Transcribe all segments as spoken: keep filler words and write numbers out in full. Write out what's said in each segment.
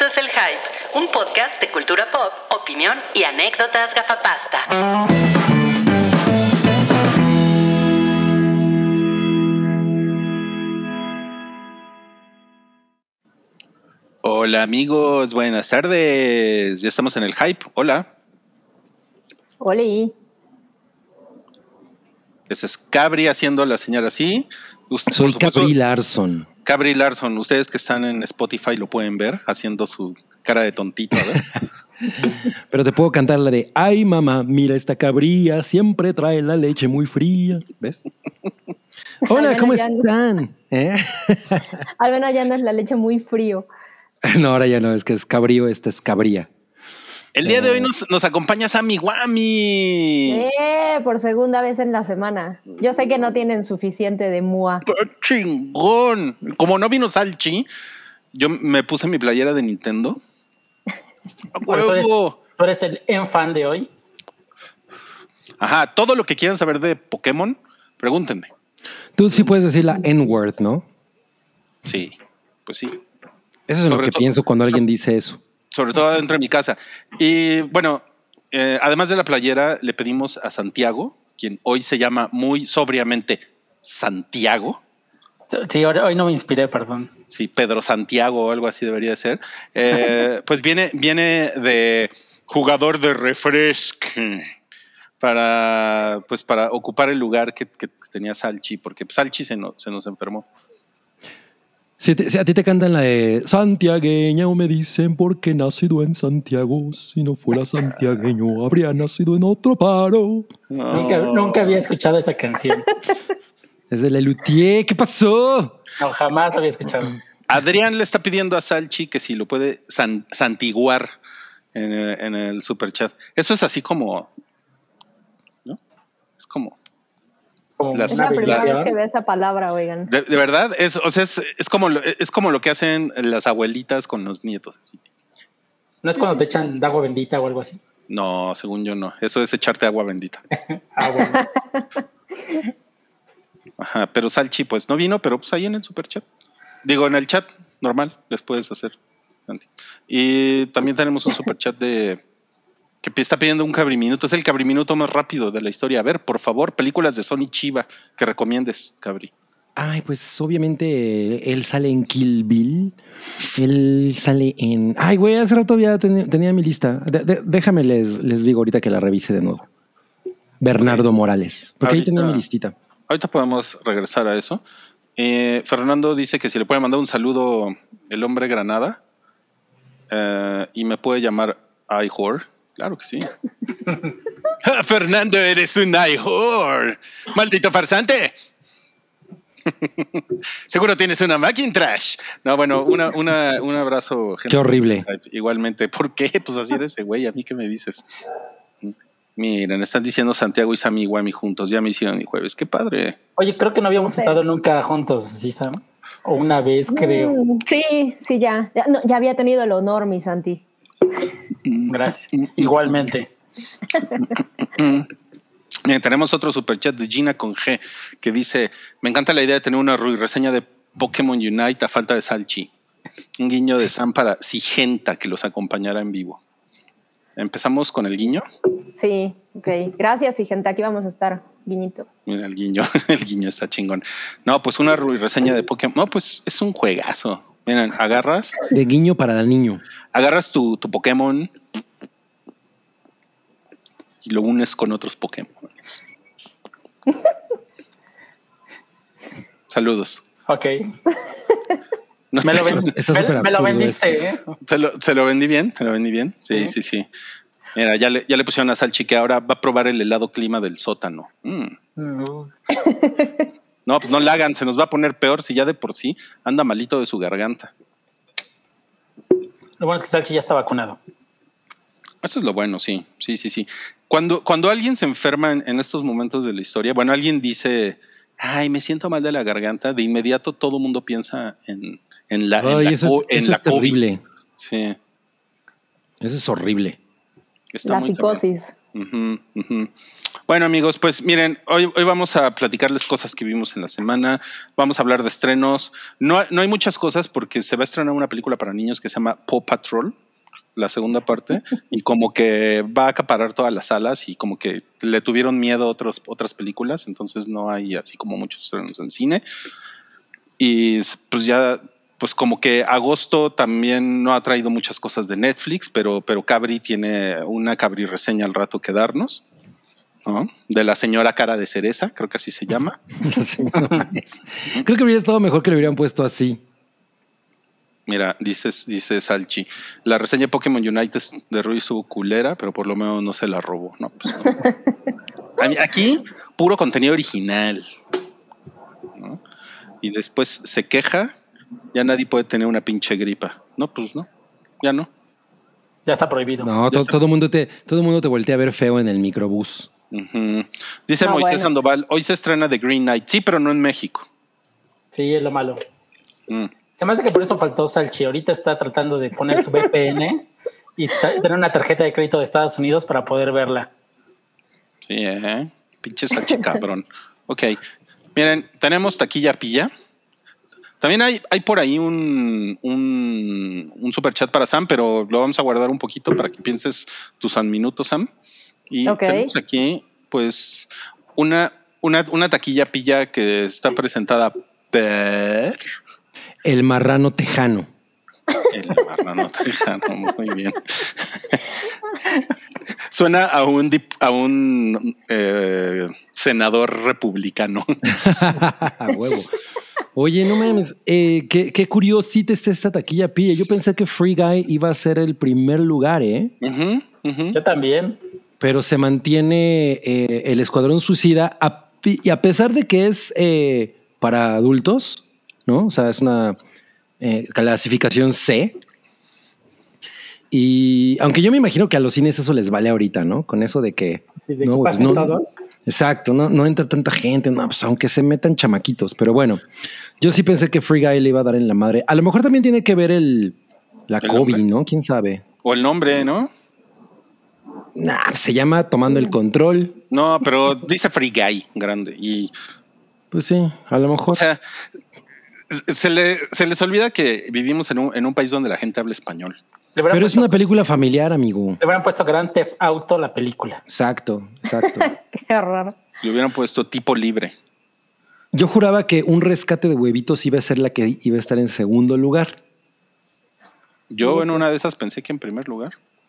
Esto es El Hype, un podcast de cultura pop, opinión y anécdotas gafapasta. Hola amigos, buenas tardes. Ya estamos en El Hype. Hola. Hola. Ese es Cabri haciendo la señal así. Usted, Soy Cabri Larson. Cabri Larson, ustedes que están en Spotify lo pueden ver haciendo su cara de tontito, a ver. Pero te puedo cantar la de ay mamá, mira esta cabría, siempre trae la leche muy fría. ¿Ves? Hola, ¿cómo están? ¿Eh? Al menos ya no es la leche muy frío. No, ahora ya no, es que es cabrío, esta es cabría. El día de hoy nos, nos acompaña Sammy Guami. Eh, por segunda vez en la semana. Yo sé que no tienen suficiente de Mua. ¡Qué chingón! Como no vino Salchi, yo me puse mi playera de Nintendo. Bueno, ¿tú, eres, ¿Tú eres el en fan de hoy? Ajá, todo lo que quieran saber de Pokémon, pregúntenme. Tú sí puedes decir la N-word, ¿no? Sí, pues sí. Eso es sobre lo que todo, pienso cuando alguien sobre, dice eso. Sobre todo dentro de mi casa. Y bueno, eh, además de la playera, le pedimos a Santiago, quien hoy se llama muy sobriamente Santiago. Sí, hoy no me inspiré, perdón. Sí, Pedro Santiago o algo así debería de ser. Eh, pues viene, viene de jugador de refresco para, pues para ocupar el lugar que, que tenía Salchi, porque Salchi se, no, se nos enfermó. Si, te, si a ti te cantan la de santiagueña o me dicen porque nacido en Santiago, si no fuera santiagueño habría nacido en otro paro. No. Nunca, nunca había escuchado esa canción. Es de Lelutier, ¿qué pasó? No, jamás había escuchado. Adrián le está pidiendo a Salchi que si lo puede san, santiguar en el, en el superchat. Eso es así como, ¿no? Es como Como las, es la primera vez que veo esa palabra, oigan. De, de verdad, es, o sea, es, es, como lo, es como lo que hacen las abuelitas con los nietos. Así. ¿No es cuando te echan agua bendita o algo así? No, según yo no. Eso es echarte agua bendita. Ah, bueno. Ajá, pero Salchi pues no vino, pero pues ahí en el superchat. Digo, en el chat normal les puedes hacer. Y también tenemos un superchat de... que está pidiendo un cabriminuto. Es el cabriminuto más rápido de la historia. A ver, por favor, películas de Sony Chiba que recomiendes, Cabri. Ay, pues obviamente él sale en Kill Bill. Él sale en... Ay, güey, hace rato ya ten, tenía mi lista. De, de, déjame les, les digo ahorita que la revise de nuevo. Bernardo okay. Morales. Porque ahorita, ahí tenía mi listita. Ahorita podemos regresar a eso. Eh, Fernando dice que si le puede mandar un saludo el hombre Granada eh, y me puede llamar I-Whore. Claro que sí. Fernando, eres un I-Whore. ¡Maldito farsante! Seguro tienes una Macintosh. No, bueno, una, una, un abrazo. Gente. Qué horrible. Igualmente. ¿Por qué? Pues así eres ese güey. ¿A mí qué me dices? Miren, están diciendo Santiago y Sammy Guami juntos. Ya me hicieron mi jueves. Qué padre. Oye, creo que no habíamos sí. estado nunca juntos, ¿sí, Sam? O una vez, creo. Mm, sí, sí, ya. Ya, no, ya había tenido el honor, mi Santi. Gracias. Igualmente. Bien, tenemos otro superchat de Gina con G que dice: me encanta la idea de tener una reseña de Pokémon Unite a falta de Salchi. Un guiño de Sam para Sigenta que los acompañará en vivo. ¿Empezamos con el guiño? Sí, ok. Gracias, Sigenta. Aquí vamos a estar, guiñito. Mira, el guiño, el guiño está chingón. No, pues una reseña de Pokémon. No, pues es un juegazo. Miren, agarras. De guiño para el niño. Agarras tu, tu Pokémon y lo unes con otros Pokémon. Saludos. Ok. No me, lo ven, me, me lo vendiste, ¿eh? ¿Se lo, ¿Se lo vendí bien? ¿Se lo vendí bien? Sí, sí, sí. sí. Mira, ya le, ya le pusieron a Salchi que ahora va a probar el helado clima del sótano. Mm. No. No, pues no la hagan, se nos va a poner peor si ya de por sí anda malito de su garganta. Lo bueno es que Salchi ya está vacunado. Eso es lo bueno, sí, sí, sí, sí. Cuando, cuando alguien se enferma en, en estos momentos de la historia, bueno, alguien dice, ay, me siento mal de la garganta, de inmediato todo el mundo piensa en, en la, ay, en la, eso es, en eso la es terrible. Sí. Eso es horrible. Está la psicosis. Uh-huh, uh-huh. Bueno, amigos, pues miren, hoy, hoy vamos a platicarles cosas que vimos en la semana. Vamos a hablar de estrenos. No, no hay muchas cosas porque se va a estrenar una película para niños que se llama Paw Patrol, la segunda parte, y como que va a acaparar todas las salas y como que le tuvieron miedo a otros, otras películas, entonces no hay así como muchos estrenos en cine. Y pues ya, pues como que agosto también no ha traído muchas cosas de Netflix, pero, pero Cabri tiene una Cabri reseña al rato que darnos, ¿no? De la señora cara de cereza, creo que así se llama. Creo que hubiera estado mejor que lo hubieran puesto así. Mira, dices, dice Salchi, la reseña de Pokémon United de Rui estuvo culera, pero por lo menos no se la robó. No, pues no. Aquí, puro contenido original, ¿no? Y después se queja, ya nadie puede tener una pinche gripa. No, pues no, ya no. Ya está prohibido. No, to, todo el mundo te, todo mundo te voltea a ver feo en el microbús. Uh-huh. Dice no, Moisés bueno. Sandoval, hoy se estrena The Green Knight, sí, pero no en México. Sí, es lo malo. Mm. Se me hace que por eso faltó Salchi. Ahorita está tratando de poner su V P N y ta- tener una tarjeta de crédito de Estados Unidos para poder verla. Sí, eh. Pinche Salchi cabrón. Ok. Miren, tenemos taquilla pilla. También hay, hay por ahí un, un, un super chat para Sam, pero lo vamos a guardar un poquito para que pienses tus minutos, Sam. Y Ok. tenemos aquí, pues, una, una, una taquilla pilla que está presentada por El marrano tejano. el marrano tejano. Muy bien. Suena a un, dip, a un eh, senador republicano. A huevo. Oye, no mames, eh, qué, qué curiosita está esta taquilla pilla. Yo pensé que Free Guy iba a ser el primer lugar, ¿eh? Uh-huh, uh-huh. Yo también. Pero se mantiene eh, el Escuadrón Suicida a, y a pesar de que es eh, para adultos, ¿no? O sea, es una eh, clasificación C. Y aunque yo me imagino que a los cines eso les vale ahorita, ¿no? Con eso de que... Sí, de no, que pues, pasen no, todos. Exacto, no, no entra tanta gente, no, pues aunque se metan chamaquitos. Pero bueno, yo sí pensé que Free Guy le iba a dar en la madre. A lo mejor también tiene que ver el la ¿El COVID, nombre? ¿no? ¿Quién sabe? O el nombre, ¿no? Nah, pues se llama Tomando el Control. No, pero dice Free Guy grande. Y, Pues sí, a lo mejor. o sea, se, le, se les olvida que vivimos en un, en un país donde la gente habla español. Le hubieran, Pero es puesto, una película familiar, amigo. le hubieran puesto Grand Theft Auto la película. Exacto, exacto. Qué raro. Le hubieran puesto tipo libre. Yo juraba que Un Rescate de Huevitos iba a ser la que iba a estar en segundo lugar. Yo en una de esas pensé que en primer lugar.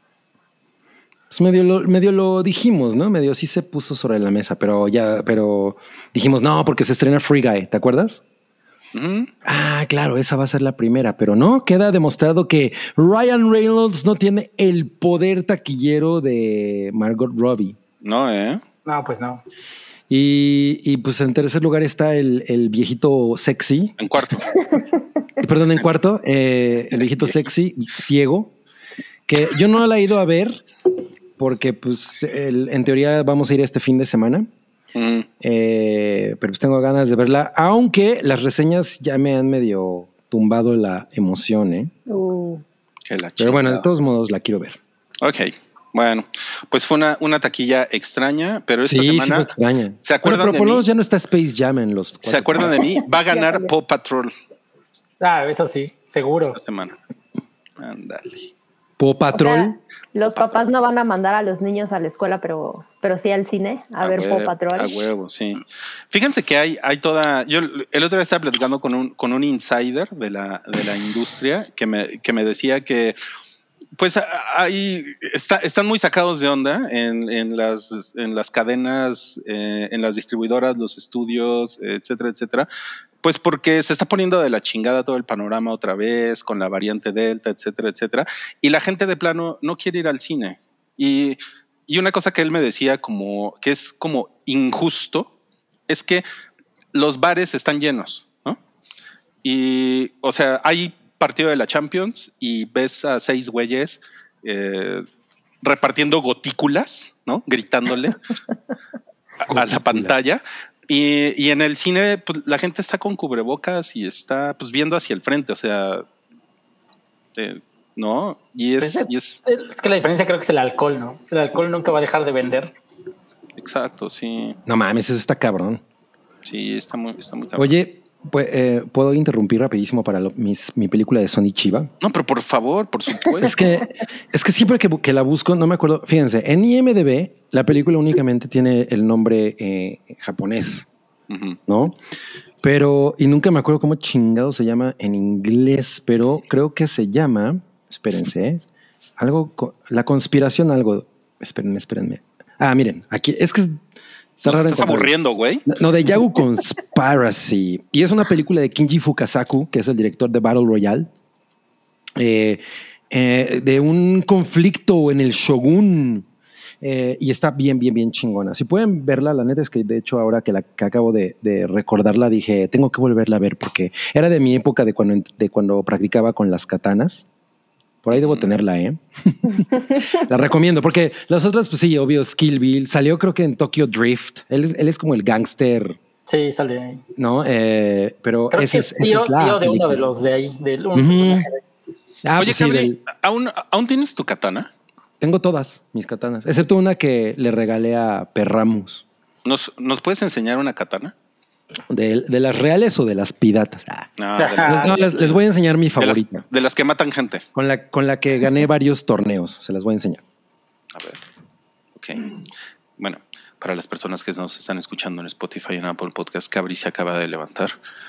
Pues medio lo, medio lo dijimos, ¿no? Medio sí se puso sobre la mesa, pero ya, pero dijimos no, porque se estrena Free Guy, ¿te acuerdas? Uh-huh. Ah, claro, esa va a ser la primera, pero no, queda demostrado que Ryan Reynolds no tiene el poder taquillero de Margot Robbie. No, ¿eh? No, pues no. Y, y pues en tercer lugar está el, el viejito sexy, En cuarto. perdón, en cuarto, eh, el viejito sexy, ciego, que yo no la he ido a ver porque pues el, en teoría vamos a ir este fin de semana. Uh-huh. Eh, pero pues tengo ganas de verla, aunque las reseñas ya me han medio tumbado la emoción, ¿eh? Uh. Que la Pero bueno, de chingada. todos modos la quiero ver. Ok. Bueno, pues fue una, una taquilla extraña, pero esta Sí, sí semana fue extraña. ¿se acuerdan Bueno, pero de por lo mí? menos ya no está Space Jam en los... ¿Se acuerdan de mí? Va a ganar Paw Patrol Ah, eso sí, seguro. esta semana. Ándale. Paw O Patrol. sea, los papás no van a mandar a los niños a la escuela, pero, pero sí al cine a, ver huevo, Paw Patrol. A huevo, sí. Fíjense que hay, hay toda. Yo el otro día estaba platicando con un, con un insider de la, de la industria que me, que me decía que pues ahí está, están muy sacados de onda en, en, las, en las cadenas, eh, en las distribuidoras, los estudios, etcétera, etcétera. Pues porque se está poniendo de la chingada todo el panorama otra vez con la variante Delta, etcétera, etcétera. Y la gente de plano no quiere ir al cine. Y, y una cosa que él me decía como que es como injusto es que los bares están llenos, ¿no? Y, o sea, hay partido de la Champions y ves a seis güeyes eh, repartiendo gotículas, ¿no? Gritándole a, a la pantalla. Y, y en el cine, pues, la gente está con cubrebocas y está pues viendo hacia el frente, o sea, eh, ¿no? Y es, Pues es, y es es que la diferencia creo que es el alcohol, ¿no? El alcohol nunca va a dejar de vender. exacto, sí. No mames, eso está cabrón. Sí, está muy, está muy cabrón. Oye, pues, eh, ¿puedo interrumpir rapidísimo para lo- mis, mi película de Sony Chiba? No, pero por favor, por supuesto. Es que, es que siempre que, bu- que la busco, no me acuerdo. Fíjense, en I M D B la película únicamente tiene el nombre eh, japonés, Ujú. ¿no? Pero, y nunca me acuerdo cómo chingado se llama en inglés, pero creo que se llama, espérense, ¿eh? algo, co- la conspiración, algo, espérenme, espérenme. Ah, miren, aquí, es que es- está Nos raro. estás encontrar- aburriendo, güey. No, de Yagu Conspiracy. Y es una película de Kinji Fukasaku, que es el director de Battle Royale, eh, eh, de un conflicto en el Shogun. Eh, y está bien, bien, bien chingona. Si pueden verla, la neta es que de hecho ahora que, la, que acabo de, de recordarla, dije, tengo que volverla a ver porque era de mi época de cuando, de cuando practicaba con las katanas. Por ahí debo tenerla, ¿eh? La recomiendo porque las otras, pues sí, obvio, Kill Bill. Salió creo que en Tokyo Drift. Él, es- él es como el gángster, Sí, sale ahí. ¿no? Eh, pero Creo esa que es, es esa tío, es la tío de uno película. de los de ahí, de un Ujú. personaje de ahí. Sí. Ah, Oye, pues sí, Cabri, del- ¿aún, ¿aún tienes tu katana? tengo todas mis katanas, excepto una que le regalé a Perramus. ¿Nos, ¿Nos puedes enseñar una katana? ¿De, de las reales o de las piratas? Ah. No, de Ajá. las, No, les, les voy a enseñar mi de las- favorita, de las que matan gente. con la, con la que gané varios torneos. Se las voy a enseñar. A ver. Ok. Bueno, para las personas que nos están escuchando en Spotify y en Apple Podcast, Cabri se acaba de levantar.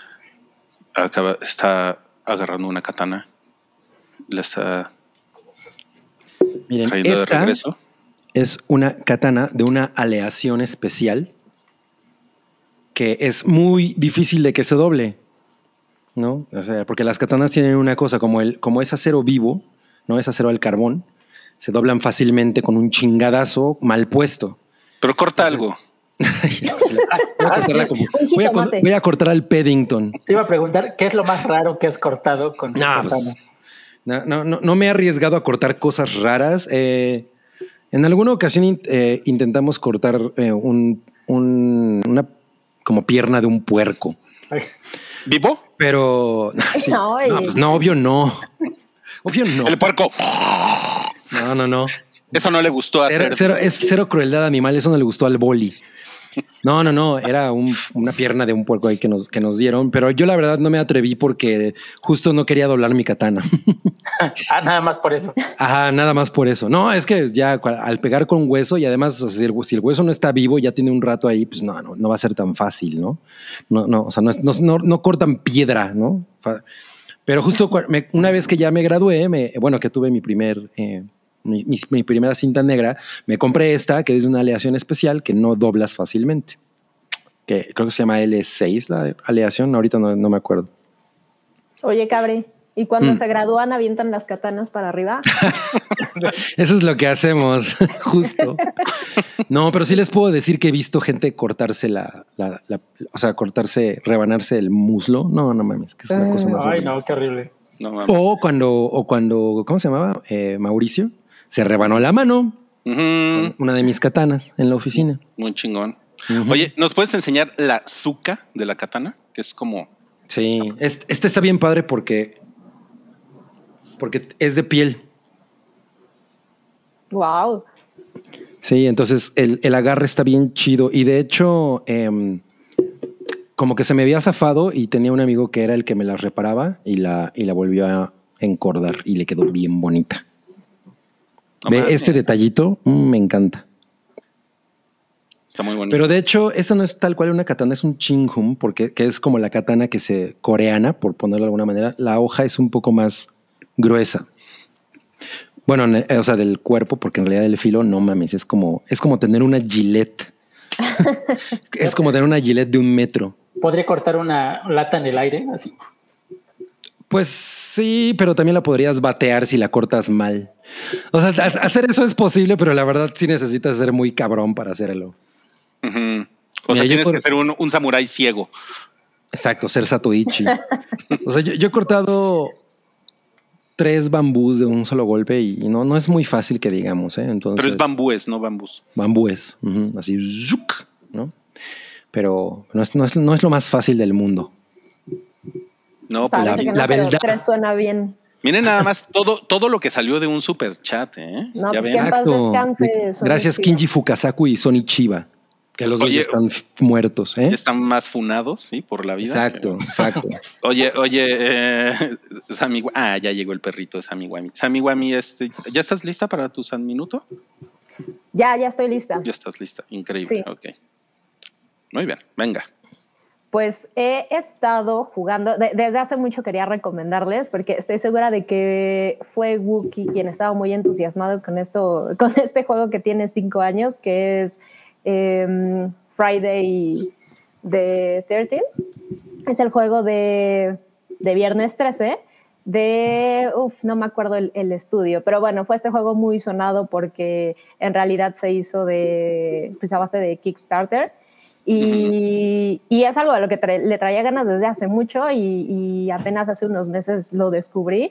Acaba, está agarrando una katana. La está Miren, trayendo de esta regreso. es una katana de una aleación especial que es muy difícil de que se doble, ¿no? O sea, porque las katanas tienen una cosa, como, el, como es acero vivo, no es acero al carbón, se doblan fácilmente con un chingadazo mal puesto. Pero corta algo. Voy a cortarla como- Un voy a, jitomate. voy a cortar al Paddington. Te iba a preguntar, ¿qué es lo más raro que has cortado con tu No, katana? pues, no, no, no, no me he arriesgado a cortar cosas raras. Eh, en alguna ocasión in- eh, intentamos cortar eh, un, un- una como pierna de un puerco, Ay, ¿Vivo? pero sí. No, no, y- pues no, obvio no. Obvio no. El puerco. No, no, no. Eso no le gustó Cero, hacer. cero- es cero crueldad animal, eso no le gustó al boli. No, no, no, era un- una pierna de un puerco ahí que nos, que nos dieron, pero yo la verdad no me atreví porque justo no quería doblar mi katana. ah, nada más por eso. Ajá, nada más por eso. No, es que ya cua- al pegar con hueso y además, o sea, si, el, si el hueso no está vivo, ya tiene un rato ahí, pues no, no, no va a ser tan fácil, ¿no? No, no, o sea, no, es- no, no, no cortan piedra, ¿no? Fa- Pero justo cua- me- una vez que ya me gradué, me, bueno, que tuve mi primer, eh, mi, mi- mi primera cinta negra, me compré esta, que es de una aleación especial que no doblas fácilmente. Que creo que se llama L seis la aleación, ahorita no, no me acuerdo. Oye, Cabri, ¿y cuando Mm. se gradúan avientan las katanas para arriba? Eso es lo que hacemos, justo. No, pero sí les puedo decir que he visto gente cortarse la, la- la- o sea, cortarse, rebanarse el muslo. No, no mames, que es la cosa más Ay, horrible. no, qué horrible. No, mames. O cuando, o cuando, ¿cómo se llamaba? Eh, Mauricio se rebanó la mano, Ujú. una de mis katanas en la oficina. Muy chingón. Ujú. Oye, ¿nos puedes enseñar la zuka de la katana? Que es como... Sí, este, este está bien padre porque, porque es de piel. Wow. Sí, entonces el, el agarre está bien chido y de hecho em, como que se me había zafado y tenía un amigo que era el que me la reparaba y la, y la volvió a encordar y le quedó bien bonita. No Ve, mames. este detallito mm, me encanta. Está muy bonito. Pero de hecho, esta no es tal cual una katana, es un chinghum, porque que es como la katana que se coreana, por ponerlo de alguna manera. La hoja es un poco más gruesa. Bueno, ne- o sea, del cuerpo, porque en realidad el filo, no mames, es como, es como tener una gilet. Es como tener una gilet de un metro. ¿Podría cortar una lata en el aire? Así. Pues sí, pero también la podrías batear si la cortas mal. O sea, ha- hacer eso es posible, pero la verdad sí necesitas ser muy cabrón para hacerlo. Ujú. O Mira, sea, yo tienes por- que ser un, un samurái ciego. Exacto, ser Satoichi. O sea, yo, yo he cortado tres bambús de un solo golpe y no, no es muy fácil que digamos, ¿eh? Entonces, Pero es bambúes, no bambús. bambúes, ujú, así, ¡zuc! ¿no? Pero no es, no, es, no es lo más fácil del mundo. No, pues Parece sí. que no, la pero verdad. tres suena bien. Miren nada más todo, todo lo que salió de un super chat, ¿eh? No, ya pues ven. en paz descanse, De- Sony Gracias, Chiba. Kinji Fukasaku y Sony Chiba. Que los dos Oye, ya están muertos, ¿eh? Ya están más funados, ¿sí? Por la vida. Exacto, exacto. Oye, oye, eh, Sammy, ah, ya llegó el perrito de Sammy Wami. Sammy Wami, este, ¿ya estás lista para tu San Minuto? Ya, ya estoy lista. Ya estás lista, increíble, Sí. ok. Muy bien, venga. Pues he estado jugando, de, desde hace mucho quería recomendarles, porque estoy segura de que fue Wookie quien estaba muy entusiasmado con esto, con este juego que tiene cinco años, que es eh, Friday the trece. Es el juego de, de Viernes trece, de, uff, no me acuerdo el, el estudio, pero bueno, fue este juego muy sonado porque en realidad se hizo de, pues a base de Kickstarter. Y, y es algo a lo que tra- le traía ganas desde hace mucho y, y apenas hace unos meses lo descubrí.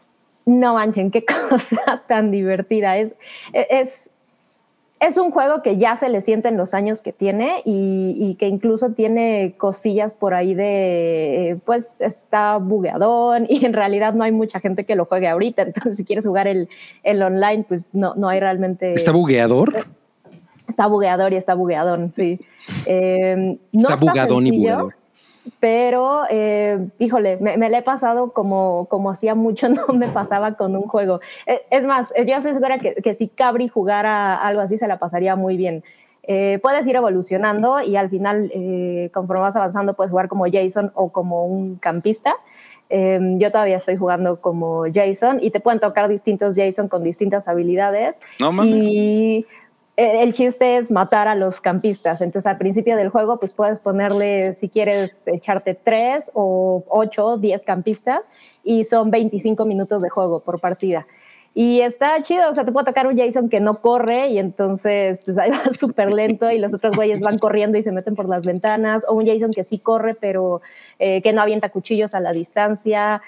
No manchen, qué cosa tan divertida. Es, es, es un juego que ya se le sienten los años que tiene y, y que incluso tiene cosillas por ahí de, pues está bugueadón y en realidad no hay mucha gente que lo juegue ahorita. Entonces, si quieres jugar el, el online, pues no, no hay realmente... ¿Está bugueador? Está bugueador y está bugueadón, sí. Eh, no está bugadón sencillo, y bugueador. Pero, eh, híjole, me, me le he pasado como, como hacía mucho no me pasaba con un juego. Es, es más, yo estoy segura que, que si Cabri jugara algo así se la pasaría muy bien. Eh, puedes ir evolucionando y al final, eh, conforme vas avanzando, puedes jugar como Jason o como un campista. Eh, yo todavía estoy jugando como Jason y te pueden tocar distintos Jason con distintas habilidades. No mames. Y el chiste es matar a los campistas. Entonces, al principio del juego, pues puedes ponerle, si quieres, echarte tres o ocho, diez campistas y son veinticinco minutos de juego por partida. Y está chido, o sea, te puede tocar un Jason que no corre y entonces, pues ahí va súper lento y los otros güeyes van corriendo y se meten por las ventanas, o un Jason que sí corre, pero eh, que no avienta cuchillos a la distancia.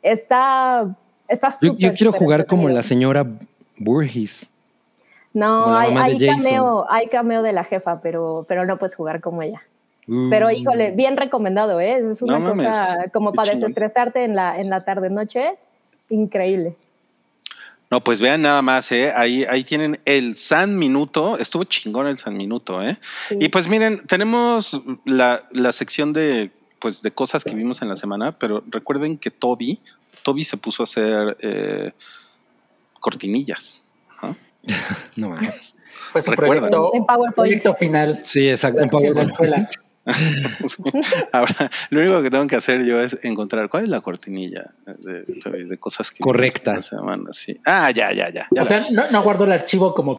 Está está súper, Yo, yo quiero súper jugar como entretenido. la señora Burgess. No, la hay, mamá de hay Jason. cameo, hay cameo de la jefa, pero, pero no puedes jugar como ella. Uh. Pero híjole, bien recomendado, ¿eh? Es una No mames, cosa como qué para chingón. desestresarte en la, en la tarde-noche. Increíble. No, pues vean nada más, ¿eh? Ahí, ahí tienen el San Minuto. Estuvo chingón el San Minuto, ¿eh? Sí. Y pues miren, tenemos la, la sección de, pues, de cosas que vimos en la semana, pero recuerden que Toby, Toby se puso a hacer eh, cortinillas. Ajá. No mames. Fue su Recuerda. proyecto, En PowerPoint. proyecto final. Sí, exacto. En En Power- la escuela. Sí. Ahora, lo único que tengo que hacer yo es encontrar cuál es la cortinilla de, de, de cosas que Correcta. vimos en la semana. Sí. Ah, ya, ya, ya. ya O la sea, vi. no, no guardo el archivo como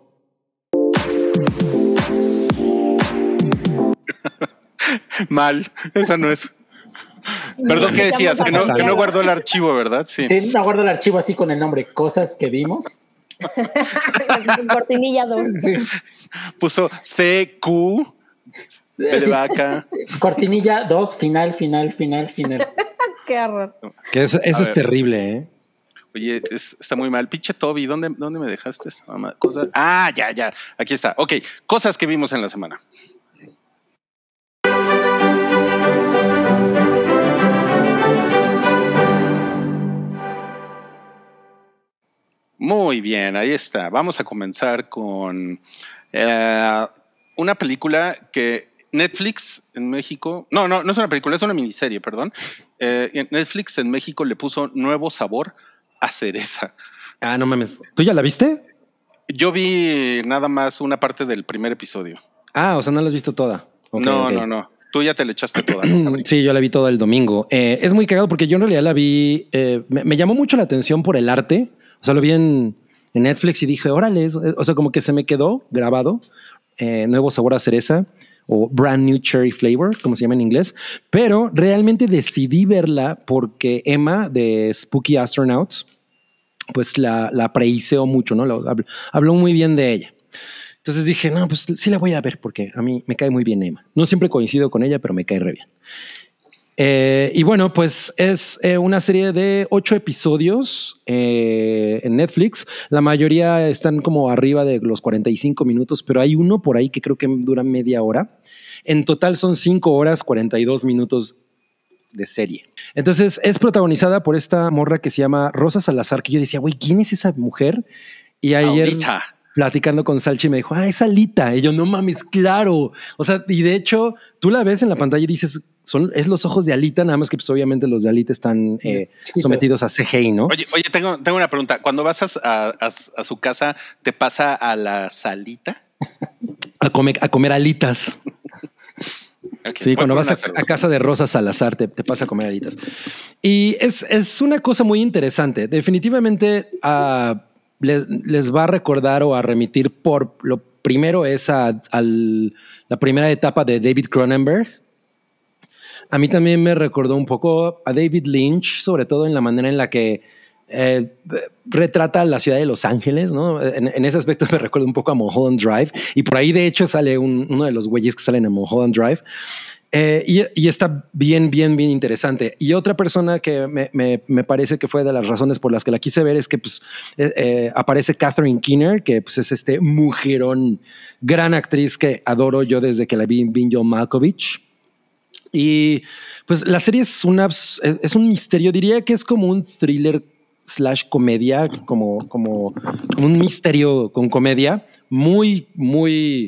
Mal, esa no es. Perdón, ¿qué decías? Que no, que no guardó el archivo, ¿verdad? Sí. sí, no guardo el archivo así con el nombre cosas que vimos. Cortinilla dos. Sí. Puso C Q de Sí, vaca. cortinilla dos, final, final, final, final. Qué horror. Que eso eso A es ver. terrible, ¿eh? Oye, es- está muy mal. Pinche Toby, ¿dónde, dónde me dejaste esta mamá? Cosas. Ah, ya, ya. Aquí está. Ok, cosas que vimos en la semana. Muy bien, ahí está. Vamos a comenzar con eh, una película que Netflix en México, no, no, no es una película, es una miniserie, perdón. Eh, Netflix en México le puso nuevo sabor a cereza. Ah, no mames. ¿Tú ya la viste? Yo vi nada más una parte del primer episodio. Ah, o sea, no la has visto toda. Ok, no, ok. no, no. Tú ya te le echaste toda, ¿no, Cabri? Sí, yo la vi todo el domingo. Eh, es muy cagado porque yo en realidad la vi, eh, me, me llamó mucho la atención por el arte. O sea, lo vi en, en Netflix y dije, órale, eso- o sea, como que se me quedó grabado. Eh, nuevo sabor a cereza o brand new cherry flavor, como se llama en inglés. Pero realmente decidí verla porque Emma de Spooky Astronauts, pues la, la praiseó mucho, ¿no? La- habló, habló muy bien de ella. Entonces dije, no, pues sí la voy a ver porque a mí me cae muy bien Emma. No siempre coincido con ella, pero me cae re bien. Eh, y bueno, pues es eh, una serie de ocho episodios eh, en Netflix. La mayoría están como arriba de los cuarenta y cinco minutos, pero hay uno por ahí que creo que dura media hora. En total son cinco horas, cuarenta y dos minutos de serie. Entonces es protagonizada por esta morra que se llama Rosa Salazar, que yo decía, güey, ¿quién es esa mujer? Y ayer... Audita. platicando con Salchi me dijo, ah, es Alita. Y yo, no mames, claro. O sea, y de hecho, tú la ves en la pantalla y dices, son, es los ojos de Alita, nada más que pues obviamente los de Alita están eh, sometidos a C G I, ¿no? Oye, oye tengo, tengo una pregunta. Cuando vas a, a, a su casa, ¿te pasa a la salita? A comer, a comer alitas. Okay. Sí, cuando vas a, a casa de Rosa Salazar te, te pasa a comer alitas. Y es, es una cosa muy interesante. Definitivamente uh, les, les va a recordar o a remitir por lo primero es a, a la primera etapa de David Cronenberg. A mí también me recordó un poco a David Lynch, sobre todo en la manera en la que Eh, retrata la ciudad de Los Ángeles, ¿no? En, en ese aspecto me recuerda un poco a Mulholland Drive, y por ahí de hecho sale un, uno de los güeyes que salen en Mulholland Drive, eh, y, y está bien, bien, bien interesante. Y otra persona que me, me, me parece que fue de las razones por las que la quise ver es que pues, eh, eh, aparece Catherine Keener, que pues, es este mujerón, gran actriz que adoro yo desde que la vi en John Malkovich. Y pues la serie es, una, es, es un misterio, diría que es como un thriller slash comedia, como, como, como un misterio con comedia, muy, muy,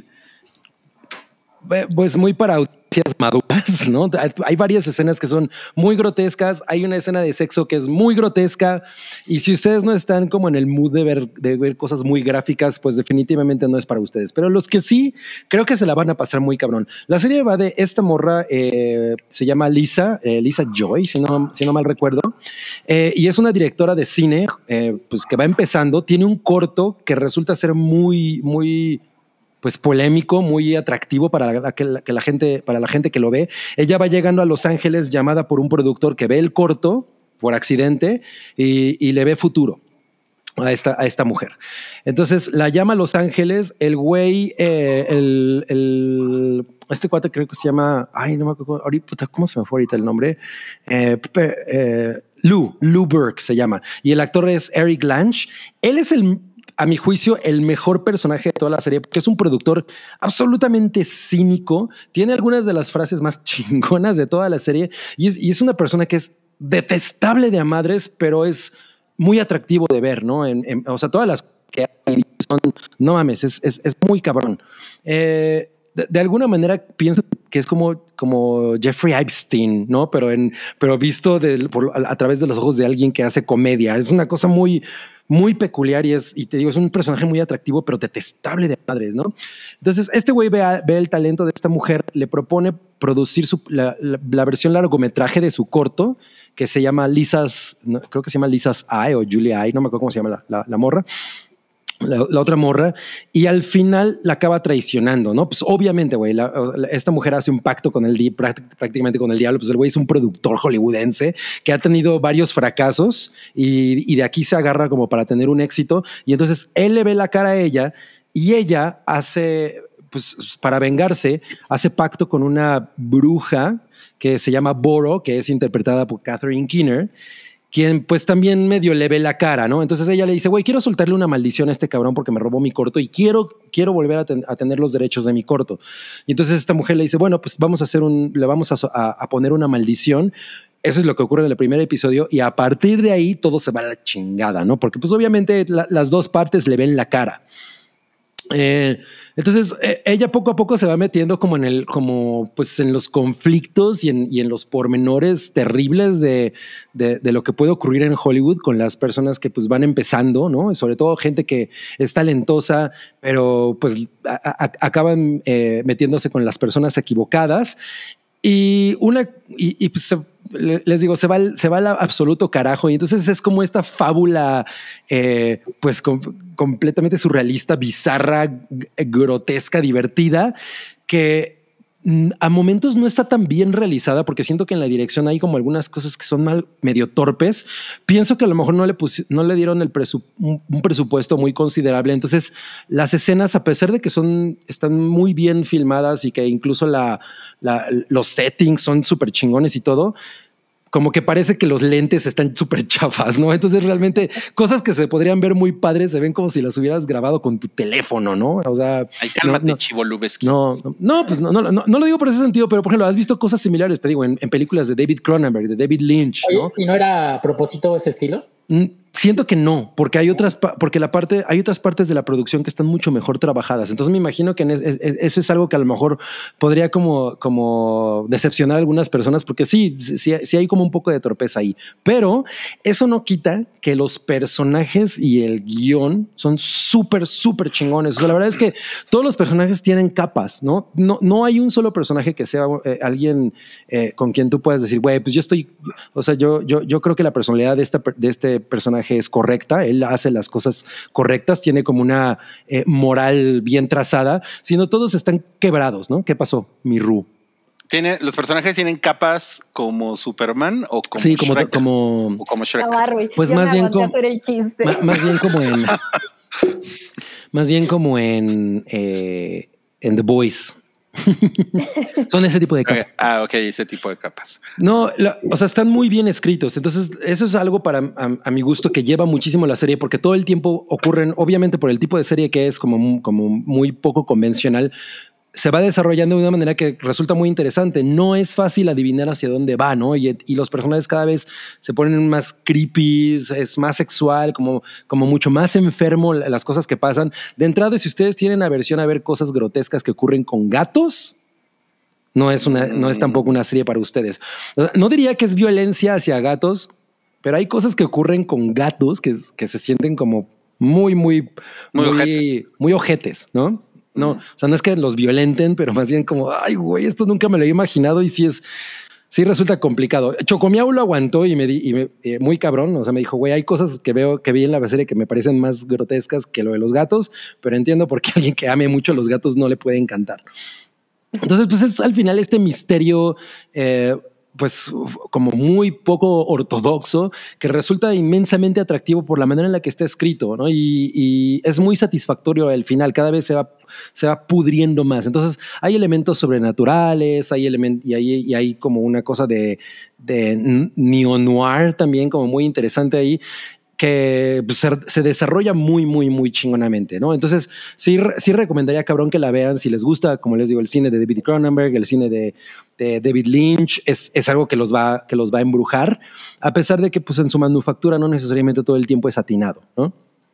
pues muy para audiencias maduras, ¿no? Hay varias escenas que son muy grotescas, hay una escena de sexo que es muy grotesca, y si ustedes no están como en el mood de ver, de ver cosas muy gráficas, pues definitivamente no es para ustedes, pero los que sí, creo que se la van a pasar muy cabrón. La serie va de esta morra, eh, se llama Lisa, eh, Lisa Joy, si no, si no mal recuerdo, eh, y es una directora de cine, eh, pues que va empezando, tiene un corto que resulta ser muy, muy... pues polémico, muy atractivo para la, que la, que la gente, para la gente que lo ve. Ella va llegando a Los Ángeles llamada por un productor que ve el corto por accidente y, y le ve futuro a esta, a esta mujer. Entonces la llama a Los Ángeles, el güey, eh, el, el, este cuate creo que se llama, ay, no me acuerdo, ahorita, ¿cómo se me fue ahorita el nombre? Eh, eh, Lou, Lou Burke se llama. Y el actor es Eric Lange. Él es el, a mi juicio, el mejor personaje de toda la serie, porque es un productor absolutamente cínico, tiene algunas de las frases más chingonas de toda la serie, y es, y es una persona que es detestable de a madres, pero es muy atractivo de ver, ¿no? En, en, o sea, todas las que hay son, no mames, es, es, es muy cabrón. Eh, de, de alguna manera pienso que es como, como Jeffrey Epstein, ¿no? Pero, en, pero visto de, por, a, a través de los ojos de alguien que hace comedia. Es una cosa muy... muy peculiar y es, y te digo, es un personaje muy atractivo, pero detestable de padres, ¿no? Entonces, este güey ve, a, ve el talento de esta mujer, le propone producir su, la, la, la versión largometraje de su corto, que se llama Lisa's, no, creo que se llama Lisa's Eye o Julia Eye, no me acuerdo cómo se llama la, la, la morra. La, la otra morra, y al final la acaba traicionando, ¿no? Pues obviamente, güey, la, la, esta mujer hace un pacto con el prácticamente con el diablo, pues el güey es un productor hollywoodense que ha tenido varios fracasos y, y de aquí se agarra como para tener un éxito, y entonces él le ve la cara a ella y ella hace, pues para vengarse, hace pacto con una bruja que se llama Boro, que es interpretada por Catherine Keener, quien pues también medio le ve la cara, ¿no? Entonces ella le dice, güey, quiero soltarle una maldición a este cabrón porque me robó mi corto y quiero, quiero volver a, ten, a tener los derechos de mi corto. Y entonces esta mujer le dice, bueno, pues vamos a hacer un, le vamos a, a, a poner una maldición. Eso es lo que ocurre en el primer episodio y a partir de ahí todo se va a la chingada, ¿no? Porque pues obviamente la, las dos partes le ven la cara. Eh, entonces eh, ella poco a poco se va metiendo como en el, como pues en los conflictos y en, y en los pormenores terribles de, de, de lo que puede ocurrir en Hollywood con las personas que pues van empezando, ¿no? Sobre todo gente que es talentosa, pero pues a, a, acaban eh, metiéndose con las personas equivocadas. Y una, y, y pues se, les digo, se va, se va al absoluto carajo. Y entonces es como esta fábula, eh, pues com, completamente surrealista, bizarra, grotesca, divertida, que a momentos no está tan bien realizada porque siento que en la dirección hay como algunas cosas que son mal, medio torpes. Pienso que a lo mejor no le, pusi, no le dieron el presu, un, un presupuesto muy considerable. Entonces las escenas, a pesar de que son, están muy bien filmadas y que incluso la, la, los settings son súper chingones y todo, como que parece que los lentes están súper chafas, ¿no? Entonces realmente cosas que se podrían ver muy padres se ven como si las hubieras grabado con tu teléfono, ¿no? O sea... Ay, cálmate, no, no, Chivo Lubeski. No, no, pues no, no, no, no lo digo por ese sentido, pero por ejemplo, has visto cosas similares, te digo, en, en películas de David Cronenberg, de David Lynch, Oye, ¿no? ¿Y no era a propósito ese estilo? Siento que no, porque hay otras, porque la parte, hay otras partes de la producción que están mucho mejor trabajadas. Entonces me imagino que en es, es, eso es algo que a lo mejor podría como, como decepcionar a algunas personas, porque sí, sí, sí hay como un poco de torpeza ahí. Pero eso no quita que los personajes y el guión son súper, súper chingones. O sea, la verdad es que todos los personajes tienen capas, ¿no? No, no hay un solo personaje que sea eh, alguien eh, con quien tú puedas decir, güey, pues yo estoy, o sea, yo, yo, yo creo que la personalidad de, esta, de este personaje es correcta, él hace las cosas correctas, tiene como una eh, moral bien trazada, sino todos están quebrados, ¿no? ¿Qué pasó, mi Ru? Tiene, los personajes tienen capas como Superman o como sí, como, Shrek. Como, o como Shrek. Pues más bien, como, más, más bien como en más bien como en eh, en The Boys. Son ese tipo de capas. Okay. Ah, ok, ese tipo de capas. No, la, o sea, están muy bien escritos. Entonces, eso es algo para a, a mi gusto que lleva muchísimo la serie, porque todo el tiempo ocurren, obviamente por el tipo de serie que es como, como muy poco convencional, se va desarrollando de una manera que resulta muy interesante. No es fácil adivinar hacia dónde va, ¿no? Y, y los personajes cada vez se ponen más creepy, es más sexual, como, como mucho más enfermo las cosas que pasan. De entrada, si ustedes tienen aversión a ver cosas grotescas que ocurren con gatos, no es, una, no es tampoco una serie para ustedes. No diría que es violencia hacia gatos, pero hay cosas que ocurren con gatos que, que se sienten como muy, muy, muy, muy, ojete. muy ojetes, ¿no? No, o sea, no es que los violenten, pero más bien como, ay, güey, esto nunca me lo había imaginado y sí es, sí resulta complicado. Chocomiao lo aguantó y me di, y me, eh, muy cabrón, o sea, me dijo, güey, hay cosas que veo, que vi en la serie que me parecen más grotescas que lo de los gatos, pero entiendo por qué alguien que ame mucho a los gatos no le puede encantar. Entonces, pues es al final este misterio, eh, pues como muy poco ortodoxo, que resulta inmensamente atractivo por la manera en la que está escrito, ¿no? Y, y es muy satisfactorio al final, cada vez se va, se va pudriendo más. Entonces hay elementos sobrenaturales, hay elementos y hay, y hay como una cosa de, de neo-noir también como muy interesante ahí, que se, se desarrolla muy, muy, muy chingonamente, ¿no? Entonces, sí, sí recomendaría, cabrón, que la vean si les gusta, como les digo, el cine de David Cronenberg, el cine de, de David Lynch, es, es algo que los, va, que los va a embrujar, a pesar de que pues, en su manufactura no necesariamente todo el tiempo es atinado, ¿no?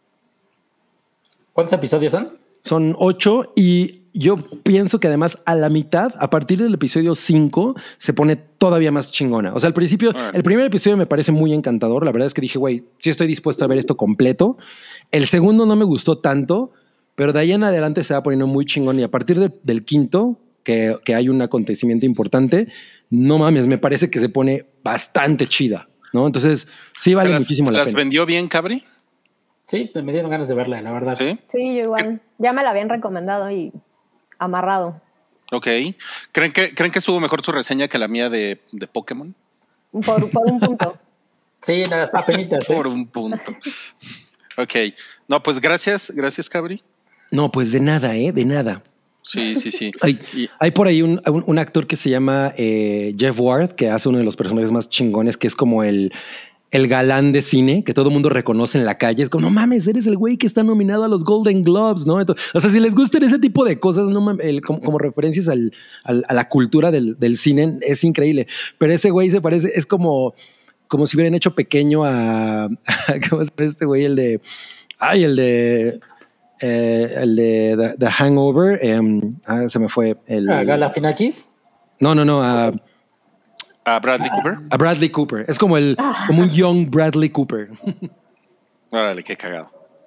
¿Cuántos episodios son? Son ocho y yo pienso que además a la mitad, a partir del episodio cinco, se pone todavía más chingona. O sea, al principio, ah. el primer episodio me parece muy encantador. La verdad es que dije, güey, sí estoy dispuesto a ver esto completo. El segundo no me gustó tanto, pero de ahí en adelante se va poniendo muy chingón. Y a partir de, del quinto, que, que hay un acontecimiento importante, no mames, me parece que se pone bastante chida, ¿no? Entonces, sí vale las, muchísimo la las pena. ¿Las vendió bien, Cabri? Sí, me dieron ganas de verla, la verdad. Sí, sí, yo igual. Ya me la habían recomendado y amarrado. Ok. ¿Creen que, ¿creen que estuvo mejor su reseña que la mía de, de Pokémon? Por, por un punto. Sí, apenitas. ¿eh? Por un punto. Ok. No, pues gracias, gracias, Cabri. No, pues de nada, ¿eh? De nada. Sí, sí, sí. Hay, y, hay por ahí un, un, un actor que se llama eh, Jeff Ward, que hace uno de los personajes más chingones, que es como el... el galán de cine que todo el mundo reconoce en la calle. Es como, no mames, eres el güey que está nominado a los Golden Globes, ¿no? Entonces, o sea, si les gustan ese tipo de cosas, no mames, el, como, como referencias al, al, a la cultura del, del cine, es increíble. Pero ese güey se parece, es como, como si hubieran hecho pequeño a, a ¿cómo es este güey? El de, ay, el de, eh, el de The, The Hangover. Eh, ah, se me fue. El, ¿A Galifianakis? No, no, no, a... ¿A Bradley Cooper? A Bradley Cooper. Es como el como un young Bradley Cooper. Órale, qué cagado.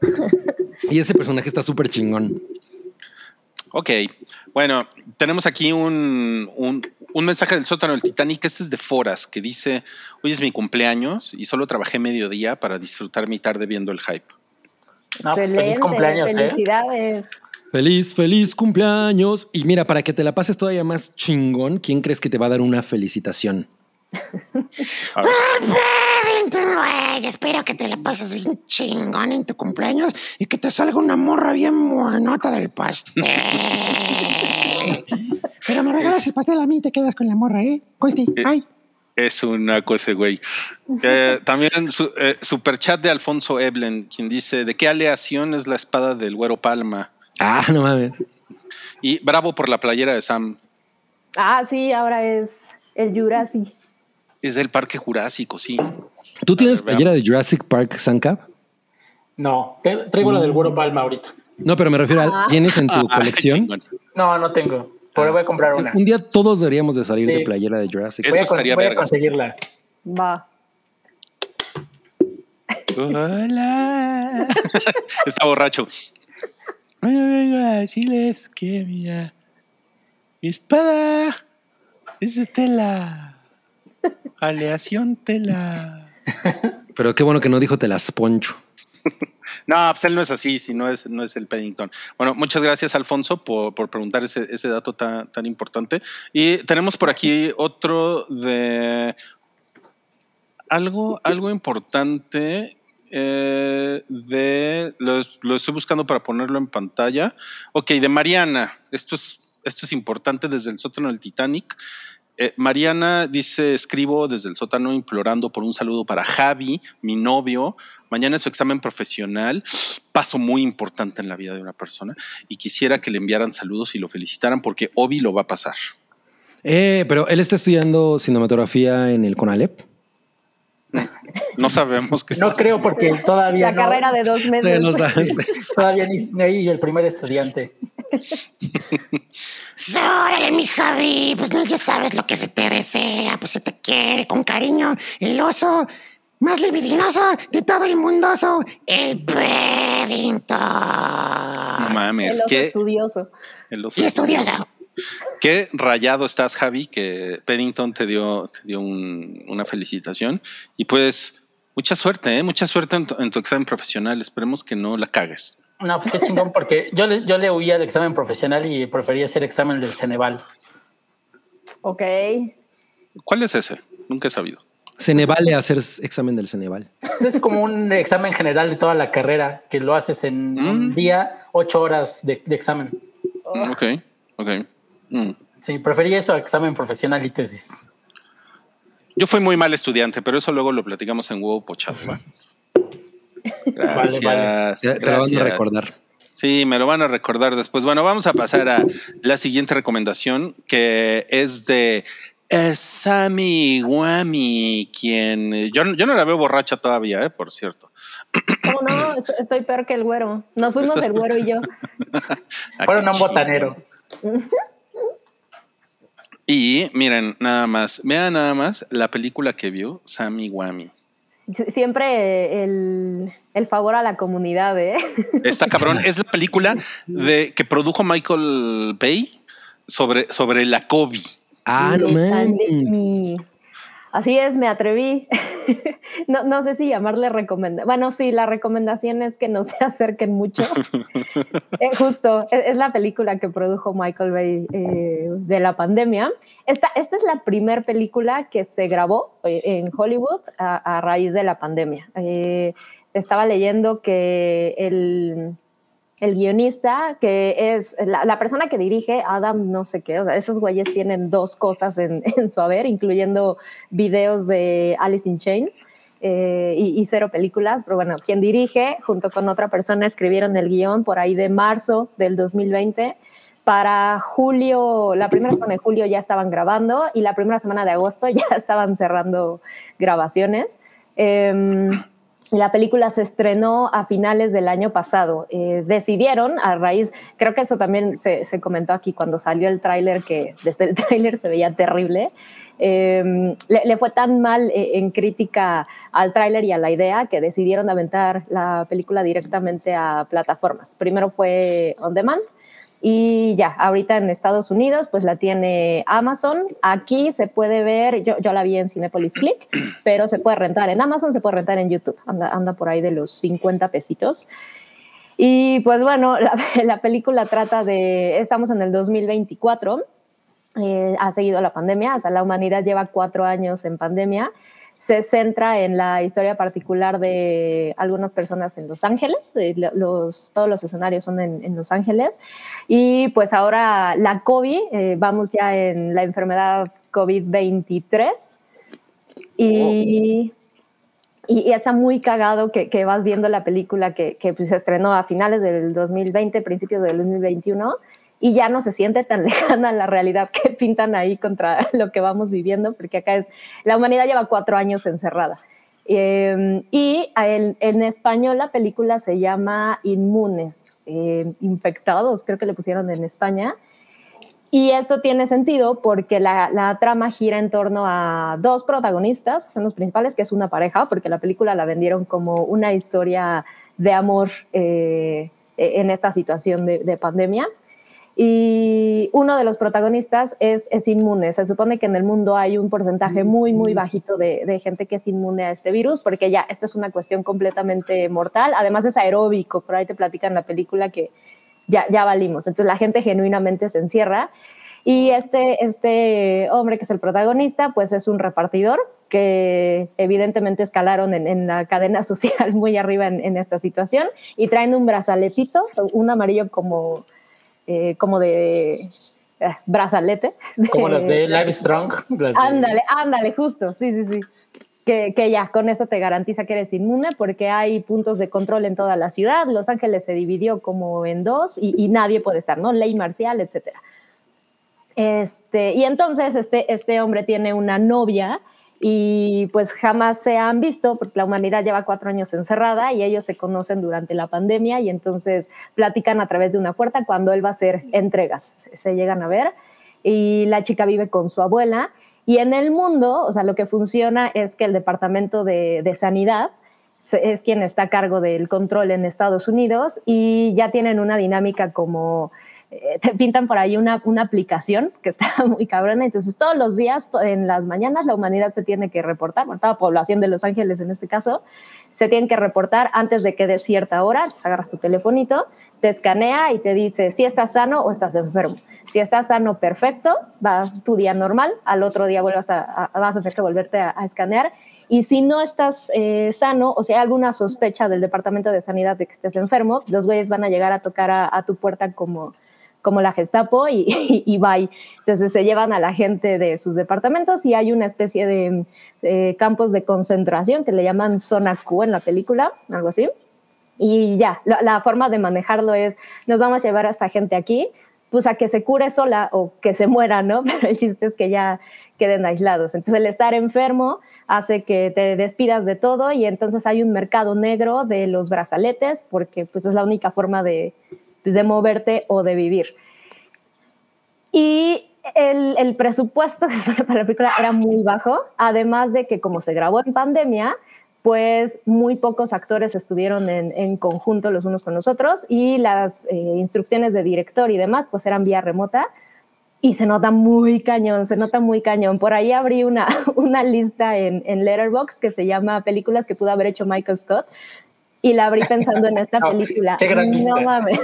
Y ese personaje está súper chingón. Ok. Bueno, tenemos aquí un, un, un mensaje del sótano del Titanic. Este es de Foras, que dice: hoy es mi cumpleaños y solo trabajé mediodía para disfrutar mi tarde viendo el hype. No, pues feliz cumpleaños, felicidades. ¿eh? Feliz, feliz cumpleaños. Y mira, para que te la pases todavía más chingón, ¿quién crees que te va a dar una felicitación? Espero que te la pases bien chingón en tu cumpleaños y que te salga una morra bien buenota del pastel. Pero me regalas es, el pastel a mí y te quedas con la morra, ¿eh? Coste, ay. Es una cosa, güey. Eh, también su, eh, superchat de Alfonso Eblen, quien dice: ¿de qué aleación es la espada del Güero Palma? Ah, no mames. Y bravo por la playera de Sam. Ah, sí, ahora es el Jurassic. Es del Parque Jurásico, sí. ¿Tú tienes A ver, playera de Jurassic Park, Sancap? No, te- traigo la del Güero Palma ahorita. No, pero me refiero a, ¿tienes en tu Ah, colección? chingón. No, no tengo. Pero voy a comprar una. Un día todos deberíamos de salir Sí. de playera de Jurassic Eso Voy a, Park. con- estaría voy a verga. conseguirla. Va. Hola. Está borracho. Bueno, vengo a decirles que mira, mi espada es de tela. Aleación tela. Pero qué bueno que no dijo te las poncho. No, pues él no es así, si no es, no es el Paddington. Bueno, muchas gracias, Alfonso, por, por preguntar ese, ese dato tan, tan importante. Y tenemos por aquí otro de algo, algo importante. Eh, de lo, lo estoy buscando para ponerlo en pantalla. Ok, de Mariana. Esto es, esto es importante desde el sótano del Titanic. Eh, Mariana dice: escribo desde el sótano implorando por un saludo para Javi, mi novio. Mañana es su examen profesional, paso muy importante en la vida de una persona, y quisiera que le enviaran saludos y lo felicitaran porque Obi lo va a pasar. Eh, pero él está estudiando cinematografía en el CONALEP. No sabemos qué No está creo haciendo. porque todavía La no. carrera de dos meses. Nos da- Todavía ni, ni ahí el primer estudiante. Órale, mi Javi, pues no, ya sabes lo que se te desea, pues se te quiere con cariño. El oso más libidinoso de todo el mundoso, el Paddington. No mames, El oso qué, estudioso. el oso Y estudioso. qué rayado estás, Javi, que Paddington te dio, te dio un- una felicitación. Y pues, mucha suerte, ¿eh? Mucha suerte en tu, en tu examen profesional. Esperemos que no la cagues. No, pues qué chingón, porque yo le, yo le huía al examen profesional y prefería hacer examen del Ceneval. Ok. ¿Cuál es ese? Nunca he sabido. Ceneval, hacer examen del Ceneval. Pues es como un examen general de toda la carrera, que lo haces en Mm. un día, ocho horas de, de examen. Mm, Ok, ok. Mm. Sí, prefería eso a examen profesional y tesis. Yo fui muy mal estudiante, pero eso luego lo platicamos en Huevo Pochado, ¿va? Gracias. vale. Te, te lo van a gracias. recordar. Sí, me lo van a recordar después. Bueno, vamos a pasar a la siguiente recomendación, que es de eh, Sammy Guami, quien eh, yo, yo no la veo borracha todavía, eh, por cierto. ¿Cómo no? Es- Estoy peor que el güero. Nos fuimos Estás el güero y yo. Ah, Fueron qué a un chido. botanero. Y miren, nada más, vean nada más la película que vio Sammy Guami. Sie- Siempre el, el favor a la comunidad, ¿eh? Esta cabrón es la película de que produjo Michael Bay sobre, sobre la COVID. Ah, no De mames. pandemia. Así es, me atreví. No, no sé si llamarle recomendación. Bueno, sí, la recomendación es que no se acerquen mucho. Eh, justo, es, es la película que produjo Michael Bay eh, de la pandemia. Esta, esta es la primera película que se grabó eh, en Hollywood a, a raíz de la pandemia. Eh, estaba leyendo que el, el guionista, que es la, la persona que dirige, Adam no sé qué, o sea, esos güeyes tienen dos cosas en, en su haber, incluyendo videos de Alice in Chains. Eh, y, y cero películas, pero bueno, quien dirige, junto con otra persona, escribieron el guión por ahí de marzo del dos mil veinte. Para julio, la primera semana de julio ya estaban grabando y la primera semana de agosto ya estaban cerrando grabaciones. Eh, la película se estrenó a finales del año pasado. Eh, decidieron, a raíz, creo que eso también se, se comentó aquí cuando salió el tráiler, que desde el tráiler se veía terrible. Eh, le, le fue tan mal eh, en crítica al tráiler y a la idea que decidieron aventar la película directamente a plataformas. Primero fue On Demand y ya, ahorita en Estados Unidos pues la tiene Amazon. Aquí se puede ver, yo, yo la vi en Cinépolis Click, pero se puede rentar en Amazon, se puede rentar en YouTube, anda, anda por ahí de los cincuenta pesitos. Y pues bueno, la, la película trata de, estamos en el dos mil veinticuatro, Eh, ha seguido la pandemia, o sea, la humanidad lleva cuatro años en pandemia. Se centra en la historia particular de algunas personas en Los Ángeles, de los, todos los escenarios son en, en Los Ángeles, y pues ahora la COVID, eh, vamos ya en la enfermedad COVID veintitrés, y, y, y está muy cagado que, que vas viendo la película que, que pues, se estrenó a finales del dos mil veinte, principios del dos mil veintiuno, y ya no se siente tan lejana la realidad que pintan ahí contra lo que vamos viviendo, porque acá es, la humanidad lleva cuatro años encerrada. Eh, y el, en español la película se llama Inmunes, eh, infectados, creo que le pusieron en España. Y esto tiene sentido porque la, la trama gira en torno a dos protagonistas, que son los principales, que es una pareja, porque la película la vendieron como una historia de amor eh, en esta situación de, de pandemia. Y uno de los protagonistas es, es inmune. Se supone que en el mundo hay un porcentaje muy, muy bajito de, de gente que es inmune a este virus, porque ya esto es una cuestión completamente mortal. Además es aeróbico, por ahí te platican en la película que ya, ya valimos. Entonces la gente genuinamente se encierra. Y este, este hombre que es el protagonista, pues es un repartidor que evidentemente escalaron en, en la cadena social muy arriba en, en esta situación y traen un brazaletito, un amarillo como... Eh, como de eh, brazalete. Como las de Livestrong. Las de... Ándale, ándale, justo, sí, sí, sí. Que, que ya con eso te garantiza que eres inmune porque hay puntos de control en toda la ciudad. Los Ángeles se dividió como en dos y, y nadie puede estar, ¿no? Ley marcial, etcétera. Este, y entonces este, este hombre tiene una novia y pues jamás se han visto porque la humanidad lleva cuatro años encerrada y ellos se conocen durante la pandemia y entonces platican a través de una puerta cuando él va a hacer entregas, se, se llegan a ver y la chica vive con su abuela y en el mundo, o sea, lo que funciona es que el Departamento de, de Sanidad es quien está a cargo del control en Estados Unidos y ya tienen una dinámica como... te pintan por ahí una, una aplicación que está muy cabrona, entonces todos los días en las mañanas la humanidad se tiene que reportar, bueno, toda la población de Los Ángeles en este caso, se tienen que reportar antes de que dé cierta hora, entonces agarras tu telefonito, te escanea y te dice si estás sano o estás enfermo. Si estás sano, perfecto, va tu día normal, al otro día vuelvas a, a, vas a tener que volverte a, a escanear. Y si no estás eh, sano o si hay alguna sospecha del Departamento de Sanidad de que estés enfermo, los güeyes van a llegar a tocar a, a tu puerta como... como la Gestapo y, y, y bye. Entonces se llevan a la gente de sus departamentos y hay una especie de, de campos de concentración que le llaman zona Q en la película, algo así. Y ya, la, la forma de manejarlo es, nos vamos a llevar a esta gente aquí, pues a que se cure sola o que se muera, ¿no? Pero el chiste es que ya queden aislados. Entonces el estar enfermo hace que te despidas de todo y entonces hay un mercado negro de los brazaletes porque pues es la única forma de de moverte o de vivir. Y el, el presupuesto para la película era muy bajo, además de que como se grabó en pandemia, pues muy pocos actores estuvieron en, en conjunto los unos con los otros y las eh, instrucciones de director y demás pues eran vía remota y se nota muy cañón, se nota muy cañón. Por ahí abrí una, una lista en, en Letterboxd que se llama películas que pudo haber hecho Michael Scott y la abrí pensando en esta película. Qué gran lista. No mames.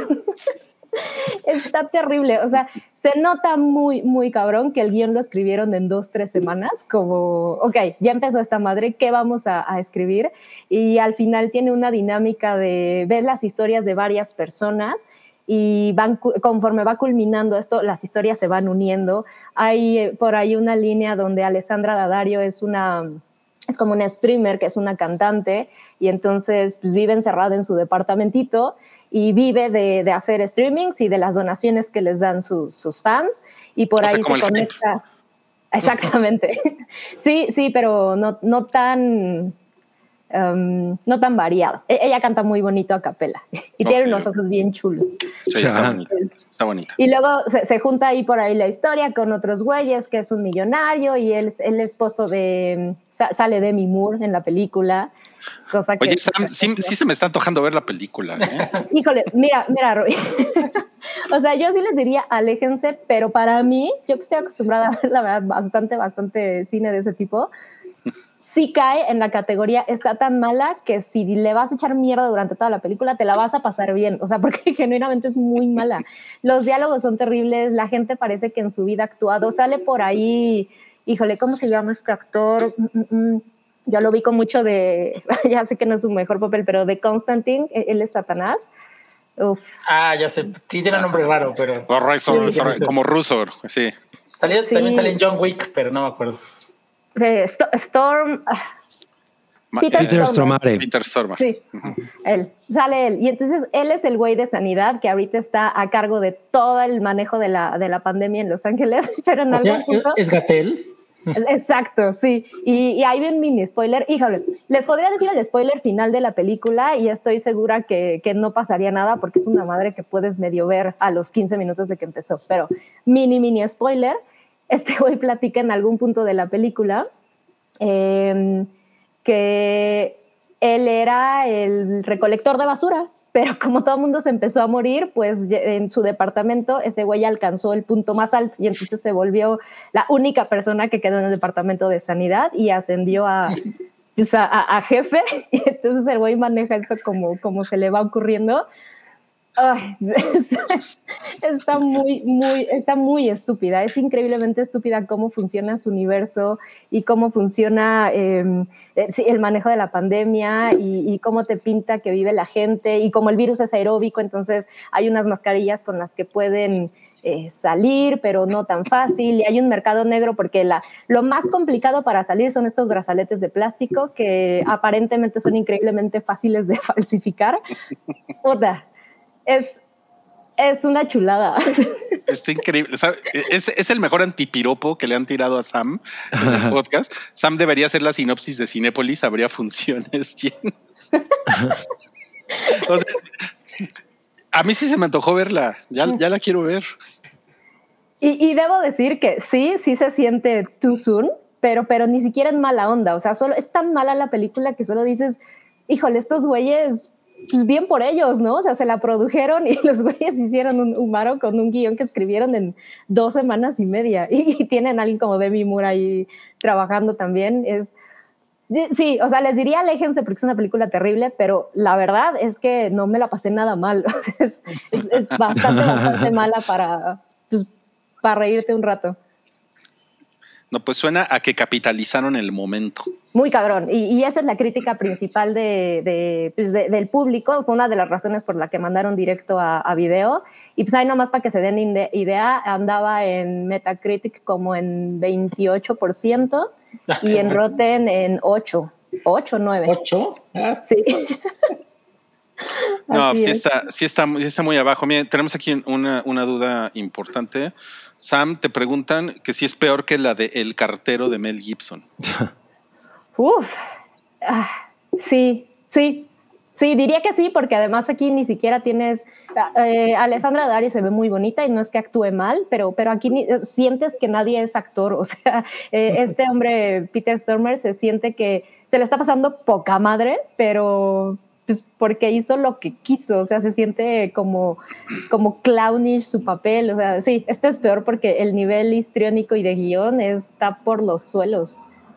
Está terrible. O sea, se nota muy, muy cabrón que el guión lo escribieron en dos, tres semanas. Como, ok, ya empezó esta madre, ¿qué vamos a, a escribir? Y al final tiene una dinámica de ver las historias de varias personas y van, conforme va culminando esto, las historias se van uniendo. Hay por ahí una línea donde Alessandra Daddario es una... es como una streamer que es una cantante y entonces pues, vive encerrada en su departamentito y vive de, de hacer streamings y de las donaciones que les dan sus, sus fans y por o ahí sea, como se el conecta. Hype. Exactamente. Sí, sí, pero no, no tan um, no tan variado. Ella canta muy bonito a capela y okay. Tiene unos ojos bien chulos. Sí, está bonita. Está bonita. Y luego se, se junta ahí por ahí la historia con otros güeyes, que es un millonario y él es el esposo de... Sale Demi Moore en la película. Cosa que, Oye, Sam, sí, sí se me está antojando ver la película. ¿eh? Híjole, mira, mira, Roy. O sea, yo sí les diría, aléjense, pero para mí, yo que estoy acostumbrada a ver, la verdad, bastante, bastante cine de ese tipo, sí cae en la categoría, está tan mala que si le vas a echar mierda durante toda la película, te la vas a pasar bien. O sea, porque genuinamente es muy mala. Los diálogos son terribles, la gente parece que en su vida ha actuado. Sale por ahí, híjole, ¿cómo se llama este actor? Mm-mm. Yo lo vi con mucho de, ya sé que no es su mejor papel, pero de Constantine, él es Satanás. Uf. Ah, ya sé, sí tiene un nombre raro, pero... Oh, right, so, sí, sorry, sí, como ruso, sí. Salió, sí. También sale en John Wick, pero no me acuerdo. Eh, Storm... Peter Peter Stormare. Peter Stormare. Sí, él, sale él. Y entonces él es el güey de sanidad que ahorita está a cargo de todo el manejo de la, de la pandemia en Los Ángeles, pero en O sea, algún punto... ¿es Gatell? Exacto, sí. Y, y ahí ven mini spoiler. Híjole, les podría decir el spoiler final de la película y estoy segura que, que no pasaría nada porque es una madre que puedes medio ver a los quince minutos de que empezó. Pero mini, mini spoiler. Este güey platica en algún punto de la película eh, que él era el recolector de basura, pero como todo el mundo se empezó a morir, pues en su departamento ese güey alcanzó el punto más alto y entonces se volvió la única persona que quedó en el departamento de sanidad y ascendió a, pues a, a, a jefe. Y entonces el güey maneja esto como, como se le va ocurriendo. Ay, está muy, muy, está muy estúpida. Es increíblemente estúpida cómo funciona su universo y cómo funciona eh, el manejo de la pandemia y, y cómo te pinta que vive la gente y cómo el virus es aeróbico. Entonces hay unas mascarillas con las que pueden eh, salir, pero no tan fácil. Y hay un mercado negro porque la, lo más complicado para salir son estos brazaletes de plástico que aparentemente son increíblemente fáciles de falsificar. Otra. Es, es una chulada. Está increíble. Es, es el mejor antipiropo que le han tirado a Sam en el podcast. Sam debería hacer la sinopsis de Cinépolis, habría funciones llenas. O sea, a mí sí se me antojó verla. Ya, ya la quiero ver. Y, y debo decir que sí, sí se siente too soon, pero, pero ni siquiera en mala onda. O sea, solo es tan mala la película que solo dices, híjole, estos güeyes... Pues bien por ellos, ¿no? O sea, se la produjeron y los güeyes hicieron un humaro con un guión que escribieron en dos semanas y media. Y, y tienen a alguien como Demi Moore ahí trabajando también. Es, sí, o sea, les diría aléjense porque es una película terrible, pero la verdad es que no me la pasé nada mal. O sea, es, es, es bastante, bastante mala para, pues, para reírte un rato. No, pues suena a que capitalizaron el momento. Muy cabrón. Y, y esa es la crítica principal de, de, pues de, del público. Fue una de las razones por la que mandaron directo a, a video. Y pues ahí nomás para que se den idea, andaba en Metacritic como en veintiocho por ciento y en Rotten en ocho, ocho, nueve. ¿ocho? ¿Ah? Sí. No, sí está, sí, está, sí está muy abajo. Miren, tenemos aquí una, una duda importante. Sam, te preguntan que si es peor que la de El cartero de Mel Gibson. Uf, ah, sí, sí, sí, diría que sí, porque además aquí ni siquiera tienes, eh, Alessandra Daddario se ve muy bonita y no es que actúe mal, pero, pero aquí ni, sientes que nadie es actor, o sea, eh, este hombre, Peter Stormare, se siente que se le está pasando poca madre, pero pues porque hizo lo que quiso, o sea, se siente como, como clownish su papel, o sea, sí, este es peor porque el nivel histriónico y de guión está por los suelos.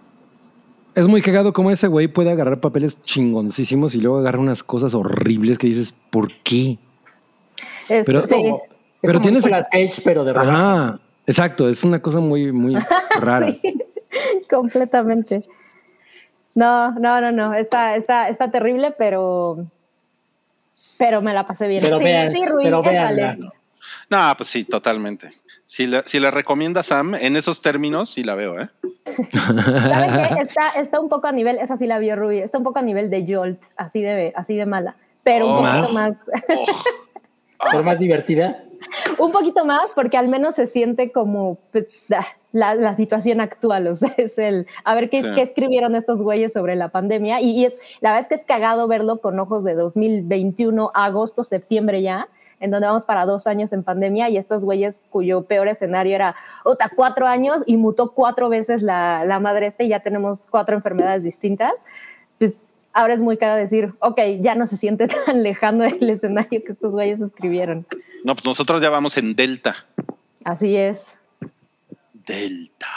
Es muy cagado cómo ese güey puede agarrar papeles chingoncísimos y luego agarra unas cosas horribles que dices, ¿por qué? Es, pero sí. Como, es pero como tienes Nicolas Cage, pero de rodaje. Ajá, exacto, es una cosa muy, muy rara. Sí, completamente. No, no, no, no, está, está, está terrible, pero, pero me la pasé bien. Pero sí, vean, sí, Rui, pero échale. vean. No, pues sí, totalmente. Si la, si la recomienda Sam en esos términos, sí la veo, ¿eh? ¿Saben qué? Está, está un poco a nivel, esa sí la vio Rui, está un poco a nivel de Jolt, así de, así de mala, pero Oh, un poquito más. Oh. Pero más divertida. Un poquito más, porque al menos se siente como pues, la, la situación actual, o sea, es el, a ver qué, Sí. qué escribieron estos güeyes sobre la pandemia, y, y es, la verdad es que es cagado verlo con ojos de dos mil veintiuno, agosto, septiembre ya, en donde vamos para dos años en pandemia, y estos güeyes cuyo peor escenario era, otra, cuatro años, y mutó cuatro veces la, la madre esta, y ya tenemos cuatro enfermedades distintas, pues ahora es muy caro decir, ok, ya no se siente tan lejano el escenario que estos güeyes escribieron. No, pues nosotros ya vamos en Delta. Así es. Delta.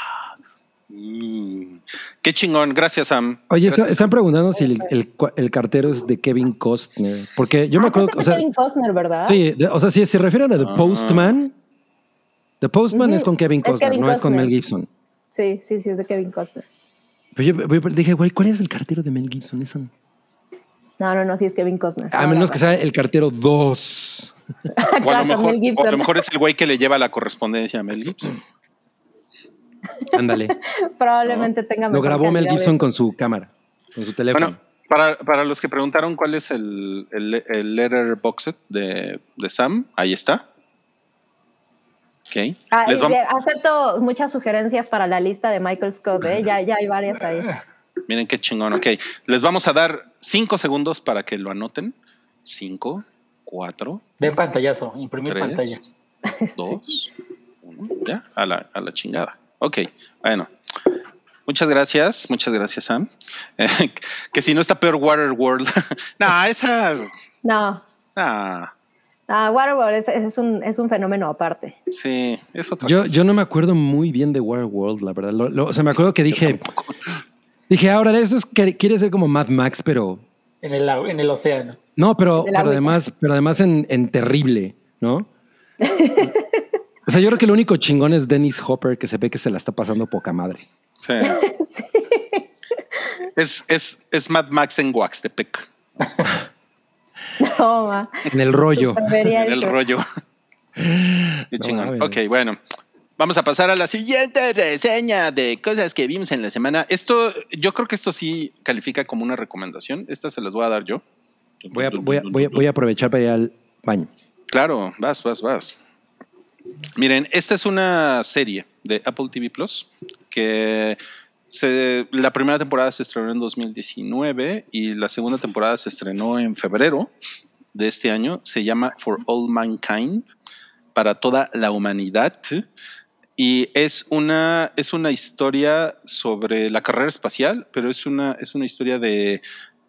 Mm. Qué chingón. Gracias, Sam. Oye, Gracias, está- están Sam. preguntando si el, el, el cartero es de Kevin Costner. Porque yo me Ah, acuerdo, pensé o sea, que Kevin Costner, ¿verdad? sí, de- o sea, si se refieren a The Ah. Postman, The Postman Ujú, es con Kevin es Costner, Kevin no es con Costner. Mel Gibson. Sí, sí, sí, es de Kevin Costner. Pero yo, yo dije, güey, ¿cuál es el cartero de Mel Gibson? Eso no. No, no, no, sí es Kevin Costner. A No, menos no, que no. sea el cartero dos. O a, lo Claro, mejor, Mel o a Gibson. lo mejor es el güey que le lleva la correspondencia a Mel Gibson. Ándale. Probablemente tenga Lo mejor grabó Mel calidad de- Gibson con su cámara. con su teléfono. Bueno, para, para los que preguntaron cuál es el, el, el Letterboxd de, de Sam, ahí está. Ok. Ah, Les y vamos- de- acepto muchas sugerencias para la lista de Michael Scott, ¿eh? ya, ya hay varias ahí. Miren qué chingón. Ok. Les vamos a dar cinco segundos para que lo anoten. Cinco, cuatro, Den pantallazo, imprimir pantalla. tres, dos, uno. Ya, a la, a la chingada. Ok. Bueno. Muchas gracias. Muchas gracias, Sam. Eh, que si no está peor Waterworld. No, esa. No, Ah, ah, Waterworld es, es, un, es un fenómeno aparte. sí, es otra Yo, cosa. yo no me acuerdo muy bien de Waterworld, la verdad. Lo- lo- o sea, me acuerdo que dije, dije, ahora eso es que quiere ser como Mad Max, pero En el, lago- en el océano. no, pero, De la pero agüita. además, pero además en, en terrible, ¿no? O sea, yo creo que lo único chingón es Dennis Hopper, que se ve que se la está pasando poca madre. Sí. Es, es, es Mad Max en Waxtepec. No, ma. En el rollo. Vería En el eso. rollo. Qué No chingón. mames. Ok, bueno. Vamos a pasar a la siguiente reseña de cosas que vimos en la semana. Esto, yo creo que esto sí califica como una recomendación. Esta se las voy a dar yo. Voy a, voy a, voy a, voy a aprovechar para ir al baño. Claro, vas, vas, vas. Miren, esta es una serie de Apple T V Plus que se, la primera temporada se estrenó en dos mil diecinueve y la segunda temporada se estrenó en febrero de este año. Se llama For All Mankind, para toda la humanidad. Y es una, es una historia sobre la carrera espacial, pero es una, es una historia de,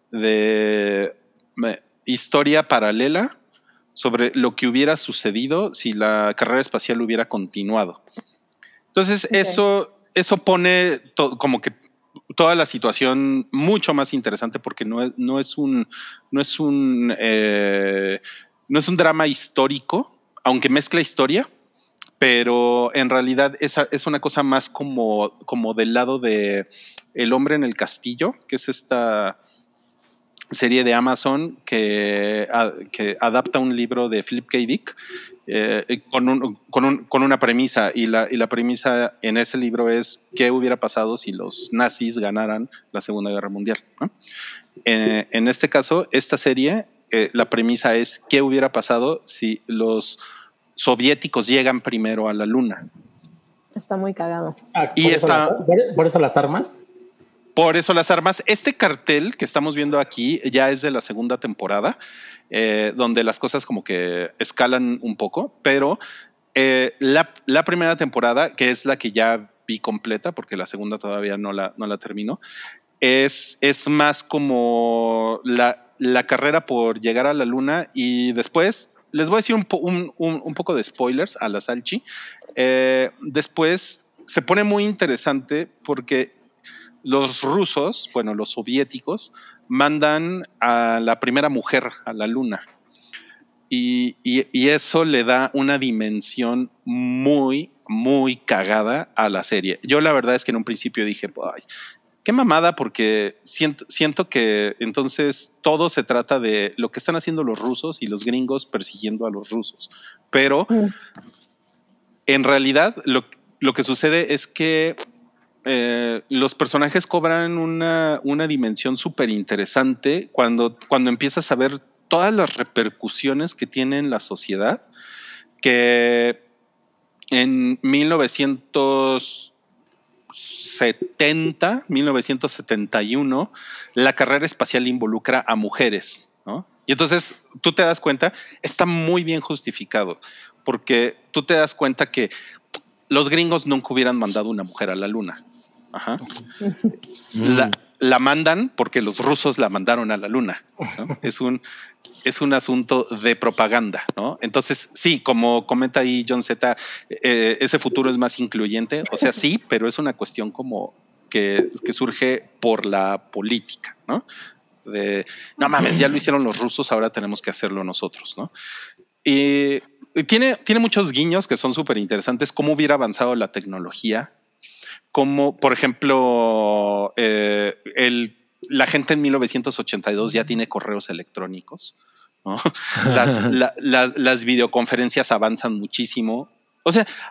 de eh, historia paralela sobre lo que hubiera sucedido si la carrera espacial hubiera continuado. Entonces, Ok. eso, eso pone to- como que toda la situación mucho más interesante porque no es, no es un, no es un, eh, no es un drama histórico, aunque mezcla historia, pero en realidad es, es una cosa más como, como del lado de El hombre en el castillo, que es esta serie de Amazon que, a, que adapta un libro de Philip K. Dick eh, con, un, con, un, con una premisa y la, y la premisa en ese libro es qué hubiera pasado si los nazis ganaran la Segunda Guerra Mundial, ¿no? Eh, en este caso, esta serie, eh, la premisa es qué hubiera pasado si los soviéticos llegan primero a la luna. Está muy cagado. Ah, Y por, eso esta- las, por- por eso las armas. Por eso las armas. Este cartel que estamos viendo aquí ya es de la segunda temporada, eh, donde las cosas como que escalan un poco, pero eh, la, la primera temporada, que es la que ya vi completa, porque la segunda todavía no la, no la termino, es, es más como la, la carrera por llegar a la luna y después les voy a decir un, po, un, un, un poco de spoilers a la Salchi. Eh, después se pone muy interesante porque los rusos, bueno, los soviéticos, mandan a la primera mujer a la luna. Y, y, y eso le da una dimensión muy, muy cagada a la serie. Yo la verdad es que en un principio dije, ay, qué mamada, porque siento, siento que entonces todo se trata de lo que están haciendo los rusos y los gringos persiguiendo a los rusos. Pero Mm. en realidad lo, lo que sucede es que Eh, los personajes cobran una, una dimensión súper interesante cuando, cuando empiezas a ver todas las repercusiones que tiene en la sociedad, que en mil novecientos setenta, mil novecientos setenta y uno, la carrera espacial involucra a mujeres, ¿no? Y entonces tú te das cuenta, está muy bien justificado, porque tú te das cuenta que los gringos nunca hubieran mandado una mujer a la luna. Ajá. La, la mandan porque los rusos la mandaron a la luna, ¿no? Es un, es un asunto de propaganda, ¿no? Entonces, sí, como comenta ahí John Z, eh, ese futuro es más incluyente. O sea, sí, pero es una cuestión como que, que surge por la política, ¿no? De, no mames, ya lo hicieron los rusos, ahora tenemos que hacerlo nosotros, ¿no? Y tiene, tiene muchos guiños que son súper interesantes. Cómo hubiera avanzado la tecnología, como por ejemplo eh, el, la gente en mil novecientos ochenta y dos ya tiene correos electrónicos, ¿no? las, la, la, las videoconferencias avanzan muchísimo. O sea,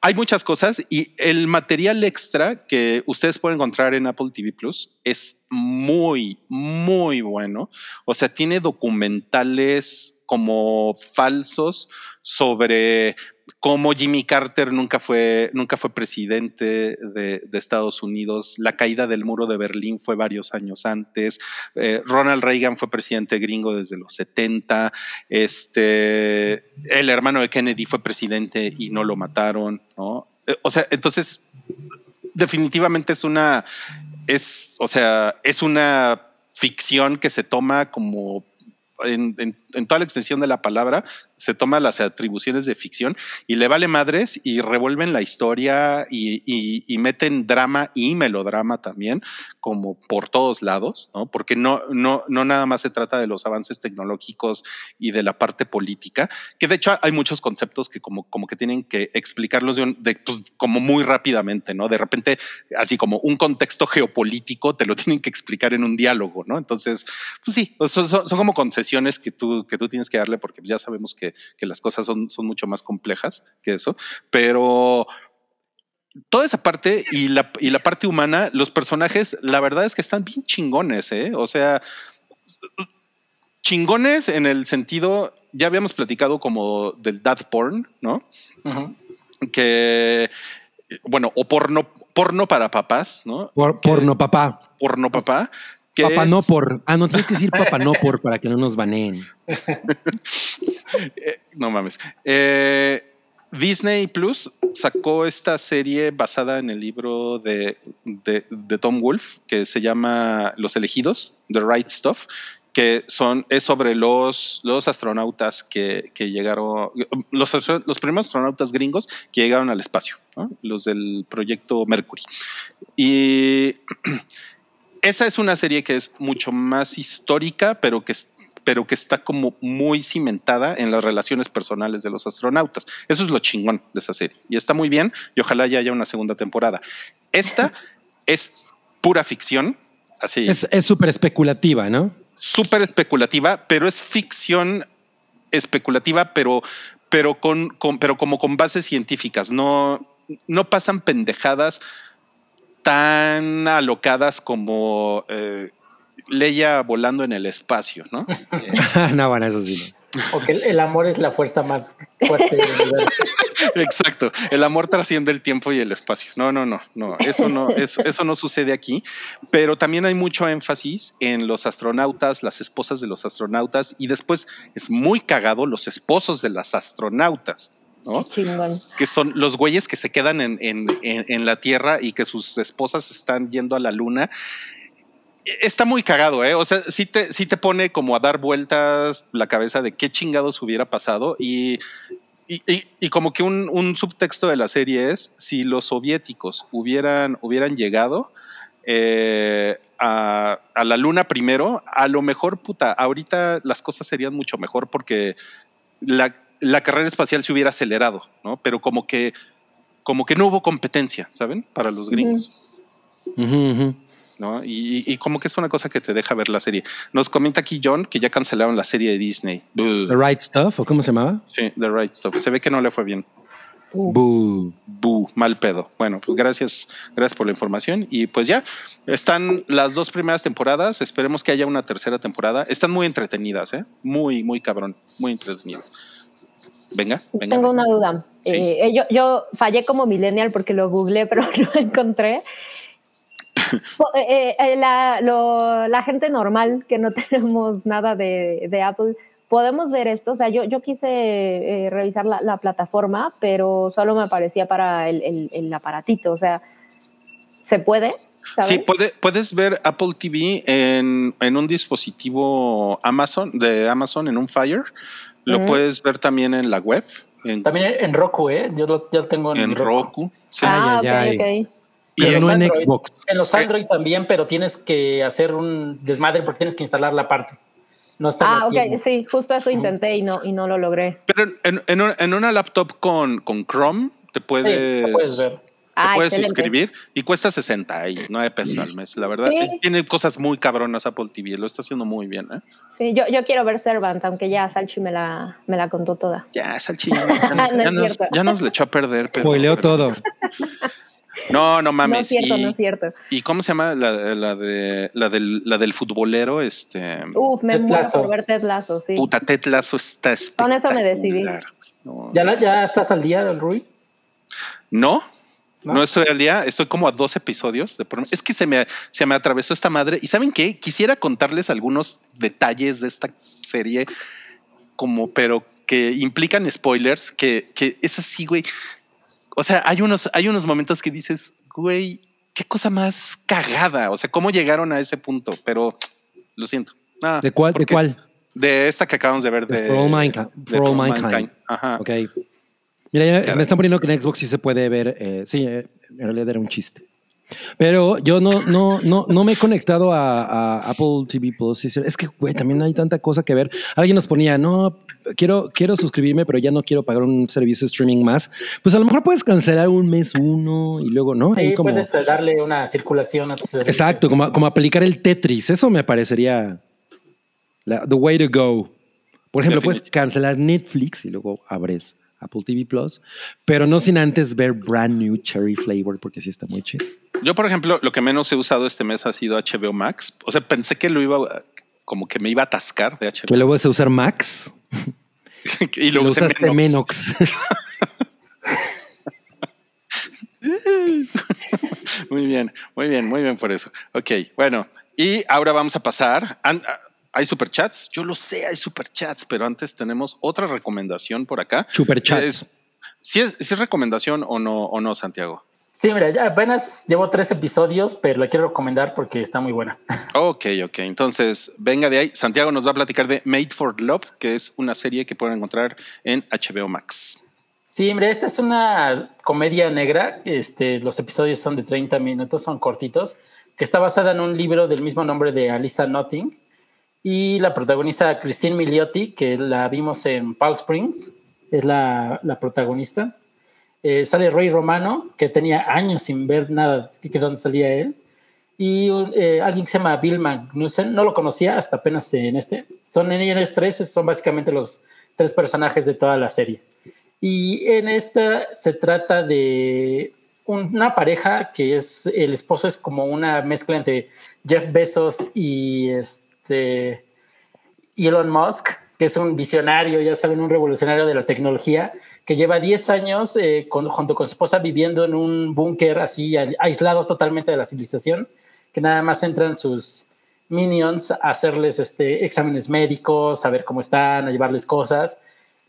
hay muchas cosas y el material extra que ustedes pueden encontrar en Apple T V Plus es muy, muy bueno. O sea, tiene documentales como falsos sobre cómo Jimmy Carter nunca fue, nunca fue presidente de, de Estados Unidos. La caída del muro de Berlín fue varios años antes. Eh, Ronald Reagan fue presidente gringo desde los setenta. Este, el hermano de Kennedy fue presidente y no lo mataron, ¿no? Eh, o sea, entonces definitivamente es una, es, o sea, es una ficción que se toma como En, en, en toda la extensión de la palabra, se toma las atribuciones de ficción y le vale madres y revuelven la historia y, y, y meten drama y melodrama también, como por todos lados, ¿no? Porque no, no, no nada más se trata de los avances tecnológicos y de la parte política, que de hecho hay muchos conceptos que como, como que tienen que explicarlos de, un, de pues, como muy rápidamente, ¿no? De repente, así como un contexto geopolítico te lo tienen que explicar en un diálogo, ¿no? Entonces, pues sí, son, son, son como concesiones que tú, que tú tienes que darle porque ya sabemos que, que las cosas son, son mucho más complejas que eso, pero toda esa parte y la, y la parte humana, los personajes, la verdad es que están bien chingones, ¿eh? O sea, chingones en el sentido, ya habíamos platicado como del dad porn, ¿no? Uh-huh. Que, bueno, o porno, porno para papás, ¿no? Por, porno papá. Porno papá. Papá es... no por. Ah, no, tienes que decir papá no por para que no nos baneen. eh, no mames. Eh, Disney Plus sacó esta serie basada en el libro de, de, de Tom Wolfe que se llama Los Elegidos, The Right Stuff, que son, es sobre los, los astronautas que, que llegaron, los, los primeros astronautas gringos que llegaron al espacio, ¿no? Los del proyecto Mercury. Y esa es una serie que es mucho más histórica, pero que, pero que está como muy cimentada en las relaciones personales de los astronautas. Eso es lo chingón de esa serie. Y está muy bien y ojalá ya haya una segunda temporada. Esta es pura ficción. Así. Es súper especulativa, ¿no? Súper especulativa, pero es ficción especulativa, pero, pero, con, con, pero como con bases científicas. No, no pasan pendejadas tan alocadas como eh, Leia volando en el espacio, ¿no? No, bueno, eso sí. No. O que el amor es la fuerza más fuerte del universo. Exacto. El amor trasciende el tiempo y el espacio. No, no, no, no. Eso no, eso, eso no sucede aquí. Pero también hay mucho énfasis en los astronautas, las esposas de los astronautas, y después es muy cagado los esposos de las astronautas, ¿no? Chingón. Que son los güeyes que se quedan en, en, en, en la Tierra y que sus esposas están yendo a la Luna. Está muy cagado, ¿eh? O sea, sí te, sí te pone como a dar vueltas la cabeza de qué chingados hubiera pasado y, y, y, y como que un, un subtexto de la serie es si los soviéticos hubieran, hubieran llegado eh, a, a la Luna primero, a lo mejor, puta, ahorita las cosas serían mucho mejor porque la, la carrera espacial se hubiera acelerado, ¿no? Pero como que, como que no hubo competencia, ¿saben? Para los gringos. Uh-huh. Uh-huh. ¿No? Y, y como que es una cosa que te deja ver la serie. Nos comenta aquí John que ya cancelaron la serie de Disney. Buh. The Right Stuff, ¿o cómo se llamaba? Sí, The Right Stuff. Se ve que no le fue bien. Buh. Buh, mal pedo. Bueno, pues gracias, gracias por la información. Y pues ya, están las dos primeras temporadas. Esperemos que haya una tercera temporada. Están muy entretenidas, ¿eh? Muy, muy cabrón. Muy entretenidas. Venga, venga. Tengo venga. una duda. Sí. Eh, yo, yo fallé como millennial porque lo googleé, pero no lo encontré. eh, eh, la, lo, la gente normal que no tenemos nada de, de Apple, podemos ver esto. O sea, yo, yo quise eh, revisar la, la plataforma, pero solo me aparecía para el, el, el aparatito. O sea, ¿se puede? ¿Sabes? Sí, puede, puedes ver Apple T V en, en un dispositivo Amazon, de Amazon, en un Fire. Lo uh-huh. puedes ver también en la web. En, también en Roku, ¿eh? Yo lo, yo lo tengo en, en Roku. Roku. Sí. Ah, ok, ok. Pero no en Android, Xbox. En los Android eh. también, pero tienes que hacer un desmadre porque tienes que instalar la parte. No está ah, ok, sí, justo eso intenté y no, y no lo logré. Pero en, en, en una laptop con, con Chrome te puedes, sí, lo puedes ver. Ah, puedes excelente. suscribir y cuesta sesenta y nueve pesos al mes. La verdad, Sí. eh, tiene cosas muy cabronas Apple T V. Lo está haciendo muy bien, ¿eh? Sí, yo, yo quiero ver Servant, aunque ya Salchi me la, me la contó toda. Ya, Salchi, ya, nos- ya nos, No es ya nos- cierto. ya nos le echó a perder. Pero, Spoileó pero- todo. No, no No mames. es cierto, y, no es cierto. ¿Y cómo se llama la, la, de, la, del, la del futbolero? Este, Uf, me Ted muero Lasso. por ver Ted Lasso, sí. puta, Ted Lasso está Con espectacular. eso me decidí. No, ¿Ya, la- ya estás al día del Rui? no, ¿No? no estoy al día. Estoy como a dos episodios. De por- es que se me, se me atravesó esta madre. ¿Y saben qué? Quisiera contarles algunos detalles de esta serie, como, pero que implican spoilers, que, que es así, güey. O sea, hay unos, hay unos momentos que dices, güey, qué cosa más cagada. O sea, cómo llegaron a ese punto, pero lo siento. Ah, ¿De cuál? ¿De porque- cuál? De esta que acabamos de ver de, De For All Mankind. de For All For All Mankind. Mankind. Ajá. Ok. Mira, ya Caray. me están poniendo que en Xbox sí se puede ver. eh, sí, eh, en realidad era un chiste. Pero yo no, no, no, no me he conectado a, a Apple T V Plus. Es que, güey, también hay tanta cosa que ver. Alguien nos ponía, no, quiero, quiero suscribirme, pero ya no quiero pagar un servicio de streaming más. Pues a lo mejor puedes cancelar un mes uno y luego, ¿no? Ahí Sí, como- puedes eh, darle una circulación a tus servicios. Exacto, como, como aplicar el Tetris. Eso me parecería la, the way to go. Por ejemplo, puedes Definitivo. cancelar Netflix y luego abres Apple T V Plus, pero no sin antes ver Brand New Cherry Flavor, porque sí está muy chido. Yo, por ejemplo, lo que menos he usado este mes ha sido H B O Max. O sea, pensé que lo iba, a- como que me iba a atascar de H B O. Que luego vas a usar Max y y lo lo usé usaste menos. Menox. Muy bien, muy bien, muy bien por eso. Ok, bueno, y ahora vamos a pasar. An- a- ¿Hay superchats? Yo lo sé, hay superchats, pero antes tenemos otra recomendación por acá. Superchats. Es- ¿Si es, si es recomendación o no, o no, Santiago? Sí, mira, ya apenas llevo tres episodios, pero la quiero recomendar porque está muy buena. Ok, ok. Entonces, venga de ahí. Santiago nos va a platicar de Made for Love, que es una serie que pueden encontrar en H B O Max. Sí, mira, esta es una comedia negra. Este, los episodios son de treinta minutos, son cortitos, que está basada en un libro del mismo nombre de Alyssa Notting. Y la protagoniza Christine Milioti, que la vimos en Palm Springs, es la, la protagonista. Eh, sale Ray Romano, que tenía años sin ver nada que que dónde salía él. Y eh, alguien que se llama Bill Magnussen, no lo conocía hasta apenas en este. Son en ellos tres, son básicamente los tres personajes de toda la serie. Y en esta se trata de una pareja que es, el esposo es como una mezcla entre Jeff Bezos y este Elon Musk, que es un visionario, ya saben, un revolucionario de la tecnología, que lleva diez años eh, con, junto con su esposa viviendo en un búnker así, aislados totalmente de la civilización, que nada más entran sus minions a hacerles este, exámenes médicos, a ver cómo están, a llevarles cosas.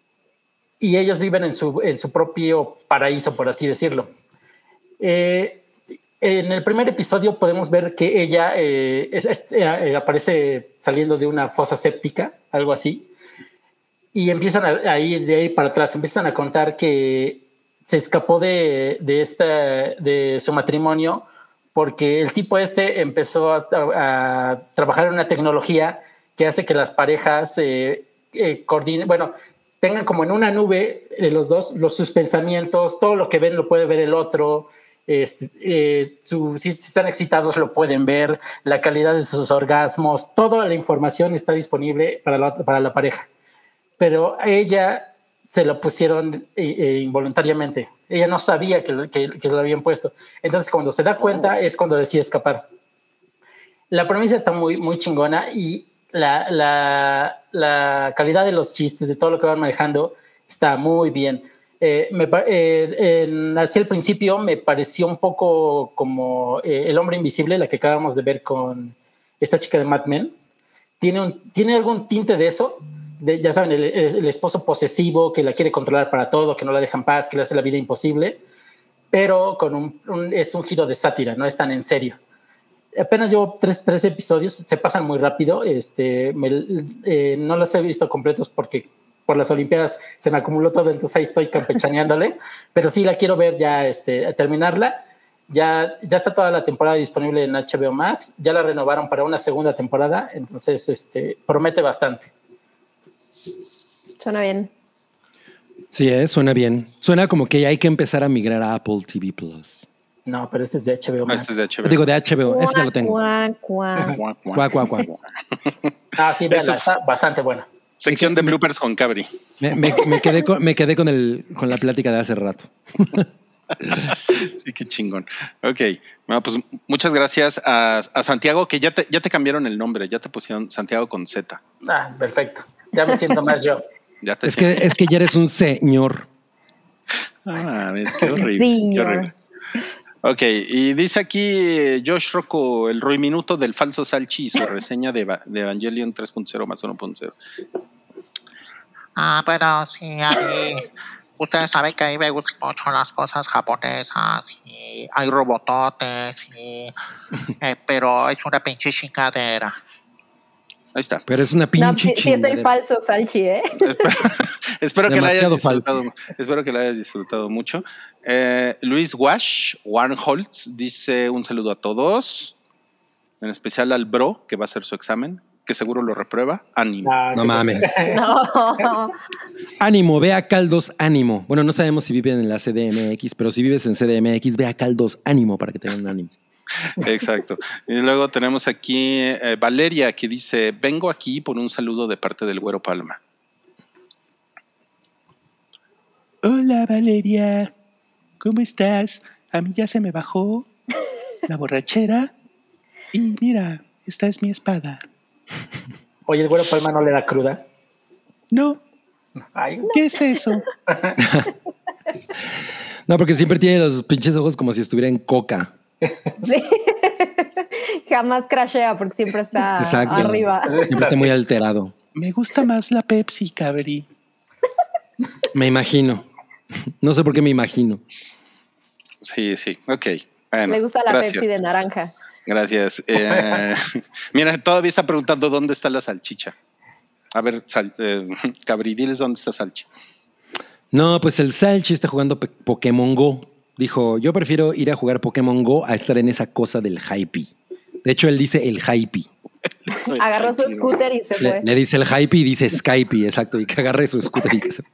Y ellos viven en su, en su propio paraíso, por así decirlo. Eh, en el primer episodio podemos ver que ella eh, es, es, eh, aparece saliendo de una fosa séptica, algo así, y empiezan a, ahí, de ahí para atrás, empiezan a contar que se escapó de, de, esta, de su matrimonio porque el tipo este empezó a, a, a trabajar en una tecnología que hace que las parejas eh, eh, coordinen, bueno, tengan como en una nube eh, los dos, los, sus pensamientos, todo lo que ven lo puede ver el otro. Este, eh, su, si están excitados lo pueden ver, la calidad de sus orgasmos, toda la información está disponible para la, para la pareja, pero a ella se lo pusieron eh, eh, involuntariamente, ella no sabía que, que, que lo habían puesto, entonces cuando se da cuenta es cuando decide escapar. La premisa está muy, muy chingona y la, la, la calidad de los chistes, de todo lo que van manejando está muy bien. Eh, me, eh, en, hacia el principio me pareció un poco como eh, El Hombre Invisible, la que acabamos de ver con esta chica de Mad Men. Tiene, un, tiene algún tinte de eso, de, ya saben, el, el esposo posesivo que la quiere controlar para todo, que no la deja en paz, que le hace la vida imposible, pero con un, un, es un giro de sátira, no es tan en serio. Apenas llevo tres, tres episodios, se pasan muy rápido, este, me, eh, no los he visto completos porque por las Olimpiadas se me acumuló todo, entonces ahí estoy campechaneándole, pero sí la quiero ver ya, este, terminarla. Ya, ya está toda la temporada disponible en H B O Max, ya la renovaron para una segunda temporada, entonces este, promete bastante. Suena bien. Sí, ¿eh? Suena bien. Suena como que hay que empezar a migrar a Apple T V Plus. No, pero este es de H B O No, Max. este es de H B O. Digo, de H B O, ese ya lo tengo. Cuac, cuac. Cuac, Cuac, cuac, cuac. Ah, sí, véanla, Eso- está bastante buena. Sección de bloopers con Cabri. Me, me- me quedé, con, me quedé con, el, con la plática de hace rato. Sí, qué chingón. Ok, bueno, pues muchas gracias a, a Santiago, que ya te, ya te cambiaron el nombre, ya te pusieron Santiago con Z. Ah, perfecto. Ya me siento más yo. Ya te Es que, es que ya eres un señor. Ah, es que horrible, Señor. qué horrible. Ok, y dice aquí eh, Josh Rocco, el Rui Minuto del falso Salchi y su reseña de, Eva- de Evangelion tres punto cero más uno punto cero. Ah, bueno, sí, a mí. Ustedes saben que a mí me gustan mucho las cosas japonesas y hay robototes, y, eh, pero es una pinche chingadera. Ahí está. Pero es una No, pinche sí, sí es el chingadera. falso Salchi, ¿eh? Espero, espero que la hayas Demasiado disfrutado. Espero que la hayas disfrutado mucho. Eh, Luis Wash, Warnholtz, dice un saludo a todos, en especial al bro que va a hacer su examen, que seguro lo reprueba. Ánimo. Ah, No qué- mames. No. Ánimo, ve a Caldos, ánimo. Bueno, no sabemos si viven en la C D M X, pero si vives en C D M X, ve a Caldos, ánimo para que tengan ánimo. Exacto. Y luego tenemos aquí eh, Valeria que dice: vengo aquí por un saludo de parte del Güero Palma. Hola Valeria, ¿cómo estás? A mí ya se me bajó la borrachera y mira, esta es mi espada. Oye, el Güero Palma no le da cruda. No, Ay, ¿qué es eso? No, porque siempre tiene los pinches ojos como si estuviera en coca. Sí. Jamás crashea porque siempre está Exacto. arriba. Siempre está muy alterado. Me gusta más la Pepsi, Cabri. Me imagino. No sé por qué me imagino. Sí, sí, ok. Bueno, Le gusta la gracias. Pepsi de naranja. Gracias. Eh, mira, todavía está preguntando dónde está la salchicha. A ver, sal, eh, Cabri, diles dónde está Salchi. No, pues el Salchi está jugando pe- Pokémon Go. Dijo, yo prefiero ir a jugar Pokémon Go a estar en esa cosa del hype. De hecho, él dice el hype. Agarró su scooter y se Le, fue. le dice el hype y dice Skype, exacto, y que agarre su scooter y que se...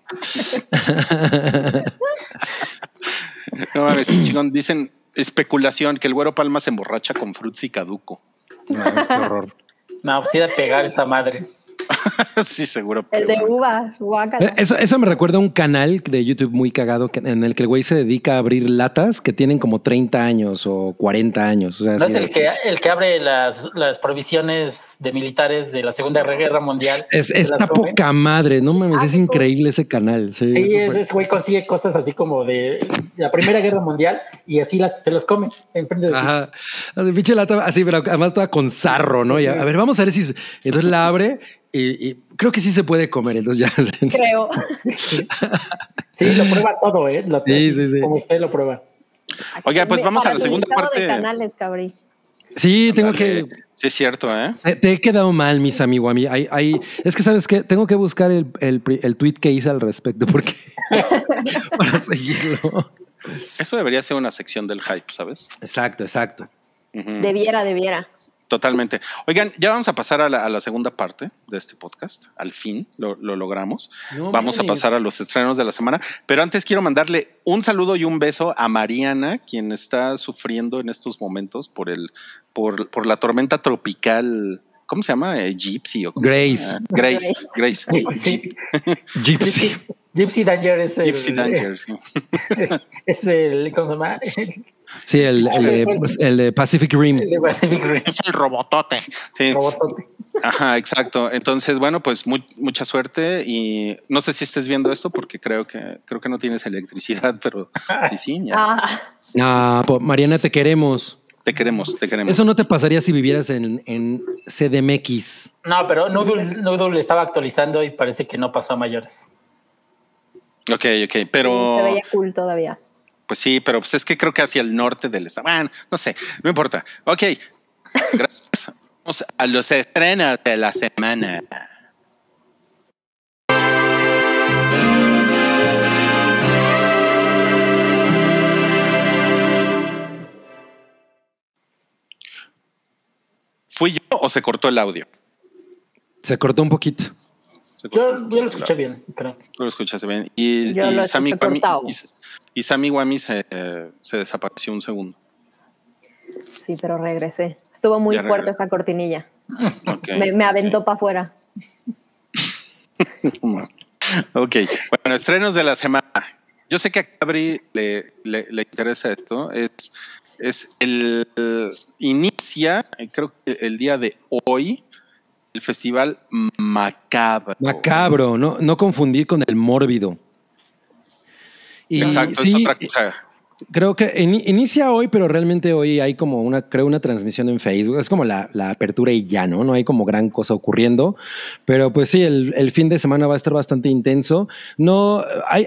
No mames, qué chingón. Dicen especulación que el Güero Palma se emborracha con Fruits y Caduco. No, mames, qué horror. no, pues ir a pegar esa madre. Sí, seguro. El pero de bueno. uva, guácala. Eh, Eso, eso me recuerda a un canal de YouTube muy cagado que- en el que el güey se dedica a abrir latas que tienen como treinta años o cuarenta años. O sea, ¿No así es de- el que, el que abre las, las provisiones de militares de la Segunda Guerra Mundial? Es, ¿Se las está come? poca madre, no mames, Ah, es qué cool. increíble ese canal. Sí, Sí, es ese ese güey consigue cosas así como de la Primera Guerra Mundial y así las, se las come enfrente de ti. Ajá. Así, pinche lata, así, pero además toda con sarro, ¿no? Y a, a ver, vamos a ver si. se- Entonces la abre y, y creo que sí se puede comer. Entonces ya. Creo. Sí. Sí, lo prueba todo, ¿eh? Lo, Sí, sí, sí. Como usted lo prueba. Oiga, pues vamos a Para la tu segunda listado parte. de canales, Cabri. Sí, tengo Ándale. que. Sí, es cierto, ¿eh? Te, te he quedado mal, mis amigos. A mí, hay, hay- es que sabes que tengo que buscar el, el, pri- el tweet que hice al respecto porque para seguirlo. Eso debería ser una sección del hype, ¿sabes? Exacto, exacto. Ujú. Debiera, debiera. Totalmente. Oigan, ya vamos a pasar a la, a la segunda parte de este podcast. Al fin lo, lo logramos. No vamos a mames. pasar a los estrenos de la semana. Pero antes quiero mandarle un saludo y un beso a Mariana, quien está sufriendo en estos momentos por el, por, por la tormenta tropical. ¿Cómo se llama? Eh, Gypsy o cómo se Grace. llama? Grace. Grace. sí. Sí. Gypsy. Gypsy, Gypsy Danger es el, Gypsy Danger. Sí. es el, ¿cómo se llama? Sí, el, el, de, el de Pacific Rim. El de Pacific Rim. Es el robotote. Sí. Robotote. Ajá, exacto. Entonces, bueno, pues mu- mucha suerte y no sé si estés viendo esto porque creo que creo que no tienes electricidad, pero sí, sí, ya. Ah, Ah, po- Mariana, te queremos. Te queremos, te queremos. Eso no te pasaría si vivieras en, en C D M X. No, pero Noodle, Noodle estaba actualizando y parece que no pasó a mayores. Ok, ok, se pero veía cool todavía. pues sí, pero pues es que creo que hacia el norte del estado. Bueno, no sé, no importa. Ok, gracias. Vamos a los estrenos de la semana. ¿Fui yo o se cortó el audio? Se cortó un poquito. Se cortó- Yo, yo lo escuché bien, creo. Tú lo escuchaste bien. Y, Yo y lo Sammy escuché Wami, cortado. y, y Sammy Wami se, eh, se desapareció un segundo. Sí, pero regresé. Estuvo muy Ya fuerte regresé. esa cortinilla. Okay, me, me aventó okay. para afuera. Ok, bueno, estrenos de la semana. Yo sé que a Cabri le, le, le interesa esto. Es, es el, el inicia, creo que el día de hoy, el festival Macabro. Macabro, no, no confundir con el mórbido. Y Exacto, sí, es otra cosa. creo que in, inicia hoy, pero realmente hoy hay como una, creo, una transmisión en Facebook. Es como la, la apertura y ya, ¿no? No hay como gran cosa ocurriendo. Pero pues sí, el, el fin de semana va a estar bastante intenso. No, hay,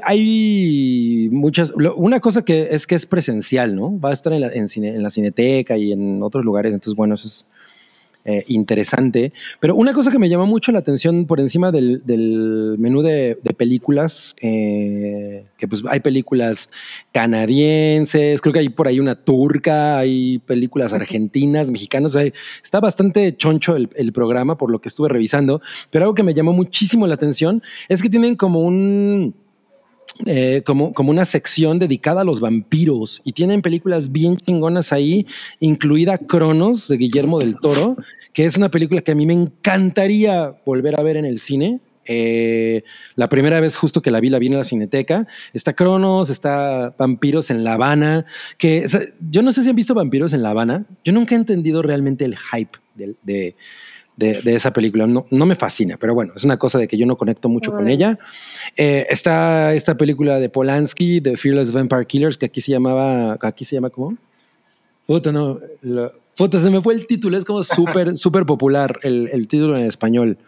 hay muchas. Lo, una cosa que es que es presencial, ¿no? Va a estar en la, en, cine, en la Cineteca y en otros lugares. Entonces, bueno, eso es Eh, interesante. Pero una cosa que me llamó mucho la atención por encima del, del menú de, de películas, eh, que pues hay películas canadienses, creo que hay por ahí una turca, hay películas argentinas, mexicanas, o sea, está bastante choncho el, el programa por lo que estuve revisando, pero algo que me llamó muchísimo la atención es que tienen como un... Eh, como, como una sección dedicada a los vampiros y tienen películas bien chingonas ahí, incluida Cronos de Guillermo del Toro, que es una película que a mí me encantaría volver a ver en el cine. Eh, la primera vez justo que la vi, la vi en la Cineteca. Está Cronos, está Vampiros en La Habana, que o sea, yo no sé si han visto Vampiros en La Habana. Yo nunca he entendido realmente el hype de, de De, de esa película. No, no me fascina, pero bueno, es una cosa de que yo no conecto mucho con ella. Eh, está esta película de Polanski, The Fearless Vampire Killers, que aquí se llamaba, aquí se llama ¿cómo? Puta, no. La, puta, se me fue el título, es como súper, súper popular el, el título en español.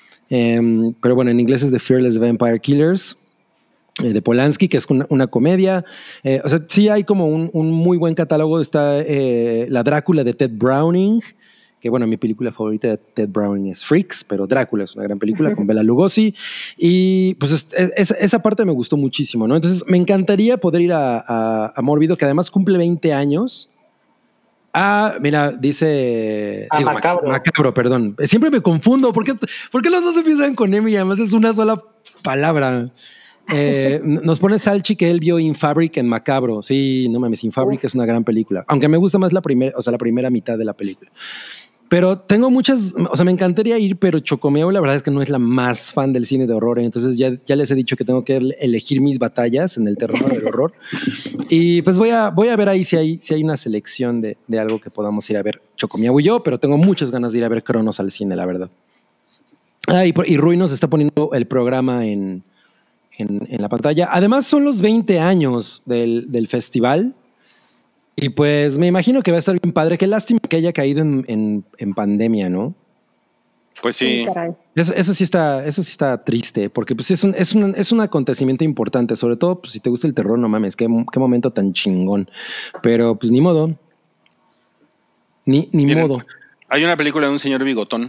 Eh, pero bueno, en inglés es The Fearless Vampire Killers, eh, de Polanski, que es una, una comedia. Eh, o sea, sí hay como un, un muy buen catálogo. Está eh, La Drácula de Ted Browning, que bueno, mi película favorita de Ted Browning es Freaks, pero Drácula es una gran película con Bela Lugosi. Y pues es, es, esa parte me gustó muchísimo, ¿no? Entonces me encantaría poder ir a, a, a Mórbido, que además cumple veinte años. Ah, mira, dice... Ah, digo, Macabro. Macabro, perdón. Siempre me confundo. ¿Por qué, ¿Por qué los dos empiezan con M y además es una sola palabra? Eh, nos pone Salchi que él vio In Fabric en Macabro. Sí, no mames, In Fabric Uf. Es una gran película. Aunque me gusta más la primera, o sea, la primera mitad de la película. Pero tengo muchas, o sea, me encantaría ir, pero Chocomeo la verdad es que no es la más fan del cine de horror, entonces ya, ya les he dicho que tengo que elegir mis batallas en el terreno del horror. Y pues voy a, voy a ver ahí si hay, si hay una selección de, de algo que podamos ir a ver Chocomeo y yo, pero tengo muchas ganas de ir a ver Cronos al cine, la verdad. Ah, y, y Rui nos está poniendo el programa en, en, en la pantalla. Además son los veinte años del, del festival. Y pues me imagino que va a estar bien padre. Qué lástima que haya caído en, en, en pandemia, ¿no? Pues sí. Eso, eso sí está, eso sí está triste, porque pues es un, es un, es un acontecimiento importante, sobre todo pues, si te gusta el terror, no mames, qué, qué momento tan chingón. Pero pues ni modo. Ni, ni Miren, modo. Hay una película de un señor bigotón.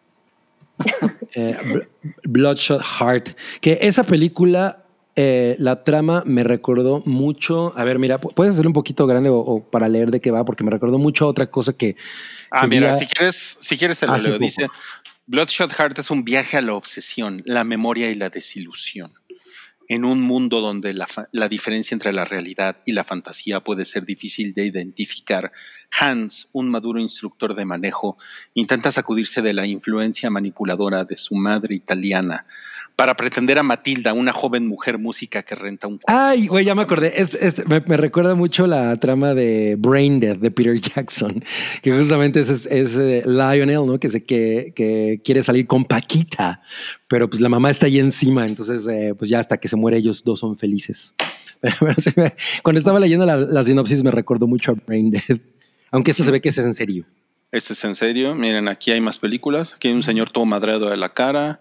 eh, Bloodshot Heart. Que esa película... Eh, la trama me recordó mucho. A ver, mira, puedes hacerlo un poquito grande o, o para leer de qué va, porque me recordó mucho a otra cosa que. Ah, que mira, a... si quieres, si quieres te lo leo. Dice: Bloodshot Heart es un viaje a la obsesión, la memoria y la desilusión. En un mundo donde la, la diferencia entre la realidad y la fantasía puede ser difícil de identificar, Hans, un maduro instructor de manejo, intenta sacudirse de la influencia manipuladora de su madre italiana para pretender a Matilda, una joven mujer música que renta un cuarto. Ay, güey, ya me acordé. Es, es, me, me recuerda mucho la trama de Brain Dead de Peter Jackson, que justamente es, es, es uh, Lionel, ¿no? Que, se, que, que quiere salir con Paquita, pero pues la mamá está ahí encima, entonces eh, pues ya hasta que se muere ellos dos son felices. Cuando estaba leyendo la, la sinopsis me recordó mucho a Brain Dead, aunque esto se ve que ese es en serio. Este es en serio. Miren, aquí hay más películas. Aquí hay un señor todo madreado de la cara.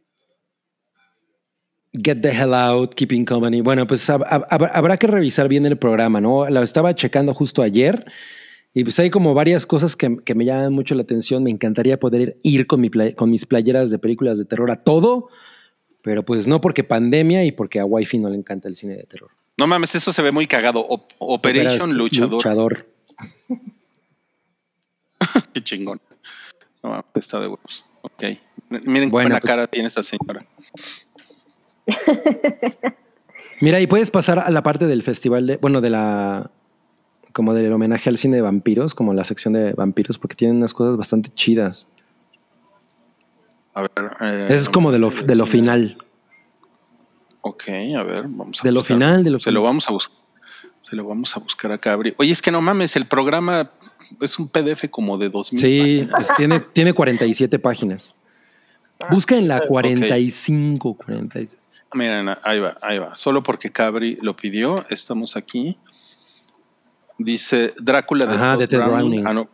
Get the Hell Out, Keeping Company. Bueno, pues hab, hab, habrá que revisar bien el programa, ¿no? Lo estaba checando justo ayer y pues hay como varias cosas que, que me llaman mucho la atención. Me encantaría poder ir con, mi play, con mis playeras de películas de terror a todo, pero pues no, porque pandemia y porque a Wi-Fi no le encanta el cine de terror. No mames, eso se ve muy cagado. O Operation Luchador. Luchador. Qué chingón. No mames, está de huevos. Ok. Miren bueno, qué buena pues, cara tiene esta señora. Mira, y puedes pasar a la parte del festival de, bueno, de la, como del homenaje al cine de vampiros, como la sección de vampiros, porque tienen unas cosas bastante chidas. A ver. Eh, Es como de lo, de lo final. Ok, a ver, vamos a De lo buscar. final, de lo Se final. lo vamos a buscar. Se lo vamos a buscar acá. Abrir. Oye, es que no mames, el programa es un P D F como de dos mil Sí, páginas. es- tiene, tiene cuarenta y siete páginas. Busca en la ok. cuarenta y cinco, cuarenta y seis. Miren, ahí va, ahí va. Solo porque Cabri lo pidió, estamos aquí. Dice Drácula de Ajá, Todd de Ted Browning. Browning. Ah, no.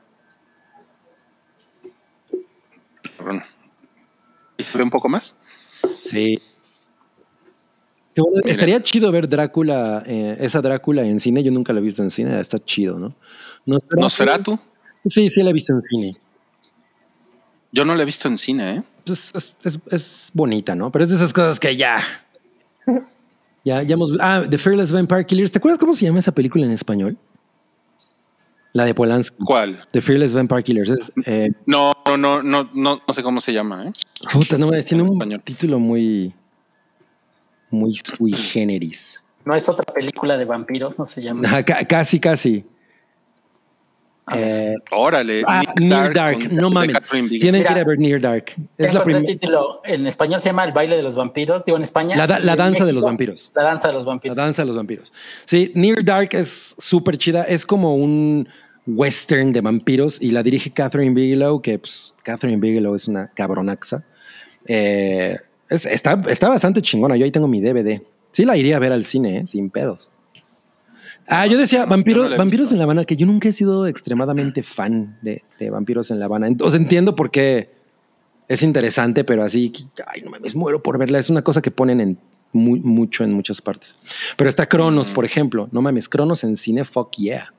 Perdón. ¿Se ve un poco más? Sí. Qué bueno, Miren. estaría chido ver Drácula, eh, esa Drácula en cine. Yo nunca la he visto en cine, está chido, ¿no? Nosferatu. Nosferatu. Sí, sí la he visto en cine. Yo no la he visto en cine, ¿eh? Pues es, es, es bonita, ¿no? Pero es de esas cosas que ya. Ya, ya hemos. Ah, The Fearless Vampire Killers. ¿Te acuerdas cómo se llama esa película en español? La de Polanski. ¿Cuál? The Fearless Vampire Killers. Es, eh, No, no, no, no, no, no sé cómo se llama, ¿eh? puta, no, tiene un español. título muy. Muy sui generis. No es otra película de vampiros, no se llama. Ajá, ca- casi, casi. A ver. Eh, Órale. ah, Near Dark. con- No de mames. Catherine Bigelow. Tienen que Mira, ir a ver Near Dark. Ya Es la encontré el primera. título. En español se llama El baile de los vampiros. Digo, en España. La, da- y la en danza de México, los vampiros. La danza de los La vampiros. danza de los vampiros. Sí, Near Dark es súper chida. Es como un western de vampiros y la dirige Catherine Bigelow, que pues, Catherine Bigelow es una cabronaxa. Eh, es- está, está bastante chingona. Yo ahí tengo mi D V D. Sí la iría a ver al cine, ¿eh? Sin pedos. Ah, yo decía, No, yo vampiros, no la he vampiros visto. en La Habana, que yo nunca he sido extremadamente fan de, de Vampiros en La Habana. Entonces entiendo por qué es interesante, pero así, ay, no mames, muero por verla. Es una cosa que ponen en muy, mucho en muchas partes. Pero está Cronos, Mm. por ejemplo. No mames, Cronos en cine, fuck yeah.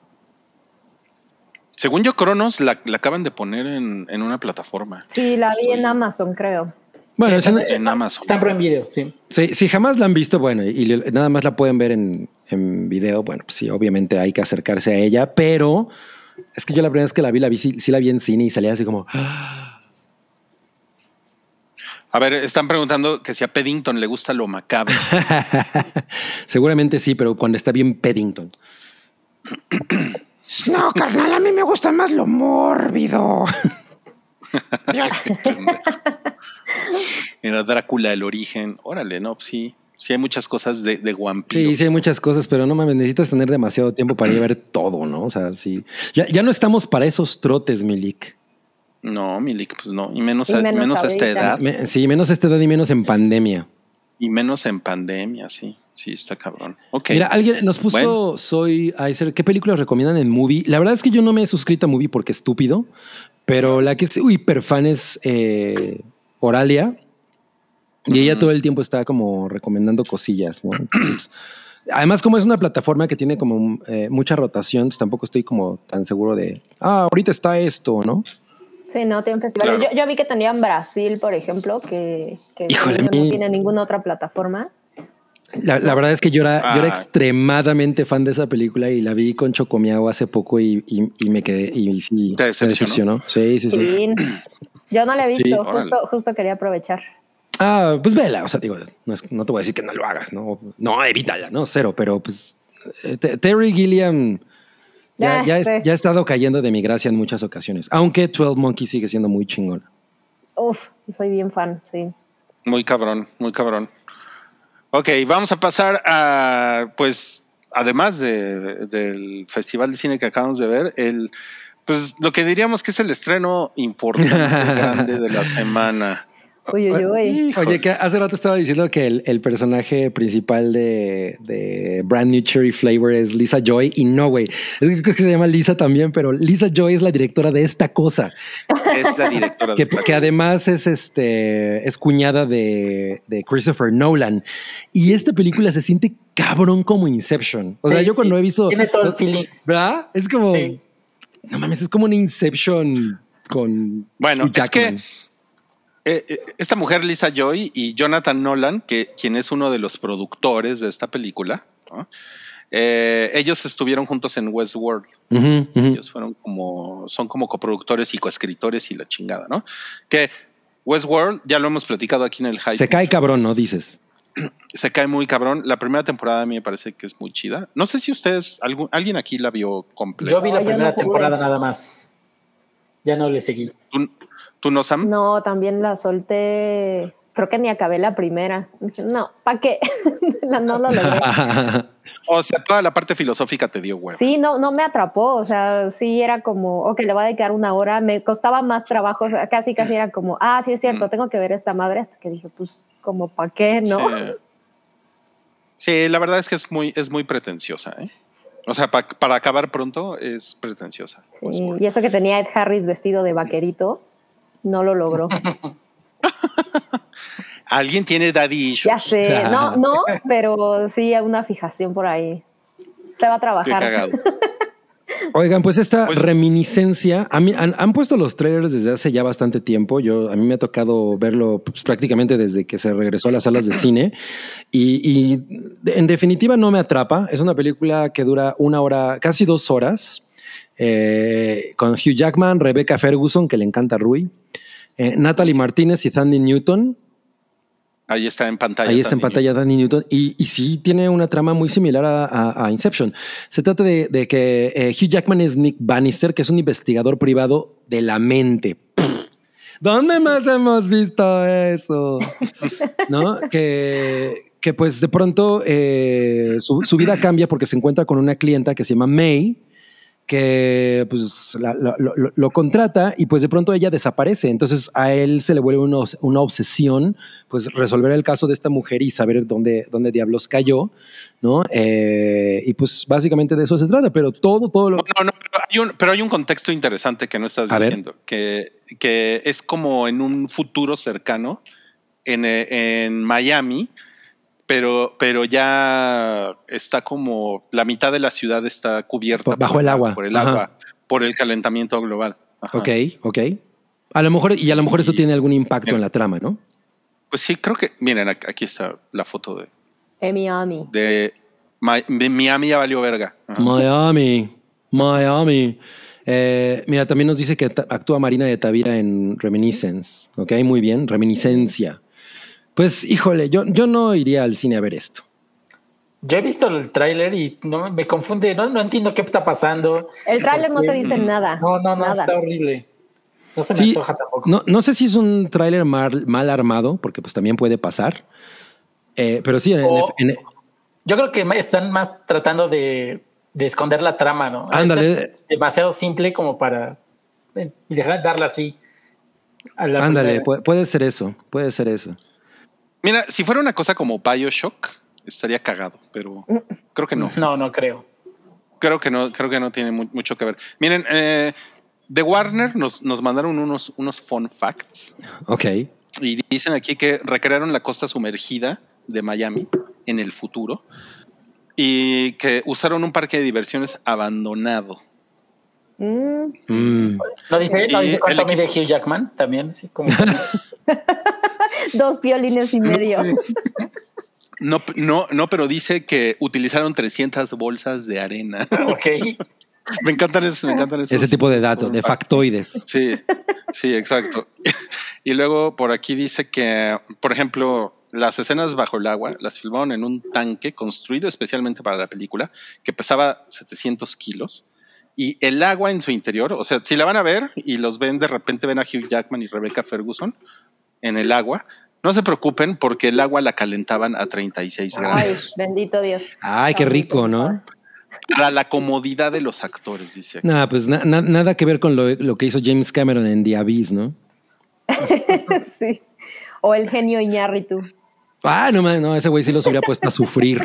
Según yo, Cronos la, la acaban de poner en, en una plataforma. Sí, la vi Estoy- en Amazon, creo. Bueno, Sí, es una- está, en Amazon. Está en Prime Video, sí. si, si jamás la han visto, bueno, y le- nada más la pueden ver en, en video, bueno, pues sí, obviamente hay que acercarse a ella, pero es que yo la primera vez que la vi, la vi, sí, sí la vi en cine y salía así como... A ver, están preguntando que si a Paddington le gusta lo macabro. Seguramente sí, pero cuando está bien Paddington. No, carnal, a mí me gusta más lo mórbido. Era Drácula, el origen. Órale, no, pues sí. Sí hay muchas cosas de, de vampiros. Sí, sí hay muchas cosas, pero no mames, necesitas tener demasiado tiempo para ir a ver todo, ¿no? O sea, sí. Ya, ya no estamos para esos trotes, Milik. No, Milik, pues no. Y menos, Y a, menos menos a esta ahorita. edad. Me- sí, menos a esta edad y menos en pandemia. Y menos en pandemia, sí. Sí, está cabrón. Ok. Mira, alguien nos puso, Bueno. soy Icer, ¿qué películas recomiendan en Movie? La verdad es que yo no me he suscrito a Movie porque estúpido, pero la que es hiper fan es eh, Oralia. Y ella todo el tiempo está como recomendando cosillas, ¿no? Entonces, además, como es una plataforma que tiene como eh, mucha rotación, pues tampoco estoy como tan seguro de, ah, ahorita está esto, ¿no? Sí, no, tienen festivales. Claro. Yo, yo vi que tenían Brasil, por ejemplo, que, que Híjole, según yo a mí- no tiene ninguna otra plataforma. La, la verdad es que yo era, yo era Ah. extremadamente fan de esa película y la vi con Chocomiao hace poco y, y- y me quedé, y sí, ¿Te me decepcionó? Sí, sí, sí. Sí. Yo no la he Sí, visto, órale. justo, justo quería aprovechar. Ah, pues vela, o sea, digo, no, es- no te voy a decir que no lo hagas, ¿no? No, evítala, ¿no? Cero, pero pues eh, Te- Terry Gilliam ya, Ah, ya, es- sí. ya ha estado cayendo de mi gracia en muchas ocasiones, aunque twelve Monkeys sigue siendo muy chingón. Uf, soy bien fan, sí. Muy cabrón, muy cabrón. Ok, vamos a pasar a, pues, además de- del Festival de Cine que acabamos de ver, el, pues, lo que diríamos que es el estreno importante, grande de la semana. Uy, uy, uy. Oye, que hace rato estaba diciendo que el, el personaje principal de, de Brand New Cherry Flavor es Lisa Joy y no, güey. Es que creo que se llama Lisa también, pero Lisa Joy es la directora de esta cosa. Es la directora Que, de esta que cosa. además es este es cuñada de, de Christopher Nolan. Y esta película se siente cabrón como Inception. O sea, Sí, yo cuando sí. he visto. Tiene todo el feeling. ¿Verdad? Es como. Sí. No mames, es como una Inception con. Bueno, Hugh es que Jackman. eh, eh, esta mujer, Lisa Joy, y Jonathan Nolan, que quien es uno de los productores de esta película, ¿no? Eh, ellos estuvieron juntos en Westworld. Ujú, ujú. Ellos fueron como, son como coproductores y coescritores y la chingada, ¿no? Que Westworld, ya lo hemos platicado aquí en el Hype. Se cae cabrón, ¿no? Dices. se cae muy cabrón. La primera temporada a mí me parece que es muy chida. No sé si ustedes, algún, alguien aquí la vio completa. Yo vi la No, yo primera no pude. temporada nada más. Ya no le seguí. ¿Tú, tú no, Sam? No, también la solté. Creo que ni acabé la primera. Dije, no, ¿para qué? no, no lo logré. O sea, toda la parte filosófica te dio huevo. Sí, no, no me atrapó. O sea, sí era como, ok, le voy a dedicar una hora. Me costaba más trabajo. O sea, casi, casi era como, ah, sí es cierto, Mm. tengo que ver esta madre. Hasta que dije, pues, como, ¿para qué? ¿No? Sí. Sí, la verdad es que es muy, es muy pretenciosa, ¿eh? O sea, pa- para acabar pronto es pretenciosa. Sí, y eso que tenía Ed Harris vestido de vaquerito, no lo logró. Alguien tiene daddy issues. Ya sé, no, no, pero sí hay una fijación por ahí. Se va a Qué trabajar. cagado. Oigan, pues esta Pues- reminiscencia, a mí han, han puesto los trailers desde hace ya bastante tiempo. Yo a mí me ha tocado verlo pues, prácticamente desde que se regresó a las salas de cine y, y en definitiva no me atrapa. Es una película que dura una hora, casi dos horas, eh, con Hugh Jackman, Rebecca Ferguson, que le encanta a Rui, eh, Natalie Martínez y Thandie Newton. Ahí está en pantalla. Ahí está en también. pantalla Danny Newton y, y sí tiene una trama muy similar a, a- a Inception. Se trata de, de que eh, Hugh Jackman es Nick Bannister, que es un investigador privado de la mente. Pff, ¿dónde más hemos visto eso? ¿No? Que, que pues de pronto eh, su, su vida cambia porque se encuentra con una clienta que se llama May, que pues la- la- lo, lo- lo contrata y pues de pronto ella desaparece. Entonces a él se le vuelve una, obs- una obsesión pues resolver el caso de esta mujer y saber dónde, dónde diablos cayó, ¿no? Eh, y pues básicamente de eso se trata, pero todo, todo lo... No, no, pero hay, un, pero hay un contexto interesante que no estás A ver. diciendo, que, que es como en un futuro cercano en, eh, en Miami, pero, pero ya está como la mitad de la ciudad está cubierta Bajo por el la- agua. por el Ajá. agua, por el calentamiento global. Ajá. Ok, ok. A lo mejor, y a lo mejor eso Y- tiene algún impacto en la trama, ¿no? Pues sí, creo que, miren, ac- aquí está la foto de, Emi Ami. de, Mi- de Miami ya valió verga. Ajá. Miami, Miami. Eh, mira, también nos dice que ta- actúa Marina de Tavira en Reminiscence. Ok, muy bien, Reminiscencia. Pues, híjole, yo, yo no iría al cine a ver esto. Yo he visto el tráiler y no me confunde, no, no entiendo qué está pasando. El tráiler no te dice nada. No, no, no, nada. está horrible. No se me Sí, antoja tampoco. no, no sé si es un tráiler mal, mal armado, porque pues también puede pasar. Eh, pero sí, en, O- en- Yo creo que están más tratando de, de esconder la trama, ¿no? Ándale. Es demasiado simple como para eh, dejar darla así. A la ándale, primera. puede, puede ser eso, puede ser eso. Mira, si fuera una cosa como BioShock, estaría cagado, pero creo que no. No, no creo. Creo que no, creo que no tiene mu- mucho que ver. Miren, eh, de Warner nos, nos mandaron unos, unos fun facts Ok. y dicen aquí que recrearon la costa sumergida de Miami en el futuro y que usaron un parque de diversiones abandonado. Mm, Mm. ¿No dice, no Y dice cuánto el equipo- mide Hugh Jackman? También, sí, como dos violines y medio. Sí. No, no, no, pero dice que utilizaron trescientas bolsas de arena. ok. Me encantan esos, me encantan esos. Ese tipo de esos datos, fun de facts. factoides. Sí, sí, exacto. Y luego por aquí dice que, por ejemplo, las escenas bajo el agua las filmaron en un tanque construido especialmente para la película que pesaba setecientos kilos. Y el agua en su interior, o sea, si la van a ver y los ven, de repente ven a Hugh Jackman y Rebecca Ferguson en el agua, no se preocupen porque el agua la calentaban a treinta y seis grados. Ay, bendito Dios. Ay, qué rico, ¿no? Para la comodidad de los actores, dice aquí. Nada, pues na- na- nada que ver con lo, lo que hizo James Cameron en The Abyss, ¿no? Sí. O el genio Iñárritu. Ah, no, man, no, ese güey sí los hubiera puesto a sufrir.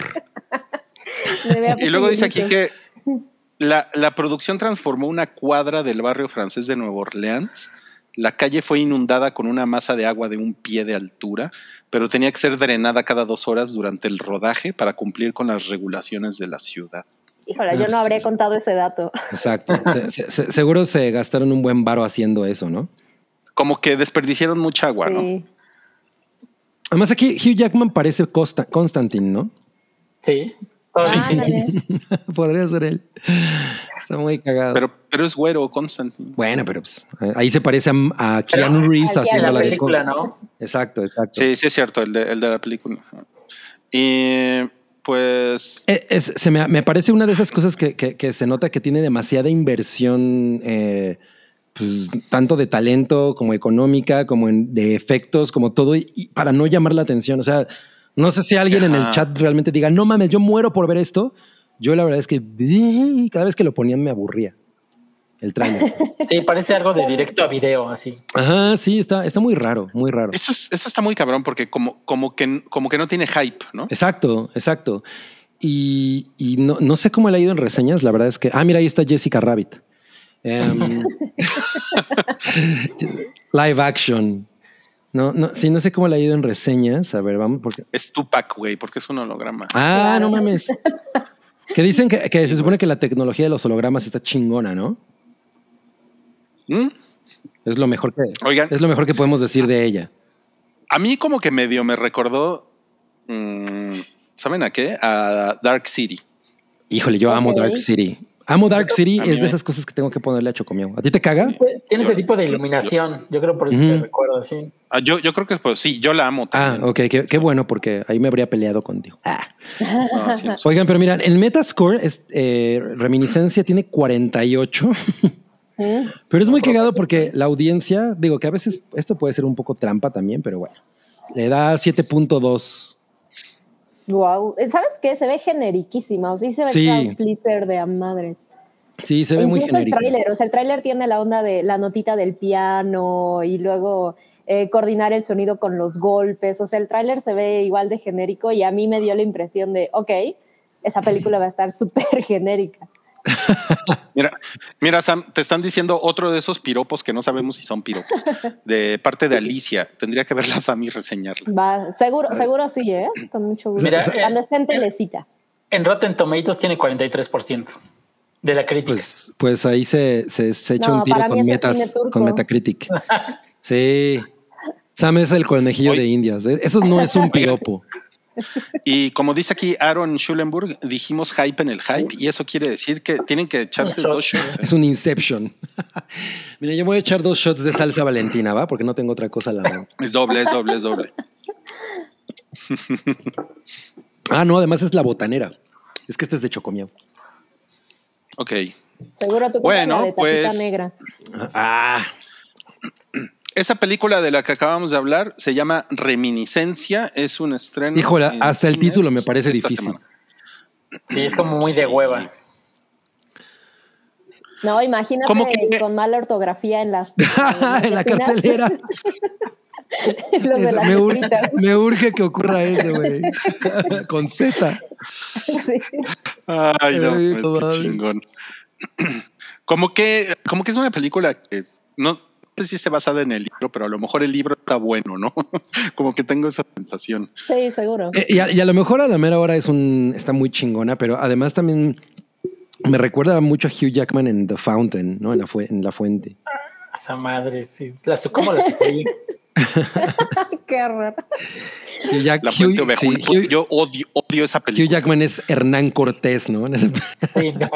Me vea Y luego dice aquí pequeñito. que la, la producción transformó una cuadra del barrio francés de Nueva Orleans. La calle fue inundada con una masa de agua de un pie de altura, pero tenía que ser drenada cada dos horas durante el rodaje para cumplir con las regulaciones de la ciudad. Híjole, yo no habría contado ese dato. Exacto. Se- se- se- seguro se gastaron un buen varo haciendo eso, ¿no? Como que desperdiciaron mucha agua, ¿no? Sí. Además aquí Hugh Jackman parece Costa- Constantine, ¿no? Sí. Todo Ah, distinto. ándale. Podría ser él. Está muy cagado. Pero, pero es güero, Constantine. bueno, pero pues, ahí se parece a, a Keanu Reeves al haciendo En la la de película, Con- ¿no? Exacto, exacto. Sí, sí es cierto, el de, el de la película. Y pues... Eh, es- se me, me parece una de esas cosas que, que- que se nota que tiene demasiada inversión, eh, pues, tanto de talento como económica, como en- de efectos, como todo, y, y para no llamar la atención. O sea, no sé si alguien en el Ajá. chat realmente diga, no mames, yo muero por ver esto. Yo la verdad es que eh, cada vez que lo ponían me aburría el tráiler. Sí, parece algo de directo a video, así. Ajá, sí, está, está muy raro, muy raro. Eso, es, eso está muy cabrón porque como, como, que, como que no tiene hype, ¿no? Exacto, exacto. Y, y no, no sé cómo le ha ido en reseñas. La verdad es que. Ah, mira, ahí está Jessica Rabbit. Em, live action. No, no, sí, no sé cómo le ha ido en reseñas. A ver, vamos. Porque... Es Tupac, güey, porque es un holograma. Ah, Claro. no mames. Que dicen que, que se supone que la tecnología de los hologramas está chingona, ¿no? ¿Mm? Es lo mejor que, Oigan. es lo mejor que podemos decir de ella. A mí como que medio me recordó, mm, ¿saben a qué? A Dark City. Híjole, yo amo Ok. Dark City. Amo Dark City, A mí es de me- esas cosas que tengo que ponerle a Chocomiao. ¿A ti te caga? Tiene ese tipo de iluminación. Yo creo por eso te Ujú. recuerdo así. Ah, yo, yo creo que pues, sí, yo la amo Ah, también. ok, qué, qué bueno, porque ahí me habría peleado contigo. Ah. No, sí, no sé. Oigan, pero miran, el Metascore, es, eh, Reminiscencia, tiene cuarenta y ocho. Mm. Pero es muy cagado porque la audiencia, digo que a veces esto puede ser un poco trampa también, pero bueno, le da siete punto dos. Wow. ¿Sabes qué? Se ve generiquísima. O sea, sí se ve Sí. crowd pleaser de a madres. Sí, se ve muy Incluso el genérico. tráiler, o sea, el tráiler tiene la onda de la notita del piano y luego eh, coordinar el sonido con los golpes. O sea, el tráiler se ve igual de genérico y a mí me dio la impresión de, ok, esa película va a estar súper genérica. Mira, mira, Sam, te están diciendo otro de esos piropos que no sabemos si son piropos. De parte de Alicia. Tendría que verla Sam y reseñarla. Va, seguro, seguro sí, ¿eh? Con mucho gusto. Mira, Cuando eh, esté en eh, telecita. En Rotten Tomatoes tiene cuarenta y tres por ciento de la crítica. Pues, pues ahí se, se, se echa No, un tiro para mí con, eso es cine metas, turco. con Metacritic. Sí. Sam es el conejillo Oye. de Indias. ¿eh? Eso no es un piropo. Y como dice aquí Aaron Schulenburg, dijimos hype en el hype y eso quiere decir que tienen que echarse Un shot. dos shots. ¿eh? Es un Inception. Mira, yo voy a echar dos shots de salsa Valentina, ¿va? Porque no tengo otra cosa a la mano. Es doble, es doble, es doble. Ah, no, además es la botanera. Es que este es de Chocomiao. Ok. Seguro tú Bueno, compras la de tapita pues- negra. Ah, Esa película de la que acabamos de hablar se llama Reminiscencia. Es un estreno. híjole, en hasta el cines título me parece esta difícil. semana. Sí, es como muy de hueva. No, imagínate ¿Cómo que- con mala ortografía en las, en la esquinas. cartelera. Los de Es- las me, ur- letritas. me urge que ocurra eso, güey. Con Z. Sí. Ay, no, Ay, pues, no qué mames. chingón. Como que, como que es una película que no sé si esté basada en el libro, pero a lo mejor el libro está bueno, ¿no? Como que tengo esa sensación. Sí, seguro. Eh, y, a, y a lo mejor a la mera hora es un, está muy chingona, pero además también me recuerda mucho a Hugh Jackman en The Fountain, ¿no? En la, fu- en la fuente. Esa madre, sí. La, su- ¿Cómo la sufrí? Qué horror. Hugh, Jack- La fuente Hugh- oveja. sí, Hugh- Yo odio, odio esa Hugh película. Jackman es Hernán Cortés, ¿no? En ese- Sí, no.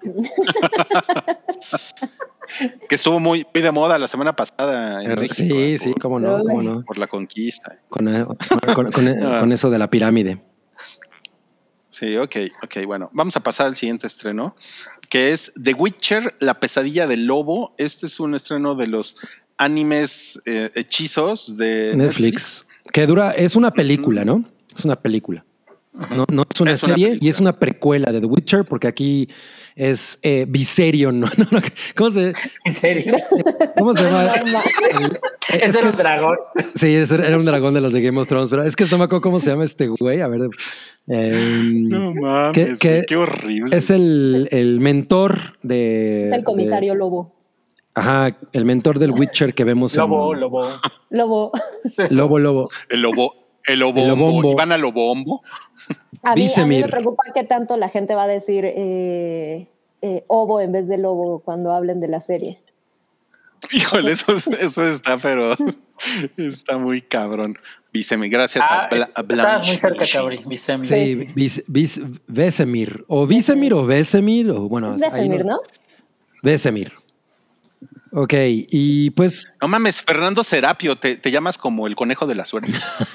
Que estuvo muy, muy de moda la semana pasada en México. sí, ¿eh? sí, Por, cómo no, cómo no. por la conquista. Con, eh, con- con- Ah. con eso de la pirámide. Sí, ok, ok, bueno. Vamos a pasar al siguiente estreno, que es The Witcher, La pesadilla del lobo. Este es un estreno de los animes eh, hechizos de Netflix. Netflix. Que dura, es una película, ¿no? Es una película. No, no es una Es una serie película. y es una precuela de The Witcher, porque aquí es eh, Viserion, ¿no? No, no, ¿Cómo se, En serio. cómo se llama? No, ma- Ese era un dragón. Sí, ese era un dragón de los de Game of Thrones, pero es que no me acuerdo cómo se llama este güey. A ver. eh, No mames, ¿Qué- güey, qué- qué, horrible. es el, el mentor de. es el comisario de- Lobo. ajá, el mentor del Witcher que vemos Lobo, en. lobo. Lobo. Lobo, lobo. El lobo, el lobombo. El lobombo. Iban a lobombo. A mí, a mí Visemir. me preocupa qué tanto la gente va a decir eh, eh, Obo en vez de Lobo cuando hablen de la serie. Híjole, eso, eso está, pero está muy cabrón. Víceme, gracias Ah, a, Bla, a estabas Blanche. muy cerca, Cabri. Visemi. Sí, Sí. Vis, Vis- Vesemir. O Visemir o Vesemir. O bueno, Es ahí Vesemir, ¿no? Vesemir. Ok, y pues... No mames, Fernando Serapio, te, te llamas como el conejo de la suerte.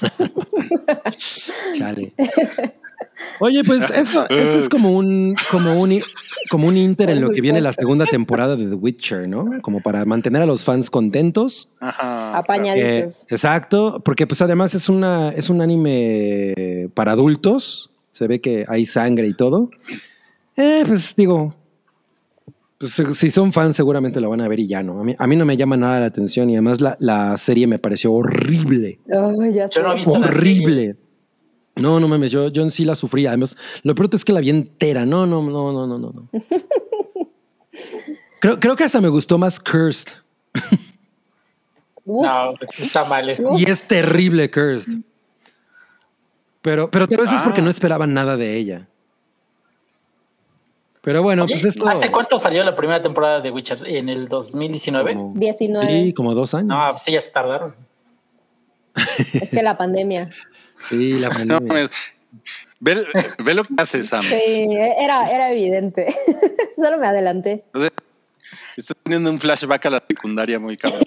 Chale. Oye, pues esto, esto es como un, como un, como un inter en lo que viene la segunda temporada de The Witcher, ¿no? Como para mantener a los fans contentos. Ajá. Apañaditos. Eh, exacto, porque pues además es una, es un anime para adultos. Se ve que hay sangre y todo. Eh, pues digo, pues, si son fans seguramente lo van a ver y ya no. A mí, a mí no me llama nada la atención y además la, la serie me pareció horrible. Oh, ya Yo sé. no he visto la Horrible. No, no mames, yo, yo en sí la sufrí. Además, lo peor es que la vi entera. No, no, no, no, no, no. no. creo, creo que hasta me gustó más Cursed. Uf, No, pues está mal eso. Y es terrible Cursed. Pero, pero tal vez es porque Ah. no esperaban nada de ella. Pero bueno, Oye, pues esto... ¿hace cuánto salió la primera temporada de Witcher? ¿En el dos mil diecinueve? como- diecinueve. Sí, como dos años. No, pues sí, ya se tardaron. Es que la pandemia. Sí, la No pandemia. mames. Ve, ve lo que hace Sam. Sí, era, era evidente. Solo me adelanté. O sea, estoy teniendo un flashback a la secundaria muy cabrón.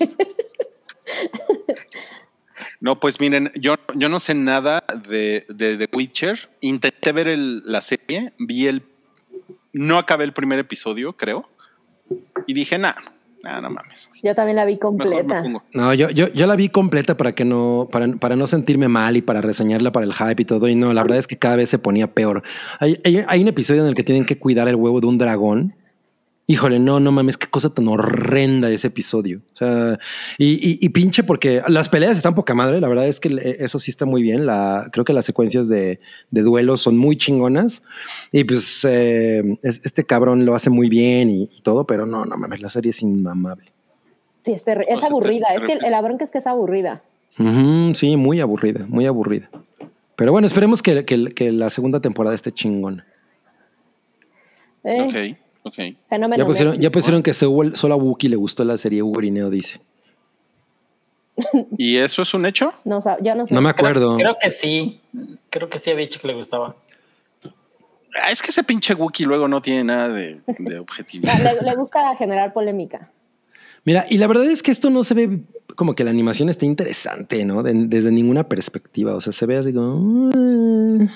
No, pues miren, yo, yo no sé nada de, de The Witcher. Intenté ver el, la serie, vi el... No acabé el primer episodio, creo. Y dije, nah, nah, no mames. Yo también la vi Mejor me completa. pongo. No, yo, yo, yo la vi completa para que no, para, para no sentirme mal y para reseñarla para el hype y todo. Y no, la verdad es que cada vez se ponía peor. Hay, hay, hay un episodio en el que tienen que cuidar el huevo de un dragón. Híjole, no, no mames, qué cosa tan horrenda ese episodio. O sea, y, y, y pinche porque las peleas están poca madre. La verdad es que eso sí está muy bien. La, creo que las secuencias de, de duelos son muy chingonas. Y pues eh, es, este cabrón lo hace muy bien y, y todo, pero no, no mames, la serie es inmamable. Sí, es, terri- es O sea, aburrida. te- Es te que refieres- la bronca es que es aburrida. Ujú, sí, muy aburrida, muy aburrida. Pero bueno, esperemos que, que, que la segunda temporada esté chingona. Eh, Ok, ok. Fenómeno. Ya pusieron, Netflix. ya pusieron que solo, solo a Wookiee le gustó la serie, Hugo Irineo dice. ¿Y eso es un hecho? No, sab- yo no sé. No me Creo, acuerdo. creo que sí. Creo que sí había dicho que le gustaba. Ah, es que ese pinche Wookiee luego no tiene nada de, de Ah, objetividad. le, le gusta generar polémica. Mira, y la verdad es que esto no se ve como que la animación esté interesante, ¿no? De- desde ninguna perspectiva. O sea, se ve así como... "Mm".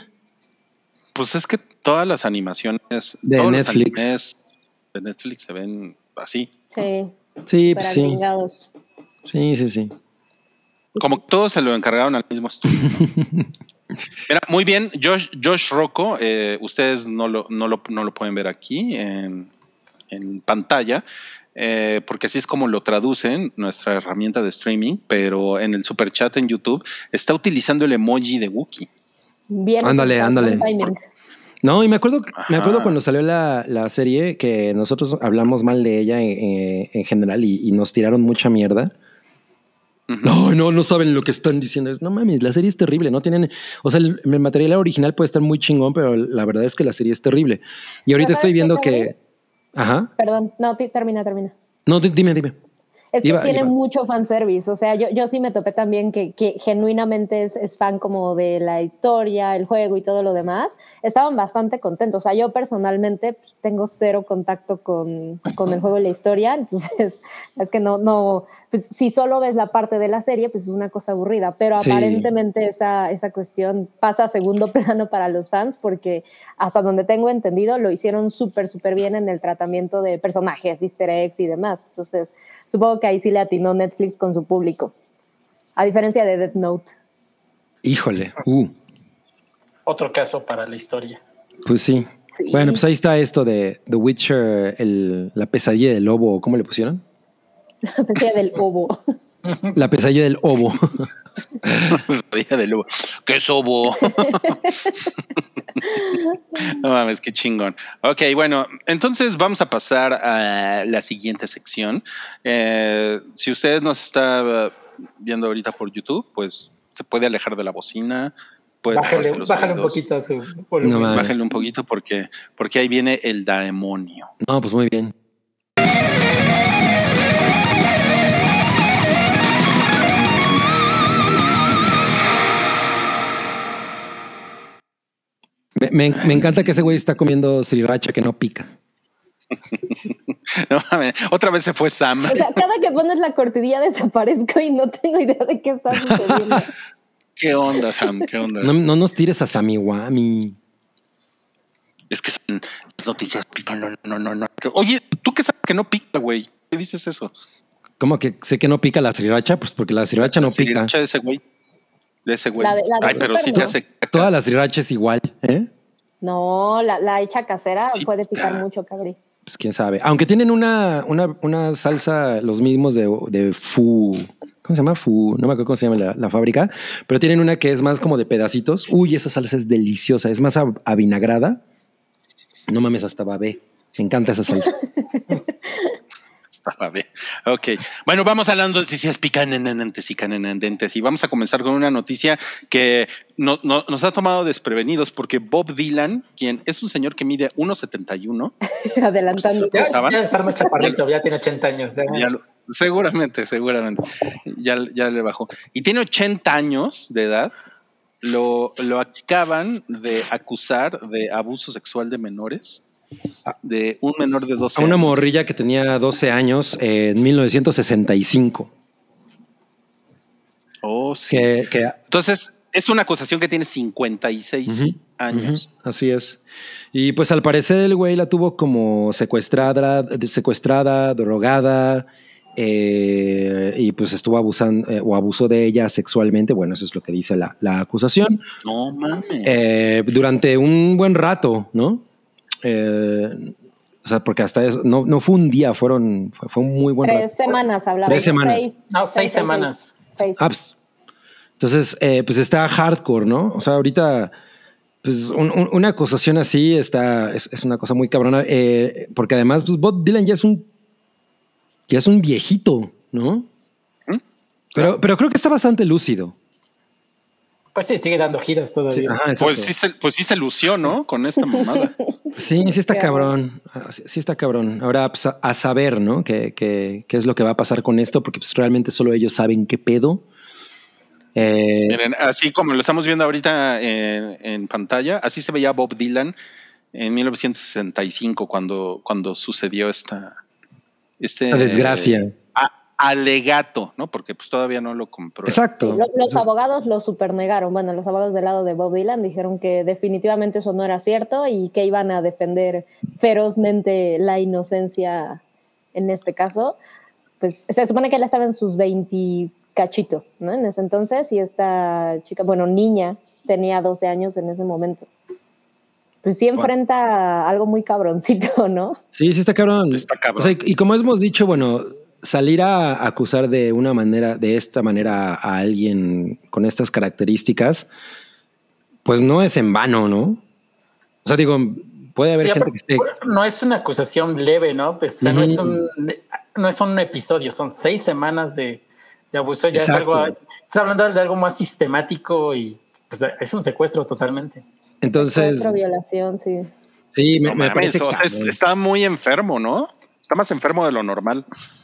Pues es que todas las animaciones De todos Netflix. los animes de Netflix se ven así. Sí, Sí, para pues sí. gringados. Sí, sí, sí. Como que todos se lo encargaron al mismo estudio. ¿no? Mira, muy bien, Josh, Josh Rocco, eh, ustedes no lo, no, lo, no lo pueden ver aquí en, en pantalla, eh, porque así es como lo traducen nuestra herramienta de streaming, pero en el superchat en YouTube está utilizando el emoji de Wookiee. Bien. Ándale, utilizado, ándale. buen timing. No, y me acuerdo, me Ajá. acuerdo cuando salió la, la serie que nosotros hablamos mal de ella en, en general y, y nos tiraron mucha mierda. Ujú. No, no, no saben lo que están diciendo. No mames, la serie es terrible. No tienen, o sea, el, el material original puede estar muy chingón, pero la verdad es que la serie es terrible. Y ahorita Pero estoy ¿sabes viendo qué, que, Gabriel? ajá. Perdón, no, ti- termina, termina. No, di- dime, dime. Es que Iba- tiene iba. mucho fanservice. O sea, yo, yo sí me topé también que, que genuinamente es, es fan como de la historia, el juego y todo lo demás. Estaban bastante contentos. O sea, yo personalmente pues, tengo cero contacto con, con el juego y la historia. Entonces, es que no, no, pues, si solo ves la parte de la serie, pues es una cosa aburrida. Pero Sí. aparentemente esa, esa cuestión pasa a segundo plano para los fans porque hasta donde tengo entendido lo hicieron súper, súper bien en el tratamiento de personajes, easter eggs y demás. Entonces, supongo que ahí sí le atinó Netflix con su público. A diferencia de Death Note. Híjole. Uh, Otro caso para la historia. pues sí. Sí. Bueno, pues ahí está esto de The Witcher, el, la pesadilla del lobo. ¿Cómo le pusieron? Pensé del ovo. La pesadilla del obo. Sabía de lobo. ¡Qué sobo! No mames, qué chingón. Ok, bueno, entonces vamos a pasar a la siguiente sección. Eh, si usted nos está viendo ahorita por YouTube, pues se puede alejar de la bocina. Puede Bájale, taparse los bájale un oídos. poquito a su volumen. No mames. Bájale un poquito porque, porque ahí viene el demonio. No, pues muy bien. Me, me- me encanta que ese güey está comiendo sriracha que no pica. No mames, otra vez se fue Sam. O sea, cada que pones la cortinilla desaparezco y no tengo idea de qué está sucediendo. ¿Qué onda, Sam? ¿Qué onda? No, no nos tires a Samiwami. Es que son las noticias pican, no, no, no, no. Oye, ¿tú qué sabes que no pica, güey? ¿Qué dices eso? ¿Cómo que sé que no pica la sriracha? Pues porque la sriracha no La pica. sriracha de ese güey. De ese güey. La de- la de Ay, pero Super, sí te ¿no? hace caca. Toda la sriracha es igual, ¿eh? No, la, la hecha casera Sí. puede picar mucho, cabrí. Pues quién sabe. Aunque tienen una, una, una salsa, los mismos de, de Fu. ¿Cómo se llama? Fu. No me acuerdo cómo se llama la, la fábrica. Pero tienen una que es más como de pedacitos. Uy, esa salsa es deliciosa. Es más ab- avinagrada. No mames, hasta babé. Me encanta esa salsa. Estaba bien. Ok. Bueno, vamos hablando de noticias picantes y canenandentes. Y vamos a comenzar con una noticia que no, no- nos ha tomado desprevenidos porque Bob Dylan, quien es un señor que mide uno setenta y uno, Adelantando. Ya, ¿Estaba? ya debe estar más chaparrito, ya tiene ochenta años. ya. ya lo- seguramente, seguramente, ya, ya le bajó. Y tiene ochenta años de edad. Lo, lo acaban de acusar de abuso sexual de menores, de un menor de doce A una años. morrilla que tenía doce años eh, en mil novecientos sesenta y cinco. Oh, sí. Que, que Entonces, es una acusación que tiene cincuenta y seis Ujú, años. ujú, así es. Y pues al parecer el güey la tuvo como secuestrada, secuestrada, drogada, eh, y pues estuvo abusando eh, o abusó de ella sexualmente. Bueno, eso es lo que dice la, la acusación. No mames. Eh, durante un buen rato, ¿no? Eh, o sea, porque hasta eso, no, no fue un día, fueron, fue, fue un muy buen Tres rato. semanas hablamos. Tres semanas. Seis, No, seis semanas. Seis. Ah, pues, entonces, eh, pues está hardcore, ¿no? O sea, ahorita, pues un- un- una acusación así está, es, es una cosa muy cabrona, eh, porque además, pues Bob Dylan ya es un, ya es un viejito, ¿no? ¿Mm? Pero, pero creo que está bastante lúcido. Pues sí, sigue dando giros todavía. Sí, ajá, exacto. Pues sí, se, pues sí se lució, ¿no? Con esta mamada. Sí, sí está Qué cabrón. Ah, Sí, sí está cabrón. Ahora pues, a, a saber, ¿no? ¿Qué, qué, qué es lo que va a pasar con esto? Porque pues, realmente solo ellos saben qué pedo. Eh, Miren, así como lo estamos viendo ahorita en, en pantalla, así se veía Bob Dylan en mil novecientos sesenta y cinco cuando, cuando sucedió esta este La desgracia. a- alegato, ¿no? Porque pues todavía no lo compró. Sí, exacto. lo- los Entonces, abogados lo supernegaron. Bueno, los abogados del lado de Bob Dylan dijeron que definitivamente eso no era cierto y que iban a defender ferozmente la inocencia en este caso. Pues se supone que él estaba en sus veinte cachito, ¿no? En ese entonces, y esta chica, bueno, niña, tenía doce años en ese momento. Pues sí enfrenta algo muy cabroncito, ¿no? Sí, sí está cabrón. Está cabrón. O sea, y, y como hemos dicho, bueno, salir a acusar de una manera, de esta manera a alguien con estas características, pues no es en vano, ¿no? O sea, digo, puede haber Sí, gente que esté. no es una acusación leve, ¿no? Pues o sea, no, Ujú. es un, no es un episodio, son seis semanas de, de abuso. Ya Exacto. es algo, estás hablando de algo más sistemático y pues es un secuestro totalmente. Entonces, Otra violación, sí. sí, me, No me mames, parece. o sea, es- cabrón. está muy enfermo, ¿no? Está más enfermo de lo normal.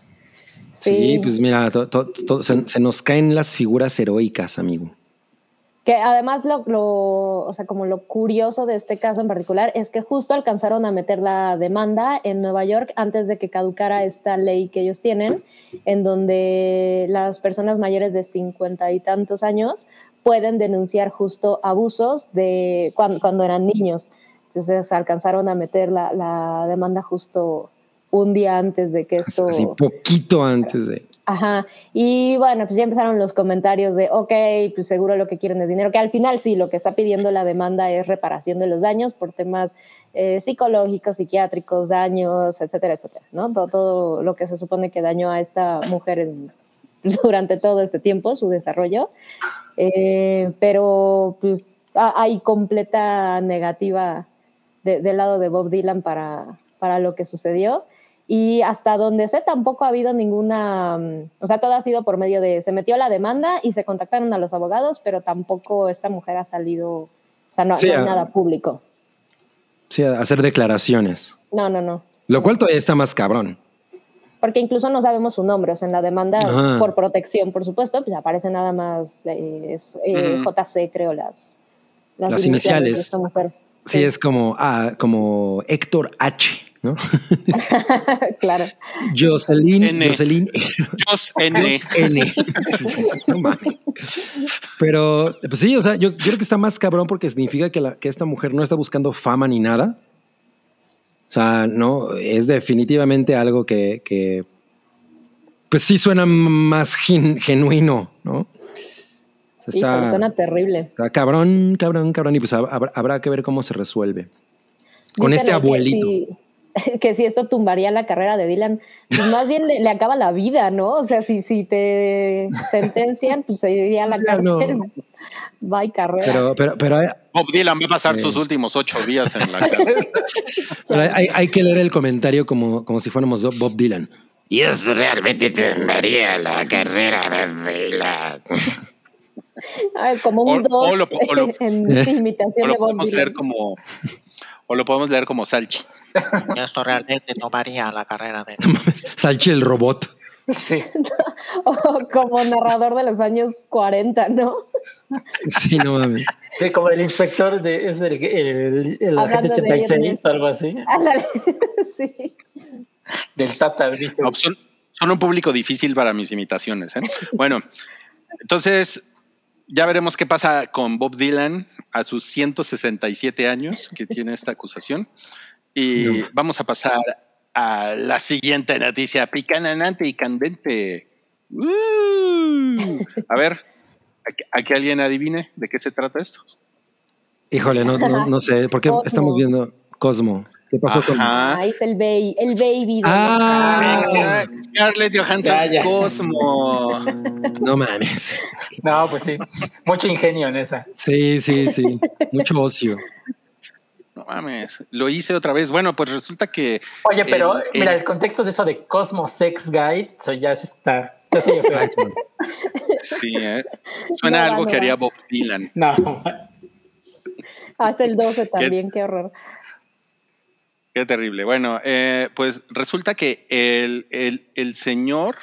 Sí, pues mira, to- to- to- se, se nos caen las figuras heroicas, amigo. Que además lo, lo, o sea, como lo curioso de este caso en particular es que justo alcanzaron a meter la demanda en Nueva York antes de que caducara esta ley que ellos tienen, en donde las personas mayores de cincuenta y tantos años pueden denunciar justo abusos de cuando, cuando eran niños. Entonces alcanzaron a meter la, la demanda justo un día antes de que esto... Así poquito antes de. Ajá, y bueno, pues ya empezaron los comentarios de, ok, pues seguro lo que quieren es dinero, que al final sí, lo que está pidiendo la demanda es reparación de los daños por temas eh, psicológicos, psiquiátricos, daños, etcétera, etcétera, ¿no? Todo, todo lo que se supone que dañó a esta mujer en, durante todo este tiempo, su desarrollo, eh, pero pues a- hay completa negativa de, del lado de Bob Dylan para, para lo que sucedió. Y hasta donde sé tampoco ha habido ninguna, um, o sea, todo ha sido por medio de, se metió la demanda y se contactaron a los abogados, pero tampoco esta mujer ha salido, o sea, no, Sí, no hay a- nada público. Sí, a hacer declaraciones. No, no, no. Lo cual todavía está más cabrón. Porque incluso no sabemos su nombre, o sea, en la demanda, Ajá. por protección, por supuesto, pues aparece nada más, eh, es, eh, Ujú. J C, creo, las, Las iniciales iniciales. de esta mujer. Sí, es como, ah, como Héctor H, ¿no? Claro. Jocelyn, N. Jocelyn, Jos N. N. No mames. Pero, pues sí, o sea, yo, yo creo que está más cabrón porque significa que, la, que esta mujer no está buscando fama ni nada. O sea, no, es definitivamente algo que, que pues sí suena más gen, genuino, ¿no? O sea, Sí, está, pero suena terrible. está cabrón, cabrón, cabrón, y pues habrá, habrá que ver cómo se resuelve. Con Dicen este ahí que abuelito. si, que si esto tumbaría la carrera de Dylan, pues más bien le, le acaba la vida, ¿no? O sea, si, si te sentencian, pues se iría a la Ya cárcel. no. Bye, carrera. Pero, pero, pero, hay, Bob Dylan va a pasar Eh. sus últimos ocho días en la cárcel. pero hay, hay que leer el comentario como, como si fuéramos Bob Dylan. Y eso realmente tendría la carrera de Dylan. Ay, como O- un dos o lo- o lo- en Eh. imitación O lo de Bob podemos Dylan. leer como, o lo podemos leer como Salchi. Y esto realmente tomaría la carrera de... Salchi el robot. Sí. O como narrador de los años cuarenta, ¿no? Sí, no mames. Sí, como el inspector de es el, el, el agente Hablando de ochenta y seis, Ernest. algo así, Ándale. Sí. del Tata, dice. No, son, son un público difícil para mis imitaciones. ¿eh? Bueno, entonces ya veremos qué pasa con Bob Dylan a sus ciento sesenta y siete años que tiene esta acusación. Y No. vamos a pasar a la siguiente noticia picanante y candente. Uh, a ver, a que, a que alguien adivine de qué se trata esto. Híjole, no, no, no sé. ¿Por qué Cosmo. estamos viendo Cosmo? ¿Qué pasó con Ajá. Ah, es el baby, el baby. de Ah. los- Venga, Scarlett Johansson, Ya, ya. Cosmo. No mames. No, pues sí, mucho ingenio en esa. Sí, sí, sí. Mucho ocio. No mames, lo hice otra vez. Bueno, pues resulta que. Oye, pero el- mira, el- el contexto de eso de Cosmo Sex Guide, eso ya se está, ya se oye feo. Sí, ¿eh? Suena No va, algo no que va. haría Bob Dylan. No, Hasta el doce también, qué horror. Qué terrible. Bueno, eh, pues resulta que el, el, el señor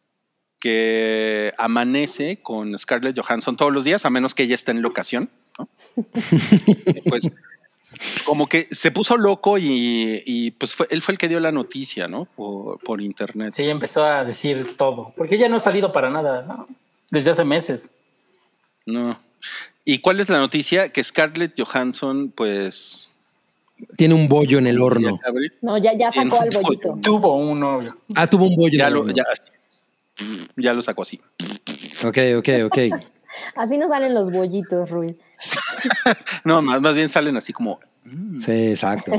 que amanece con Scarlett Johansson todos los días, a menos que ella esté en locación, ¿no? Pues como que se puso loco y, y pues fue, él fue el que dio la noticia, ¿no? Por, por internet. sí, empezó a decir todo, porque ya no ha salido para nada, ¿no? Desde hace meses. No. ¿Y cuál es la noticia? Que Scarlett Johansson, pues... Tiene un bollo en el horno. No, ya, ya Tiene sacó un al bollito. pollo. Tuvo un novio. Ah, tuvo un bollo Ya en el lo, horno. ya, ya lo sacó así. Ok, ok, ok. Así nos salen los bollitos, Rui. No, más, más bien salen así como... Sí, exacto.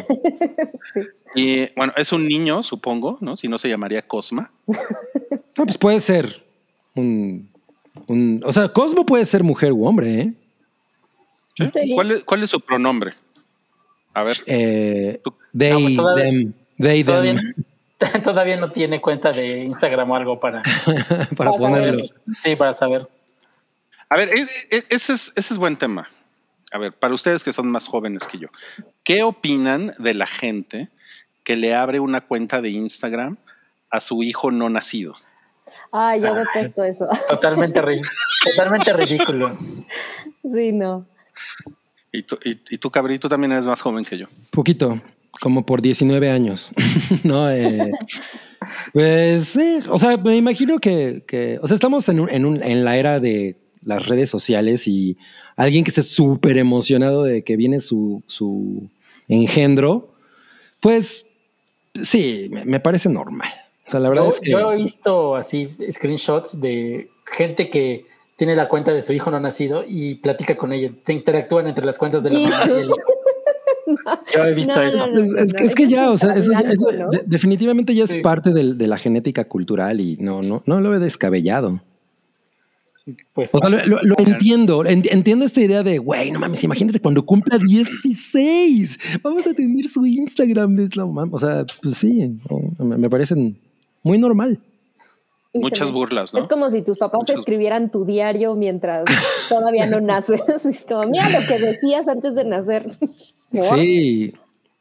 Y bueno, es un niño, supongo, ¿no? Si no se llamaría Cosma. No, pues puede ser un, un... O sea, Cosmo puede ser mujer u hombre, ¿eh? ¿Sí? Sí. ¿Cuál, es, ¿Cuál es su pronombre? A ver. Eh, Tú- they, No, pues todavía- them, they, Todavía, them, todavía no tiene cuenta de Instagram o algo para, para Para ponerlo. sí, para saber. A ver, e- e- ese es, ese es buen tema. A ver, para ustedes que son más jóvenes que yo, ¿qué opinan de la gente que le abre una cuenta de Instagram a su hijo no nacido? Ay, yo detesto eso. Totalmente, ri- totalmente ridículo. Sí, no. Y tú, y, y tú, Cabrito, también eres más joven que yo. Poquito, como por diecinueve años. No, eh, pues, sí, o sea, me imagino que, que o sea, estamos en, un, en, un, en la era de las redes sociales y alguien que esté súper emocionado de que viene su, su engendro, pues sí, me, me parece normal. O sea, la verdad Yo, es que... yo he visto así screenshots de gente que tiene la cuenta de su hijo no nacido y platica con ella. Se interactúan entre las cuentas de la mamá y el hijo. Yo he visto No, eso. no, no. Es, es que, es que ya, o sea, eso, Blanco, eso ¿no? de- definitivamente ya Sí. es parte del- de la genética cultural y no, no, no lo he descabellado. Pues, O sea, lo, lo- lo entiendo, en- entiendo esta idea de, güey, no mames, imagínate cuando cumpla dieciséis, vamos a tener su Instagram, es la mam-". O sea, pues sí, no, me, me parecen muy normal. Muchas burlas, ¿no? Es como si tus papás te Muchas- escribieran tu diario mientras todavía no naces. Es como, mira lo que decías antes de nacer. ¿Por? Sí,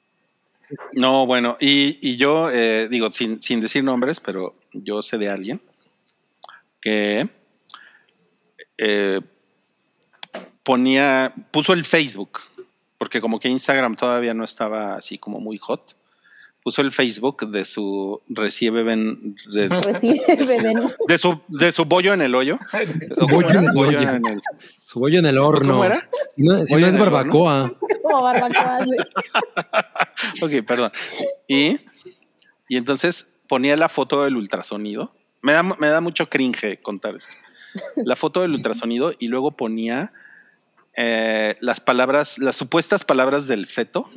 No, bueno, y, y yo eh, digo, sin, sin decir nombres, pero yo sé de alguien que eh, ponía, puso el Facebook, porque como que Instagram todavía no estaba así como muy hot, puso el Facebook de su recibe ven de, Recibe ven. de su de su bollo en el hoyo. Su bollo en el Bollo hoyo. en el- Su bollo en el horno. ¿Cómo era? Si no, si Bollo no en es el barbacoa. Como barbacoa. sí. Ok, perdón. Y, y entonces ponía la foto del ultrasonido. Me da, me da mucho cringe contar esto. La foto del ultrasonido y luego ponía eh, las palabras, las supuestas palabras del feto,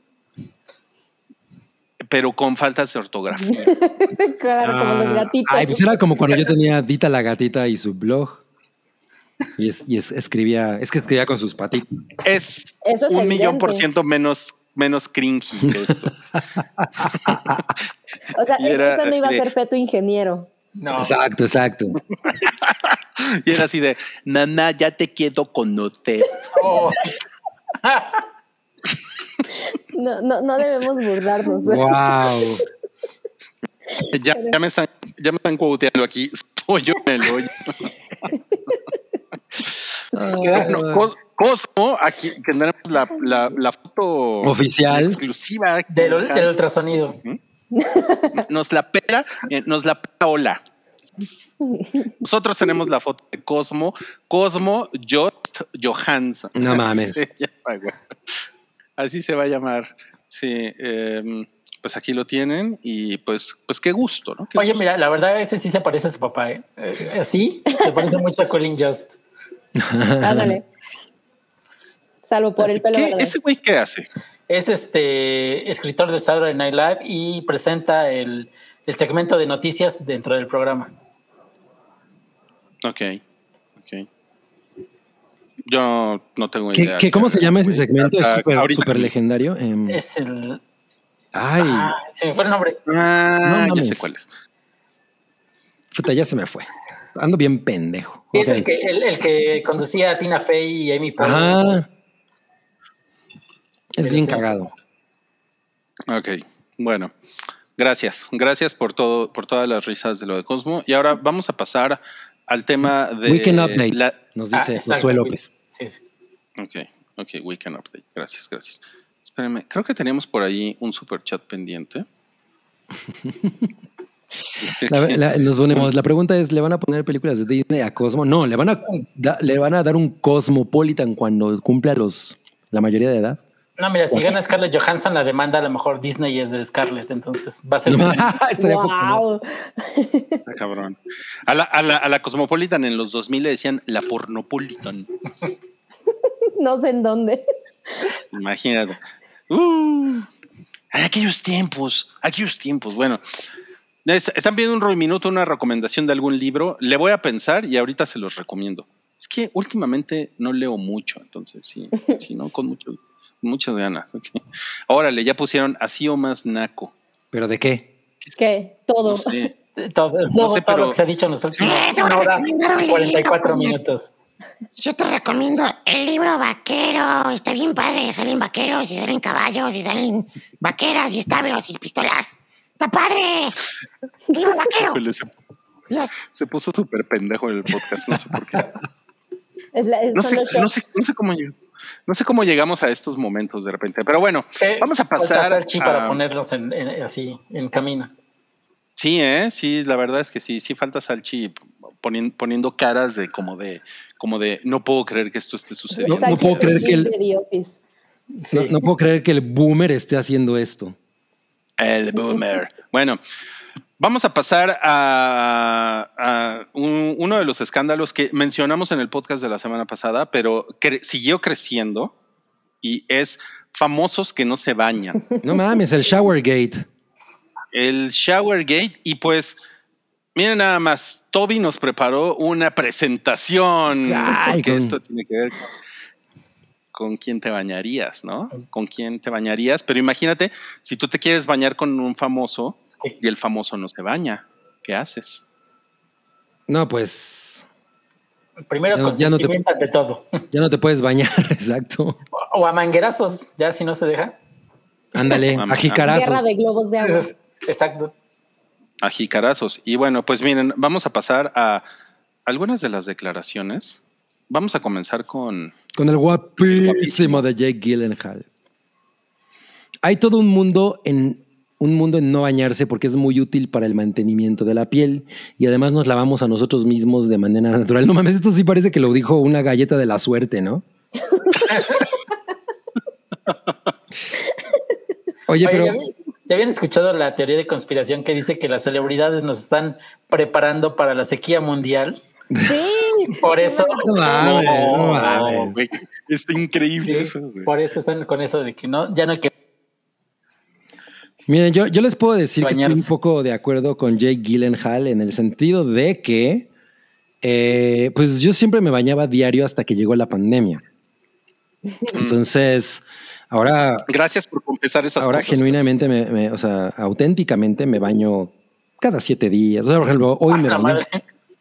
pero con faltas de ortografía. Claro, como los Ah, gatitos. ay, pues era como cuando yo tenía Dita la gatita y su blog. Y, es, y es- escribía, es que escribía con sus patitas. Es Eso es un millón por evidente. ciento menos, menos cringy que esto. O sea, y era eso no iba a así de- ser feto ingeniero. No. Exacto, exacto. Y era así de, mamá, ya te quiero conocer. Oh, No, no, no debemos burlarnos. Wow. Ya, ya me están, ya me están cuoteando aquí. Soy yo en el hoyo. Bueno, Cos- Cosmo, aquí tendremos la, la, la foto Oficial. exclusiva. del, del ultrasonido. Nos la pela, eh, nos la pela hola. Nosotros tenemos la foto de Cosmo, Cosmo Jost Johansson. No Así mames. se llama, güey. Así se va a llamar. Sí, eh, pues aquí lo tienen y pues, pues qué gusto, ¿no? Qué Oye, gusto. mira, la verdad ese sí se parece a su papá, ¿eh? Eh, Así, se parece mucho a Colin Just. Ándale. Salvo por el pelo ¿Qué? verde. ¿Ese güey qué hace? Es este escritor de Saturday Night Live y presenta el, el segmento de noticias dentro del programa. Ok, ok. Yo no tengo ¿Qué, idea. qué- ¿Cómo se llama ese güey. segmento? Es Hasta súper ahorita súper que- legendario. Em, Es el. ay, Ah, se me fue el nombre. Ah, No ya mames. sé cuál es. puta, ya se me fue. Ando bien pendejo. Es Ok. el que, el, el que conducía a Tina Fey y Amy Poehler. Ajá. Es Pero bien sí. cagado. Ok, bueno. Gracias. Gracias por todo, por todas las risas de lo de Cosmo. Y ahora vamos a pasar al tema de Weekend Update, la- nos Ah, dice exacto, Josué López. Sí, sí. Ok, ok, Weekend Update. Gracias, gracias. Espérenme, creo que teníamos por ahí un super chat pendiente. La, la- nos ponemos, la pregunta es, ¿le van a poner películas de Disney a Cosmo? No, le van a, da- le van a dar un Cosmopolitan cuando cumpla los, la mayoría de edad. No, mira, si gana Scarlett Johansson la demanda, a lo mejor Disney es de Scarlett, entonces va a ser. Estaría poco, ¿no? Wow. Está cabrón. A la, a, la, a la Cosmopolitan en los dos mil le decían la Pornopolitan. No sé en dónde. Imagínate. Uh, aquellos tiempos, aquellos tiempos. Bueno, es- están viendo un Roy Minuto, una recomendación de algún libro. Le voy a pensar y ahorita se los recomiendo. Es que últimamente no leo mucho, entonces sí, sí, no, con mucho, muchas ganas. Okay. Órale, ya pusieron así o más naco. ¿Pero de qué? ¿Qué? Todo. No sé. Todo, No sé, todo pero- lo que se ha dicho en los últimos Eh, te voy una a hora recomendar un y cuarenta y cuatro libro, minutos. Yo te recomiendo el libro Vaquero. Está bien padre. Salen vaqueros y salen caballos y salen vaqueras y establos y pistolas. ¡Está padre! ¡Libro Vaquero! Híjole, se, Dios. se puso súper pendejo en el podcast, no sé por qué. Es la- No son sé, los shows. no sé, no sé cómo lleg- no sé cómo llegamos a estos momentos de repente, pero bueno, Eh, vamos a falta pasar Salchi para a- ponerlos en, en- así en camino. Sí, eh, sí, la verdad es que sí, sí falta Salchi poniendo, poniendo caras de como de, como de no puedo creer que esto esté sucediendo. No, no puedo creer que el- De The Office. Sí. No, no puedo creer que el boomer esté haciendo esto. El boomer. Bueno, vamos a pasar a, a un- uno de los escándalos que mencionamos en el podcast de la semana pasada, pero cre- siguió creciendo y es famosos que no se bañan. No mames, el Showergate. El Showergate y pues miren nada más, Toby nos preparó una presentación Ay, porque con- esto tiene que ver con, con quién te bañarías, ¿no? Con quién te bañarías, pero imagínate si tú te quieres bañar con un famoso y el famoso no se baña, ¿qué haces? No, pues Primero Ya no- ya no te- consentimiento ante todo. ya no te puedes bañar, exacto. O a manguerazos, ya si no se deja. Ándale, Vamos, a jicarazos. Guerra de globos de agua. Exacto. A jicarazos. Y bueno, pues miren, vamos a pasar a algunas de las declaraciones. Vamos a comenzar con... Con el guapísimo Guapísimo. de Jake Gyllenhaal. Hay todo un mundo en un mundo en no bañarse porque es muy útil para el mantenimiento de la piel y además nos lavamos a nosotros mismos de manera natural. No mames, esto sí parece que lo dijo una galleta de la suerte, ¿no? Oye, Oye, pero... ¿ya, vi- ya habían escuchado la teoría de conspiración que dice que las celebridades nos están preparando para la sequía mundial? Sí. Por eso, No mames, no No, mames. güey. Está increíble sí, eso, güey. por eso están con eso de que no, ya no hay que Miren, yo, yo les puedo decir que estoy bañarse. un poco de acuerdo con Jake Gyllenhaal en el sentido de que eh, pues yo siempre me bañaba diario hasta que llegó la pandemia. Entonces, ahora, Gracias por confesar esas ahora cosas. genuinamente, me, me- o sea, auténticamente me baño cada siete días. O sea, por ejemplo, hoy me La bañé. madre.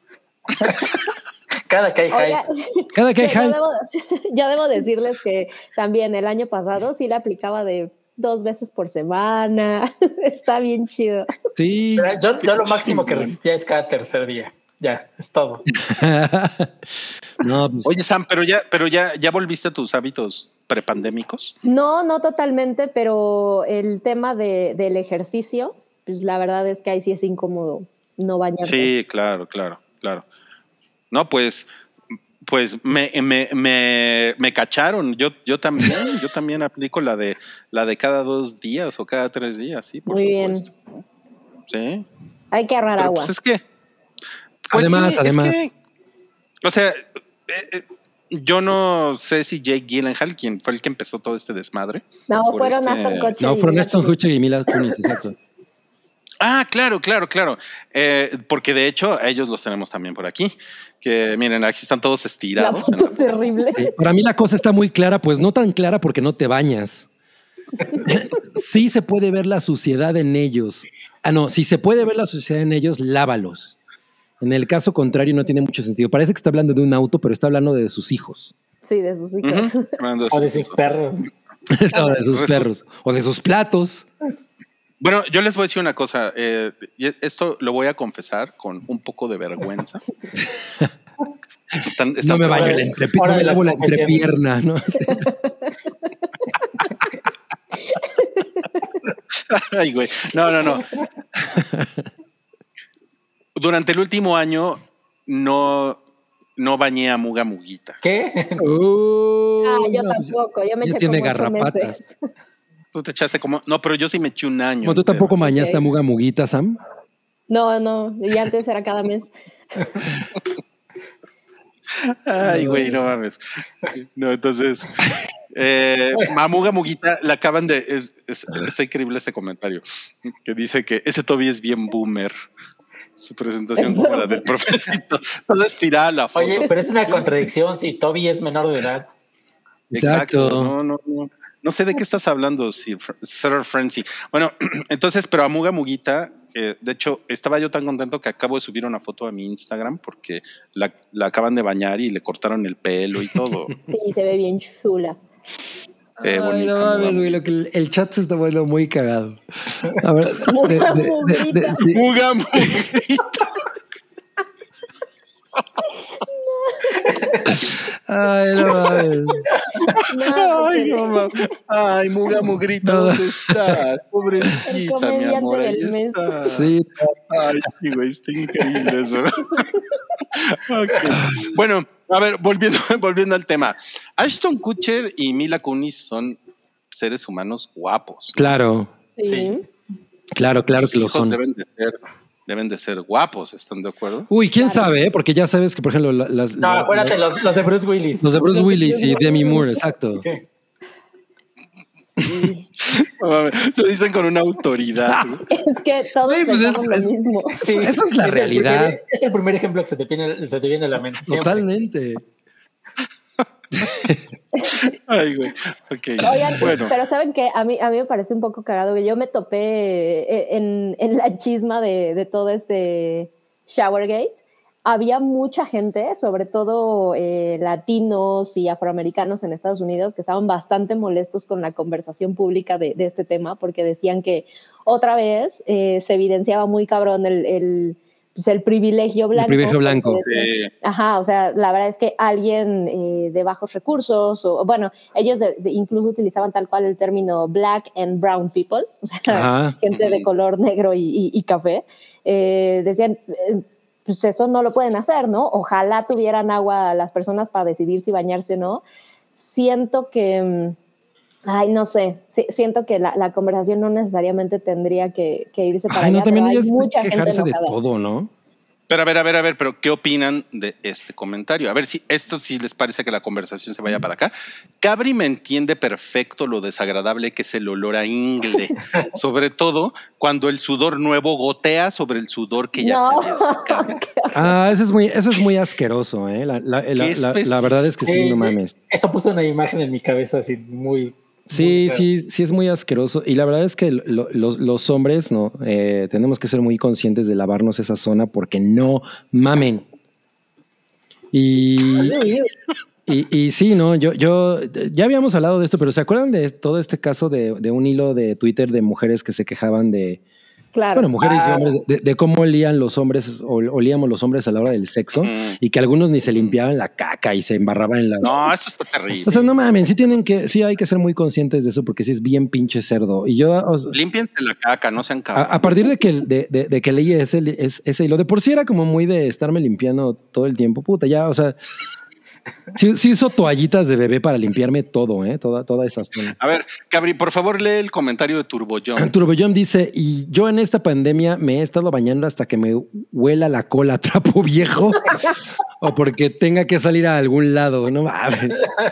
Cada que hay Oiga, hype. Cada que hay yo, yo hype. debo, yo debo decirles que también el año pasado sí la aplicaba de dos veces por semana. Está bien chido. Sí. Pero Yo, yo lo máximo que chingón. resistía es cada tercer día. Ya, es todo. No, pues, Oye, Sam, pero ya, pero ya, ya volviste a tus hábitos prepandémicos. No, no totalmente, pero el tema de, del ejercicio, pues la verdad es que ahí sí es incómodo no bañarse. Sí, claro, claro, claro. No, pues, pues me, me, me, me cacharon. Yo, yo también, yo también aplico la de la de cada dos días o cada tres días, sí, por Muy bien. supuesto. Sí. Hay que ahorrar Pero agua. pues es que. Pues Además, sí, además. Es que, o sea, eh, eh, yo no sé si Jake Gyllenhaal, quien fue el que empezó todo este desmadre. No, por fueron este- Aston Kutcher. no, y fueron Mila Ashton Kunis. Kutcher y Mila Kunis, exacto. Ah, claro, claro, claro. Eh, porque de hecho, a ellos los tenemos también por aquí. Que miren, aquí están todos La estirados. en foto la es terrible. Sí, para mí la cosa está muy clara, pues no tan clara porque no te bañas. Sí se puede ver la suciedad en ellos. Ah, no, si se puede ver la suciedad en ellos, lávalos. En el caso contrario no tiene mucho sentido. Parece que está hablando de un auto, pero está hablando de sus hijos. Sí, de sus hijos. Ujú. Hablando de O de sus sus hijos. perros. o de sus Resu- perros. O de sus platos. Bueno, yo les voy a decir una cosa. eh, y esto lo voy a confesar con un poco de vergüenza. Están, están No me baño preparados. la entrepi- Hora no me de las lavo la confesiones. entrepierna, ¿no? Ay, güey. No, no, no. Durante el último año no, no bañé a Muga Muguita. ¿Qué? Uh, Ah, yo no, pues, tampoco. Yo me ya eché tiene como ocho garrapatas. meses. Tú te echaste como. No, pero yo sí me eché un año. ¿Cómo tú entero, tampoco así. bañaste a Ok. Muga Muguita, Sam? No, no. Y antes era cada mes. Ay, güey, no mames. No, entonces, eh, Mamuga Muguita le acaban de. Es, es- está increíble este comentario que dice que ese Toby es bien boomer. Su presentación como la del profesito. Toda estirada la foto. Oye, pero es una contradicción si Toby es menor de edad. Exacto. Exacto. No, no, no. No sé de qué estás hablando, Sir Sir Frenzy. Bueno, entonces, pero a Muga Muguita, eh, de hecho, estaba yo tan contento que acabo de subir una foto a mi Instagram porque la, la acaban de bañar y le cortaron el pelo y todo. Sí, se ve bien chula. Eh, Ay, bonita, no Muga mames, güey, Muguita. lo que el, el chat se está volviendo muy cagado. A ver, Muga Muguita. sí. Muga Muguita. Ay, no mames. No, Ay, porque no mames. Ay, Muga Mugrita, No. ¿dónde estás? el Pobrecita, mi comediante amor. Ahí del mes. está. Sí, Ay, sí, güey, está increíble eso. Ok. Bueno, a ver, volviendo, volviendo al tema. Ashton Kutcher y Mila Kunis son seres humanos guapos. claro, Sí. Sí. claro, claro Sus que lo hijos son. deben de ser, deben de ser guapos, ¿están de acuerdo? Uy, quién sabe, ¿eh? Porque ya sabes que, por ejemplo, la- las, No, la- acuérdate, los, los de Bruce Willis. los de Bruce Willis y Demi Moore, exacto. Sí. Sí. No mames, lo dicen con una autoridad. ¿no? Es que todos Güey, pues es- pensamos es- lo mismo. Sí. Eso es la el realidad. primer- es el primer ejemplo que se te viene, se te viene a la mente. Siempre. Totalmente. Ay, güey. Ok. Oigan, Bueno, pero saben que a mí, a mí me parece un poco cagado que yo me topé eh, en, en la chisma de, de todo este Showergate. Había mucha gente, sobre todo eh, latinos y afroamericanos en Estados Unidos, que estaban bastante molestos con la conversación pública de, de este tema, porque decían que otra vez eh, se evidenciaba muy cabrón el, el pues, el privilegio blanco. El privilegio blanco. Sí. Ajá, o sea, la verdad es que alguien eh, de bajos recursos, o bueno, ellos de, de, incluso utilizaban tal cual el término black and brown people, o sea, Ajá. gente de color negro y, y, y café, eh, decían, eh, pues eso no lo pueden hacer, ¿no? Ojalá tuvieran agua las personas para decidir si bañarse o no. Siento que, ay, no sé, siento que la, la conversación no necesariamente tendría que, que irse para Ay, no, allá, también pero hay ellas mucha gente quejarse de enojada. todo, ¿no? Pero a ver, a ver, a ver, pero ¿qué opinan de este comentario? A ver si esto sí les parece que la conversación se vaya para acá. Cabri me entiende perfecto lo desagradable que es el olor a ingle, sobre todo cuando el sudor nuevo gotea sobre el sudor que ya No. se había secado. Ah, eso es muy, eso es muy asqueroso, ¿eh? La, la, la, la, la verdad es que sí, Sí, no mames. Eso puso una imagen en mi cabeza así muy... Sí, muy sí, sí es muy asqueroso. Y la verdad es que lo, los, los hombres, ¿no? Eh, tenemos que ser muy conscientes de lavarnos esa zona porque no mamen. Y, y, y sí, ¿no? Yo, yo ya habíamos hablado de esto, pero ¿se acuerdan de todo este caso de, de un hilo de Twitter de mujeres que se quejaban de... Claro. Bueno, mujeres Ah. y hombres, de, de cómo olían los hombres, o olíamos los hombres a la hora del sexo, Mm. y que algunos ni se limpiaban la caca y se embarraban en la... No, eso está terrible. O sea, no mames, sí tienen que, sí hay que ser muy conscientes de eso porque sí es bien pinche cerdo. Y yo, o sea, Límpiense la caca, no sean a, cabrones. a partir de que, de, de, de que leí ese, es, ese hilo, de por sí era como muy de estarme limpiando todo el tiempo, puta, ya, o sea, sí, sí uso toallitas de bebé para limpiarme todo, ¿eh? Toda, toda esa zona. A ver, Cabri, por favor, lee el comentario de Turbo John. Turbojam dice, y yo en esta pandemia me he estado bañando hasta que me huela la cola a trapo viejo o porque tenga que salir a algún lado, no mames.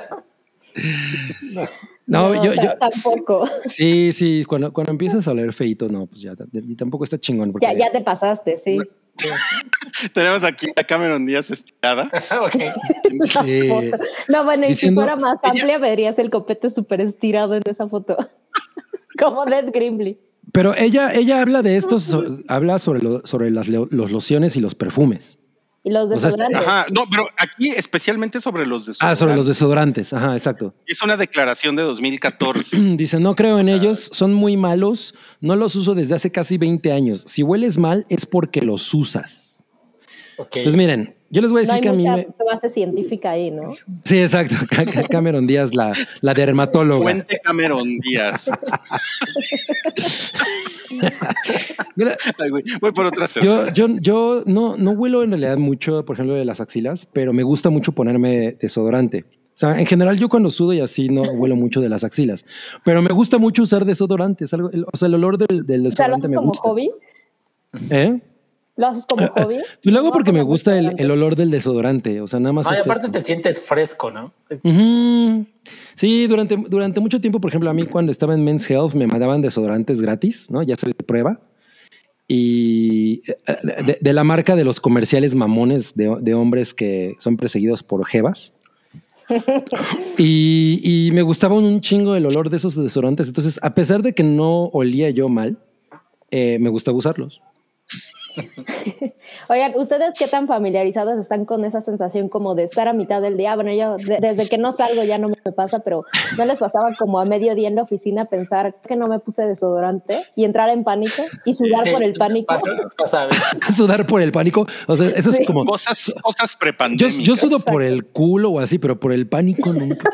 No, No, yo, yo tampoco. Sí, sí, cuando, cuando empiezas a oler feito, no, pues ya, y tampoco está chingón. Porque Ya, ya te pasaste, sí. Tenemos aquí a Cameron Díaz estirada. Okay. Sí. No, bueno, y Diciendo- si fuera más amplia, verías el copete súper estirado en esa foto. Como Dead Grimley. Pero ella, ella habla de esto, so- habla sobre, lo- sobre las, leo- los lociones y los perfumes. Y los O sea, desodorantes. Ajá, no, pero aquí especialmente sobre los desodorantes. Ah, sobre los desodorantes, ajá, exacto. Es una declaración de dos mil catorce. Dice, no creo en O sea- ellos, son muy malos, no los uso desde hace casi veinte años. Si hueles mal es porque los usas. Okay. Pues miren, yo les voy a No decir hay que a mí mucha me... base científica ahí, ¿no? Sí, exacto. Ca- Ca- Cameron Díaz, la, la dermatóloga. Fuente Cameron Díaz. Mira, Ay, güey, voy por otra cerveza. yo yo, yo no, no huelo en realidad mucho, por ejemplo, de las axilas, pero me gusta mucho ponerme desodorante. O sea, en general yo cuando sudo y así no huelo mucho de las axilas, pero me gusta mucho usar desodorante. Es algo, el- o sea, el olor del, del O sea, ¿lo desodorante haces me como gusta. hobby? ¿Eh? ¿Lo haces como hobby? Pues lo hago No, porque me como gusta el, desodorante. el olor del desodorante. O sea, nada más No, y es aparte esto. te sientes fresco, ¿no? Es- Ujú. Sí, durante, durante mucho tiempo, por ejemplo, a mí cuando estaba en Men's Health me mandaban desodorantes gratis, ¿no? Ya soy de prueba. Y eh, de, de la marca de los comerciales mamones de, de hombres que son perseguidos por jevas. Y, y me gustaba un chingo el olor de esos desodorantes. Entonces, a pesar de que no olía yo mal, eh, me gustaba usarlos. Oigan, ¿ustedes qué tan familiarizados están con esa sensación como de estar a mitad del día? Bueno, yo de- desde que no salgo ya no me pasa, pero ¿no les pasaba como a mediodía en la oficina pensar que no me puse desodorante y entrar en pánico y sudar Sí, por el pánico? Pasa, pasa a veces. Sudar por el pánico. O sea, eso Sí. es como... Cosas, cosas Yo, prepandémicas. yo sudo por el culo o así, pero por el pánico nunca.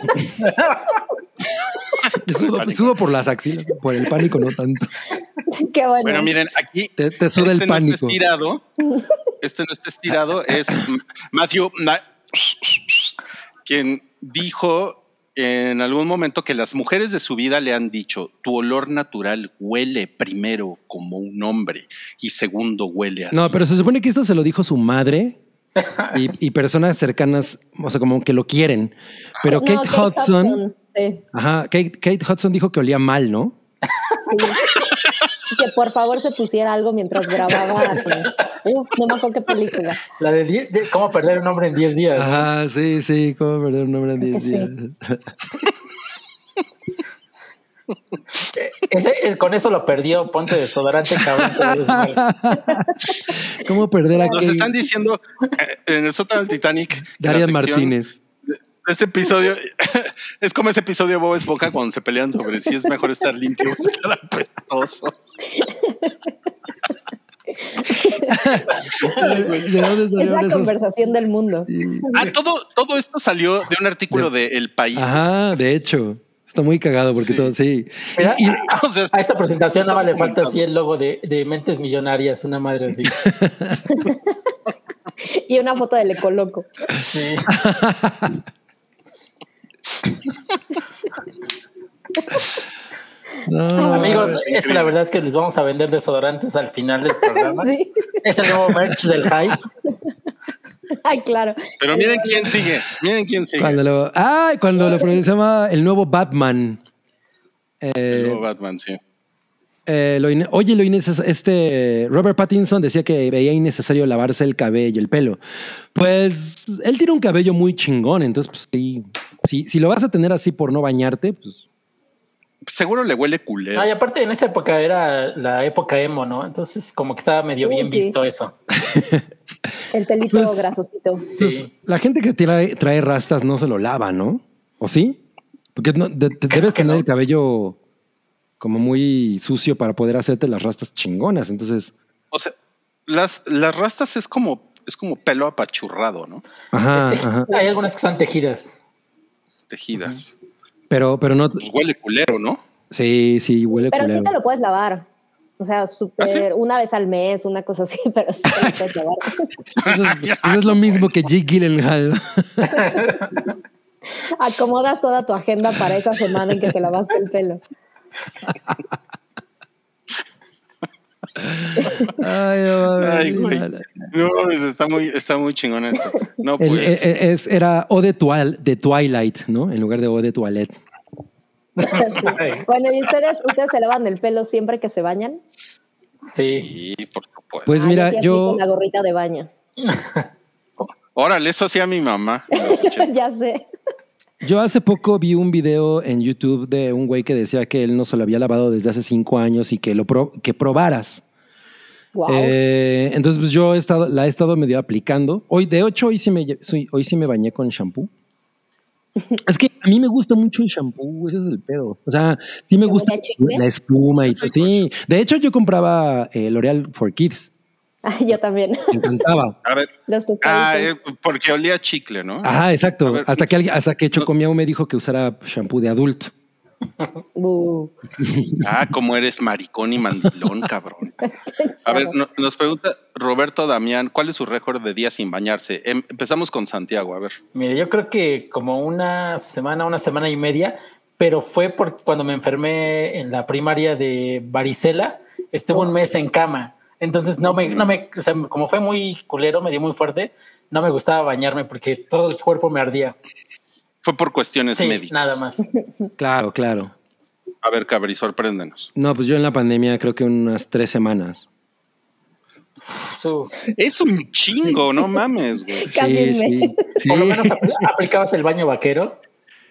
sudo, sudo por las axilas, por el pánico no tanto. Qué bueno. Bueno, miren, aquí Te- te suda el este no pánico. está estirado. Este no está estirado. Es Matthew, Na- quien dijo en algún momento que las mujeres de su vida le han dicho: tu olor natural huele primero como un hombre y segundo huele a... No, pero se supone que esto se lo dijo su madre y, y personas cercanas, o sea, como que lo quieren. Pero No, Kate, Hudson, sí, ajá, Kate, Kate Hudson dijo que olía mal, ¿no? sí. Que por favor se pusiera algo mientras grababa. Uf, no me acuerdo qué película. La de, die- de cómo perder un hombre en diez días. ¿no? Ajá, sí, sí, cómo perder un nombre en diez Sí. días. Ese, eh, con eso lo perdió. Ponte desodorante, cabrón. te ves mal. ¿Cómo perder a Nos Kate? están diciendo eh, en el sótano del Titanic que la Darian sección Martínez. de Este episodio es como ese episodio de Bob Esponja cuando se pelean sobre si es mejor estar limpio o estar apestoso. ¿De dónde Es salieron la esos? conversación del mundo. Ah, todo, todo esto salió de un artículo de El País. Ajá, de hecho. Está muy cagado porque Sí. todo, sí. Mira, Y- y- O sea, a esta presentación está nada más le falta documentado. así el logo de, de Mentes Millonarias, una madre así. Y una foto del Ecoloco. Sí. no, Amigos, es que la verdad es que les vamos a vender desodorantes al final del programa. Sí. Es el nuevo merch del hype. Ay, claro. Pero miren quién sigue. Miren quién sigue. cuando lo, ah, cuando lo se llama el nuevo Batman. El Eh, nuevo Batman, sí. eh, lo ine- oye, lo inneces- este Robert Pattinson decía que veía innecesario lavarse el cabello, el pelo. Pues él tiene un cabello muy chingón, entonces pues sí, sí, si lo vas a tener así por no bañarte, pues Seguro le huele culero. No, y aparte en esa época era la época emo, ¿no? Entonces como que estaba medio Uy, bien sí. visto eso. El pelito Pues- grasosito. Sí. la gente que trae, trae rastas no se lo lava, ¿no? ¿O sí? Porque no, de- te- Creo debes que tener no. el cabello como muy sucio para poder hacerte las rastas chingonas. Entonces, O sea, las, las rastas es como, es como pelo apachurrado, ¿no? ajá, Este, ajá. hay algunas que son tejidas. Tejidas. Pero, pero no. Pues huele culero, ¿no? Sí, sí, huele Pero sí culero. te lo puedes lavar. O sea, súper, ¿Ah, sí? una vez al mes, una cosa así, pero sí te lo puedes lavar. Eso es, eso es lo mismo que Jake Gyllenhaal. Acomodas toda tu agenda para esa semana en que te lavaste el pelo. Ay, no mames, Ay, güey. mala. No, pues está muy, está muy chingón esto. No, El- pues. eh, eh, es- era O de, Twil- de Twilight, ¿no? En lugar de O de Toilette. Sí. Bueno, ¿y ustedes, ustedes se lavan el pelo siempre que se bañan? Sí. Sí, por supuesto. Pues Ah, mira, sí yo. aplico la gorrita de baño. Órale, eso hacía mi mamá. en los ochenta. Ya sé. Yo hace poco vi un video en YouTube de un güey que decía que él no se lo había lavado desde hace cinco años y que lo pro- que probaras. Wow. Eh, entonces, pues yo he estado, la he estado medio aplicando. Hoy, de hecho, hoy sí me, soy- hoy sí me bañé con shampoo. Es que a mí me gusta mucho el shampoo, ese es el pedo. O sea, sí me ¿Te gusta huele a chicle? la espuma y todo. Sí, de hecho yo compraba eh, L'Oreal for Kids. Ay, yo también. Me encantaba. A ver. Los Ah, pescaditos. eh, porque olía chicle, ¿no? Ajá, exacto. A ver. hasta que alguien, hasta que Chocomiao me dijo que usara shampoo de adulto. Uh. Ah, como eres maricón y mandilón, cabrón. A ver, no- nos pregunta Roberto Damián, ¿cuál es su récord de días sin bañarse? Em- empezamos con Santiago, a ver. Mire, yo creo que como una semana, una semana y media, pero fue por cuando me enfermé en la primaria de varicela, estuve un mes en cama. Entonces no me, no me, o sea, como fue muy culero, me dio muy fuerte, no me gustaba bañarme porque todo el cuerpo me ardía. Fue por cuestiones Sí, médicas. nada más. Claro, claro. A ver, Cabri, sorpréndenos. No, pues yo en la pandemia creo que unas tres semanas. Su- Es un chingo, no mames, güey. Casi Sí, un sí. mes. sí. Por lo menos apl- aplicabas el baño vaquero.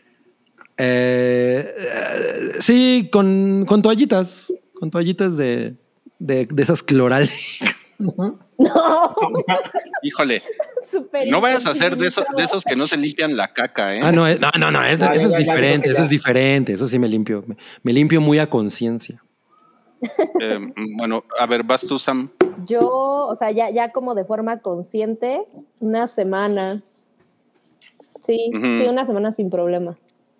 Eh, eh, sí, con, con toallitas. Con toallitas de, de, de esas clorales. No, Híjole, súper no vayas a hacer de, intenso. esos de esos que no se limpian la caca, ¿eh? Ah, no, eh, no, no, no, es- Ah, eso ya, es ya, ya, diferente, creo que eso ya. es diferente, eso sí me limpio, me, me limpio muy a conciencia. Eh, bueno, a ver, vas tú, Sam. Yo, o sea, ya, ya como de forma consciente, una semana. Sí, Ujú. sí, una semana sin problema.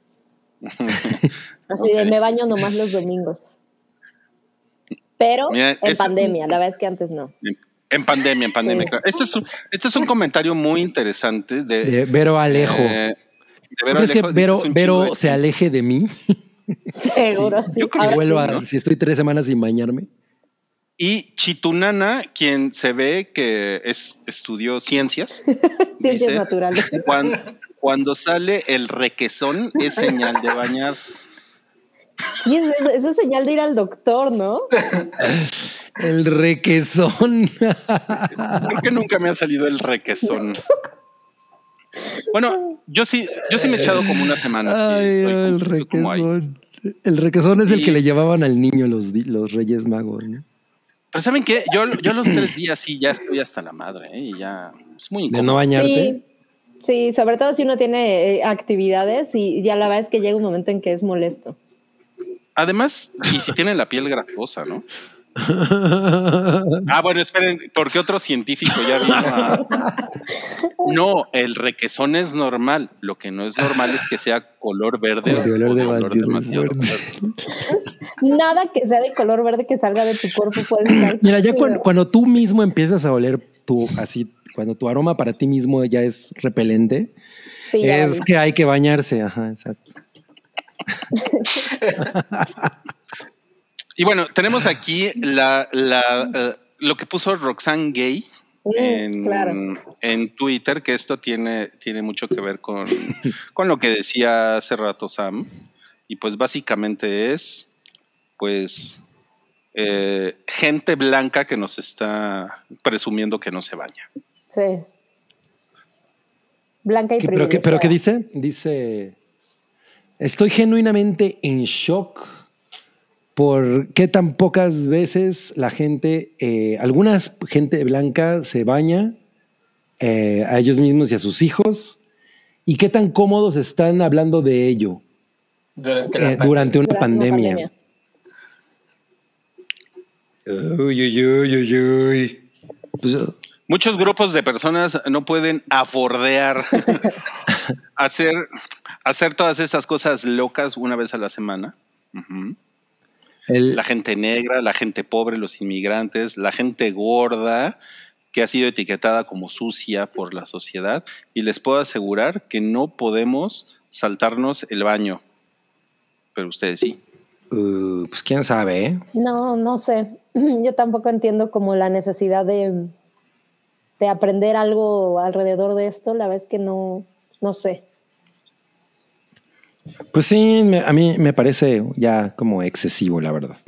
Así de Ok. me baño nomás los domingos. Pero Mira, en este- pandemia, la verdad es que antes no. En pandemia, en pandemia, Sí. claro. Este es, un, este es un comentario muy interesante de, De Vero Alejo. eh, de ¿Tú Vero crees que Alejo. Vero, Dices un Vero chingo de- se aleje de mí? Seguro, sí. yo creo que Ahora Vuelvo sí. a, ¿no? si estoy tres semanas sin bañarme. Y Chitunana, quien se ve que es, estudió ciencias, Ciencias dice, naturales. cuando, cuando sale el requesón es señal de bañar. Sí, es- eso, eso es señal de ir al doctor, ¿no? El requesón. ¿Por qué nunca me ha salido el requesón? Bueno, yo sí, yo sí me he echado como una semana. sí, Ay, estoy como- el estoy como ahí. requesón. El requesón es el Y- que le llevaban al niño los, di- los Reyes Magos, ¿no? Pero ¿saben qué? Yo, yo a los tres días sí ya estoy hasta la madre, ¿eh? Y ya es muy De incómodo. no bañarte. Sí, sí, sobre todo si uno tiene eh, actividades y ya la verdad es que llega un momento en que es molesto. Además, y si tiene la piel grasosa, ¿no? Ah, bueno, esperen, porque otro científico ya vino a... No, el requesón es normal. Lo que no es normal es que sea color verde De o olor o de demasiado olor demasiado fuerte. fuerte. Nada que sea de color verde que salga de tu cuerpo puede estar Mira, ya chido. cuando, cuando tú mismo empiezas a oler tu, así, cuando tu aroma para ti mismo ya es repelente, Sí, ya es valí. que hay que bañarse. Ajá, exacto. Y bueno, tenemos aquí la, la, eh, lo que puso Roxanne Gay Mm, en, claro. en Twitter, que esto tiene, tiene mucho que ver con, con lo que decía hace rato Sam. Y pues básicamente es, pues, eh, gente blanca que nos está presumiendo que no se baña. Sí. Blanca y ¿Qué- pero, qué, ¿Pero qué privilegiada. dice? Dice, estoy genuinamente en shock por qué tan pocas veces la gente, eh, algunas gente blanca se baña eh, a ellos mismos y a sus hijos y qué tan cómodos están hablando de ello Durante la eh, durante una Durante una pandemia. pandemia. Uy, uy, uy, uy, uy. Pues, Muchos grupos de personas no pueden abordear hacer, hacer todas estas cosas locas una vez a la semana. Ujú. el, La gente negra, la gente pobre, los inmigrantes, la gente gorda que ha sido etiquetada como sucia por la sociedad, y les puedo asegurar que no podemos saltarnos el baño, pero ustedes sí. uh, pues quién sabe, ¿eh? No, no sé. Yo tampoco entiendo como la necesidad de, de aprender algo alrededor de esto. La verdad es que no, no sé. Pues sí, me- a mí me parece ya como excesivo, la verdad.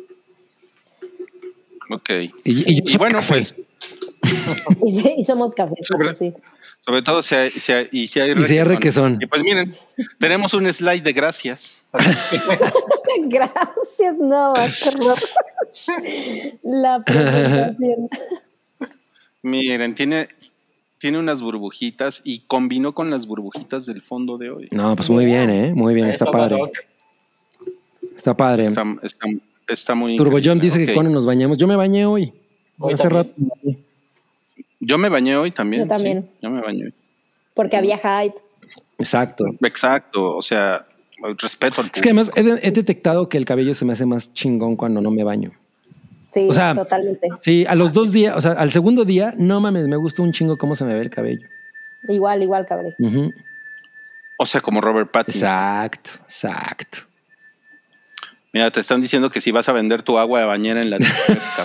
Ok. Y, y yo Y soy bueno, café. pues, Y, sí- y somos cafés, Sobre- sí. sobre todo si hay, si hay- y si hay Y si hay requesón. requesón. Y pues miren, tenemos un slide de gracias. Gracias, no, qué horror. La presentación. Miren, tiene, tiene unas burbujitas y combinó con las burbujitas del fondo de hoy. No, pues muy bien, ¿eh? Muy bien, está Todo padre. doc. Está padre. Está, está, está muy Turbo John increíble. dice que Ok. cuando nos bañamos. Yo me bañé hoy. Hoy Hace también. rato. me bañé. Yo me bañé hoy también. Yo también. Sí, yo me bañé hoy. Porque había hype. Exacto. Exacto, o sea, respeto al público. Es que además he, de- he detectado que el cabello se me hace más chingón cuando no me baño. Sí, O sea, totalmente. Sí, a los dos días, o sea, al segundo día, no mames, me gusta un chingo cómo se me ve el cabello. Igual, igual, cabrón. Ujú. O sea, como Robert Pattinson. Exacto, exacto. Mira, te están diciendo que si vas a vender tu agua de bañera en la discoteca.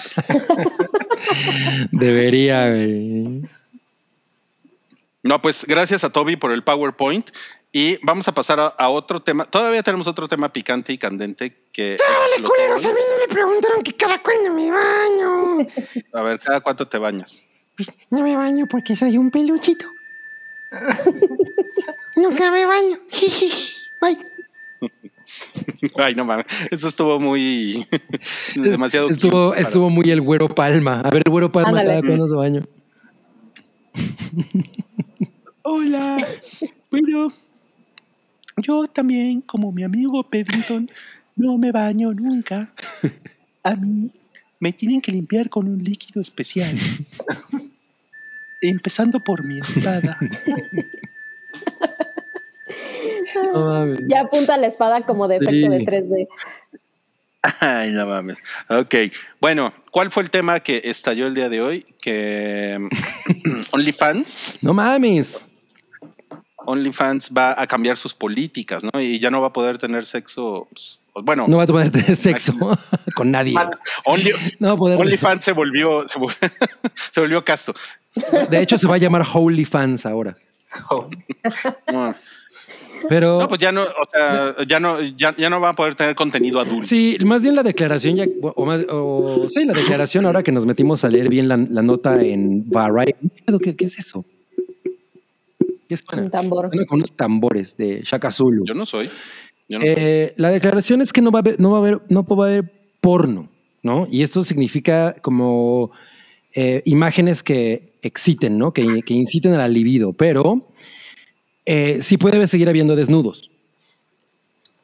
Debería, güey. No, pues gracias a Toby por el PowerPoint. Y vamos a pasar a, a otro tema. Todavía tenemos otro tema picante y candente que ¡Órale, explotó culeros! hoy. A mí no me preguntaron que cada cuándo me baño. A ver, ¿cada cuánto te bañas? Pues no me baño porque soy un peluchito. Nunca me baño. Bye. Ay, no mames. Eso estuvo muy... demasiado... Estuvo, cute para- estuvo muy el güero Palma. A ver, el güero Palma, Ándale. cada cuándo se baño. Hola. Bueno, yo también, como mi amigo Paddington, no me baño nunca. A mí me tienen que limpiar con un líquido especial. Empezando por mi espada. No mames. Ya apunta la espada como de efecto Sí. de tres D. Ay, no mames. Ok. Bueno, ¿cuál fue el tema que estalló el día de hoy? Que OnlyFans, No mames. OnlyFans va a cambiar sus políticas, ¿no? Y ya no va a poder tener sexo. Pues, bueno, No va a poder tener sexo con nadie. Mat- Only- No va a poder. OnlyFans se volvió, se volvió, se volvió casto. De hecho, se va a llamar Holy Fans ahora. No, Pero no, pues ya no, o sea, ya no, ya, ya no va a poder tener contenido adulto. sí, más bien la declaración ya, o más, o, sí, la declaración ahora que nos metimos a leer bien la, la nota en Variety. ¿Qué, qué es eso? ¿Qué suena? Un tambor. Suena con unos tambores de Shaka Zulu. Yo no soy. Yo no soy. Eh, la declaración es que no va a haber, no va a haber, no va a haber porno, ¿no? Y esto significa como eh, imágenes que exciten, ¿no? Que, que inciten a la libido, pero eh, sí puede seguir habiendo desnudos.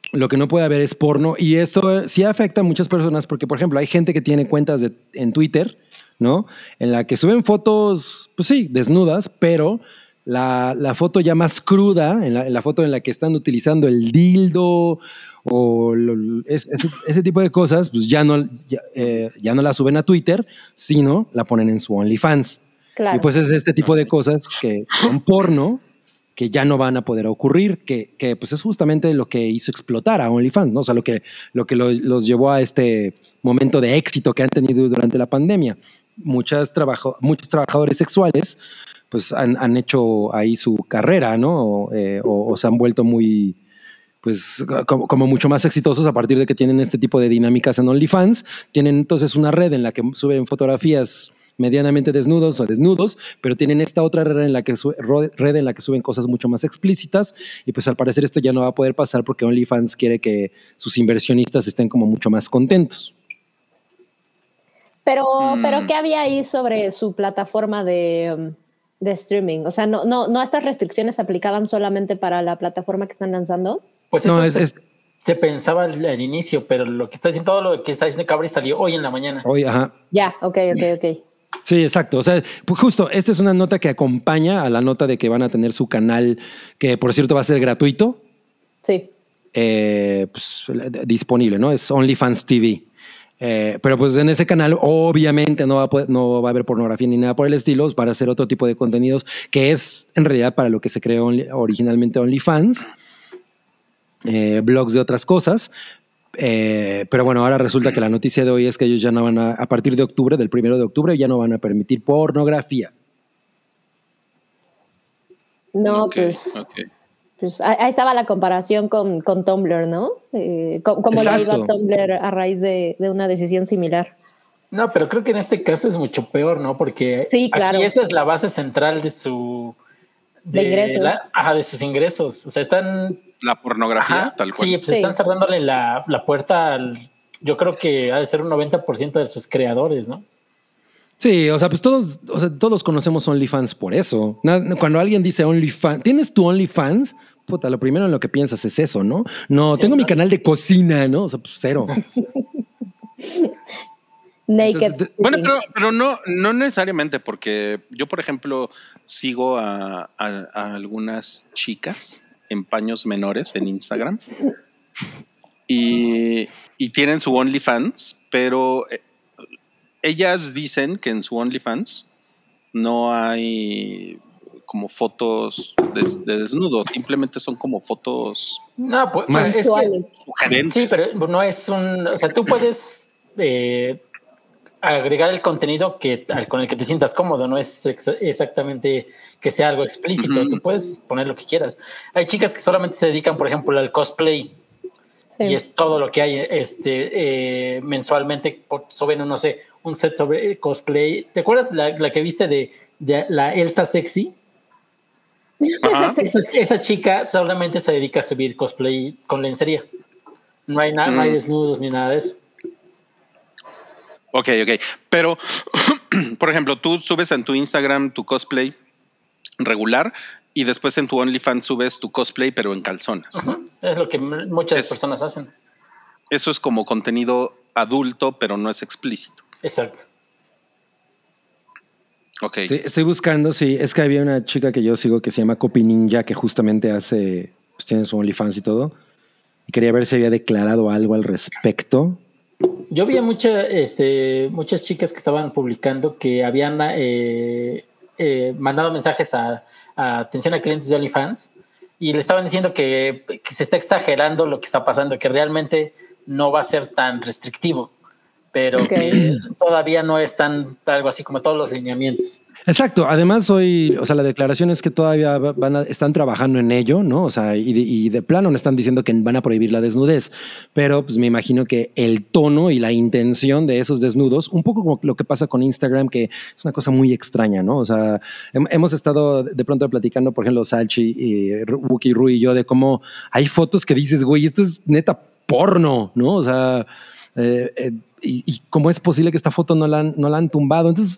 lo que no puede haber es porno, y esto sí afecta a muchas personas porque, por ejemplo, hay gente que tiene cuentas de, en Twitter, ¿no? En la que suben fotos, pues sí, desnudas, pero la, la foto ya más cruda, en la, en la foto en la que están utilizando el dildo o lo, es, ese, ese tipo de cosas, pues ya no, ya, eh, ya no la suben a Twitter, sino la ponen en su OnlyFans. Claro. Y pues es este tipo de cosas que son porno, que ya no van a poder ocurrir, que, que pues es justamente lo que hizo explotar a OnlyFans, ¿no? O sea, lo que, lo que lo, los llevó a este momento de éxito que han tenido durante la pandemia. Muchas trabajo, muchos trabajadores sexuales pues han, han hecho ahí su carrera, ¿no? O, eh, o, o se han vuelto muy, pues como, como mucho más exitosos a partir de que tienen este tipo de dinámicas en OnlyFans. Tienen entonces una red en la que suben fotografías medianamente desnudos o desnudos, pero tienen esta otra red en la que su, red en la que suben cosas mucho más explícitas, y pues al parecer esto ya no va a poder pasar porque OnlyFans quiere que sus inversionistas estén como mucho más contentos. Pero, Mm. pero ¿qué había ahí sobre su plataforma de, um, de streaming? O sea, no, no, no estas restricciones se aplicaban solamente para la plataforma que están lanzando. Pues No, eso es, se, es se pensaba al, al inicio, pero lo que está diciendo, todo lo que está diciendo Cabri salió hoy en la mañana. hoy, ajá. Ya, ok, ok, ok. Sí, exacto. O sea, pues justo, esta es una nota que acompaña a la nota de que van a tener su canal, que por cierto va a ser gratuito, Sí. eh, pues, disponible, ¿no? Es OnlyFans T V. Eh, pero pues en ese canal obviamente no va, a poder, no va a haber pornografía ni nada por el estilo, para hacer otro tipo de contenidos que es en realidad para lo que se creó originalmente OnlyFans, eh, blogs de otras cosas. Eh, pero bueno, ahora resulta que la noticia de hoy es que ellos ya no van a, a partir de octubre, del primero de octubre, ya no van a permitir pornografía. No, Ok, pues, ok. pues ahí ahí estaba la comparación con, con Tumblr, ¿no? Eh, ¿Cómo, cómo le iba a Exacto. Tumblr a raíz de, de una decisión similar? No, pero creo que en este caso es mucho peor, ¿no? Porque Sí, claro. aquí esta es la base central de su... De ingresos. la- ajá, de sus ingresos. O sea, están... La pornografía, Ajá, tal cual. sí, pues Sí. están cerrándole la, la puerta al... Yo creo que ha de ser un noventa por ciento de sus creadores, ¿no? Sí, o sea, pues todos, o sea, todos conocemos OnlyFans por eso. Na- Cuando alguien dice OnlyFans, ¿tienes tu OnlyFans? Puta, lo primero en lo que piensas es eso, ¿no? No, Sí, tengo mi claro. canal de cocina, ¿no? O sea, pues cero. Naked. Entonces, de- Bueno, cooking. pero, pero no, no necesariamente, porque yo, por ejemplo, sigo a, a- a algunas chicas en paños menores en Instagram y, y tienen su OnlyFans, pero eh, ellas dicen que en su OnlyFans no hay como fotos de, de desnudo, simplemente son como fotos No, pues Más- es que... Visuales. sugerentes. Sí, pero no es un... O sea, tú puedes eh, agregar el contenido que, al- con el que te sientas cómodo, no es ex- exactamente que sea algo explícito. Ujú. Tú puedes poner lo que quieras. Hay chicas que solamente se dedican, por ejemplo, al cosplay. Sí. Y es todo lo que hay este eh, mensualmente. por- Suben, un, no sé, un set sobre cosplay. ¿Te acuerdas la, la que viste de, de la Elsa Sexy? Ajá. Esa, esa chica solamente se dedica a subir cosplay con lencería. No hay, nada, no hay Mm. desnudos ni nada de eso. Ok, ok. Pero, por ejemplo, tú subes en tu Instagram tu cosplay regular y después en tu OnlyFans subes tu cosplay pero en calzones. Ujú. Es lo que m- muchas Es- personas hacen. Eso es como contenido adulto, pero no es explícito. Exacto. Ok. Sí, estoy buscando, sí, es que había una chica que yo sigo que se llama Copy Ninja, que justamente hace, pues tiene su OnlyFans y todo. Y quería ver si había declarado algo al respecto. Yo vi a mucha, este, muchas chicas que estaban publicando que habían eh, eh, mandado mensajes a, a atención a clientes de OnlyFans y le estaban diciendo que, que se está exagerando lo que está pasando, que realmente no va a ser tan restrictivo, pero Ok. que todavía no es tan algo así como todos los lineamientos. Exacto. Además, hoy, o sea, la declaración es que todavía van a- están trabajando en ello, ¿no? O sea, y de, y de plano no están diciendo que van a prohibir la desnudez, pero pues me imagino que el tono y la intención de esos desnudos, un poco como lo que pasa con Instagram, que es una cosa muy extraña, ¿no? O sea, hem- hemos estado de pronto platicando, por ejemplo, Salchi y Wookie, Rui y yo, de cómo hay fotos que dices, güey, esto es neta porno, ¿no? O sea, eh, eh, y, y cómo es posible que esta foto no la han, no la han tumbado. Entonces,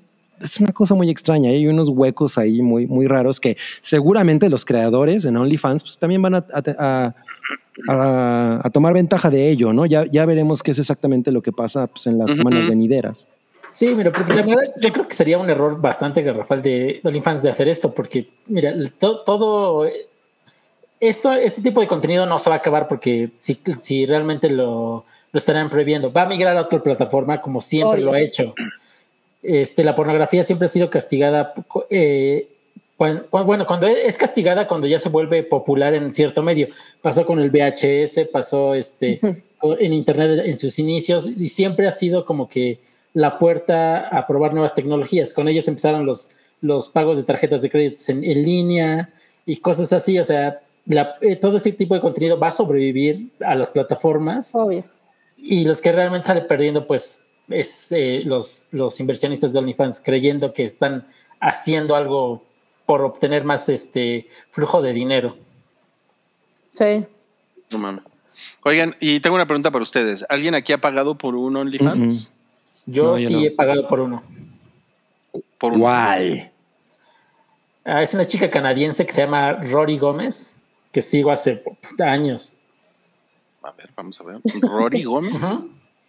es una cosa muy extraña. Hay unos huecos ahí muy, muy raros que seguramente los creadores en OnlyFans pues, también van a, a, a, a tomar ventaja de ello, ¿no? Ya, ya veremos qué es exactamente lo que pasa pues, en las semanas venideras. Sí, mira, porque la verdad yo creo que sería un error bastante garrafal de, de OnlyFans de hacer esto, porque mira, to, todo esto, este tipo de contenido no se va a acabar porque si, si realmente lo, lo estarán prohibiendo, va a migrar a otra plataforma como siempre Oye. lo ha hecho. Este, la pornografía siempre ha sido castigada, eh, cuando, bueno, cuando es castigada cuando ya se vuelve popular en cierto medio. Pasó con el V H S, pasó este, en internet en sus inicios y siempre ha sido como que la puerta a probar nuevas tecnologías. Con ellos empezaron los, los pagos de tarjetas de créditos en, en línea y cosas así. O sea, la, eh, todo este tipo de contenido va a sobrevivir a las plataformas. Obvio. Y los que realmente salen perdiendo, pues, es eh, los, los inversionistas de OnlyFans creyendo que están haciendo algo por obtener más este flujo de dinero. Sí. No mames. Oigan, y tengo una pregunta para ustedes. ¿Alguien aquí ha pagado por un OnlyFans? Uh-uh. Yo, no, yo sí no. he pagado por uno. ¿Por ¿Cuál? Ah, es una chica canadiense que se llama Rory Gómez, que sigo hace años. A ver, vamos a ver. Rory Gómez. Uh-huh.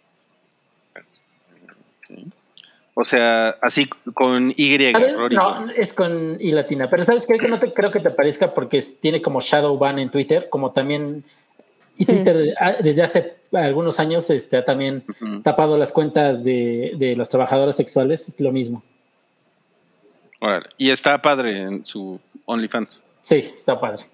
Okay. O sea, así con Y. Ver, Rory no, Gómez. Es con I latina. Pero ¿sabes qué? Que no te, creo que te aparezca porque es, tiene como shadow ban en Twitter, como también... Y Twitter uh-huh. desde hace algunos años este, ha también uh-huh. tapado las cuentas de, de las trabajadoras sexuales. Es lo mismo. Órale. Y está padre en su OnlyFans. Sí, está padre.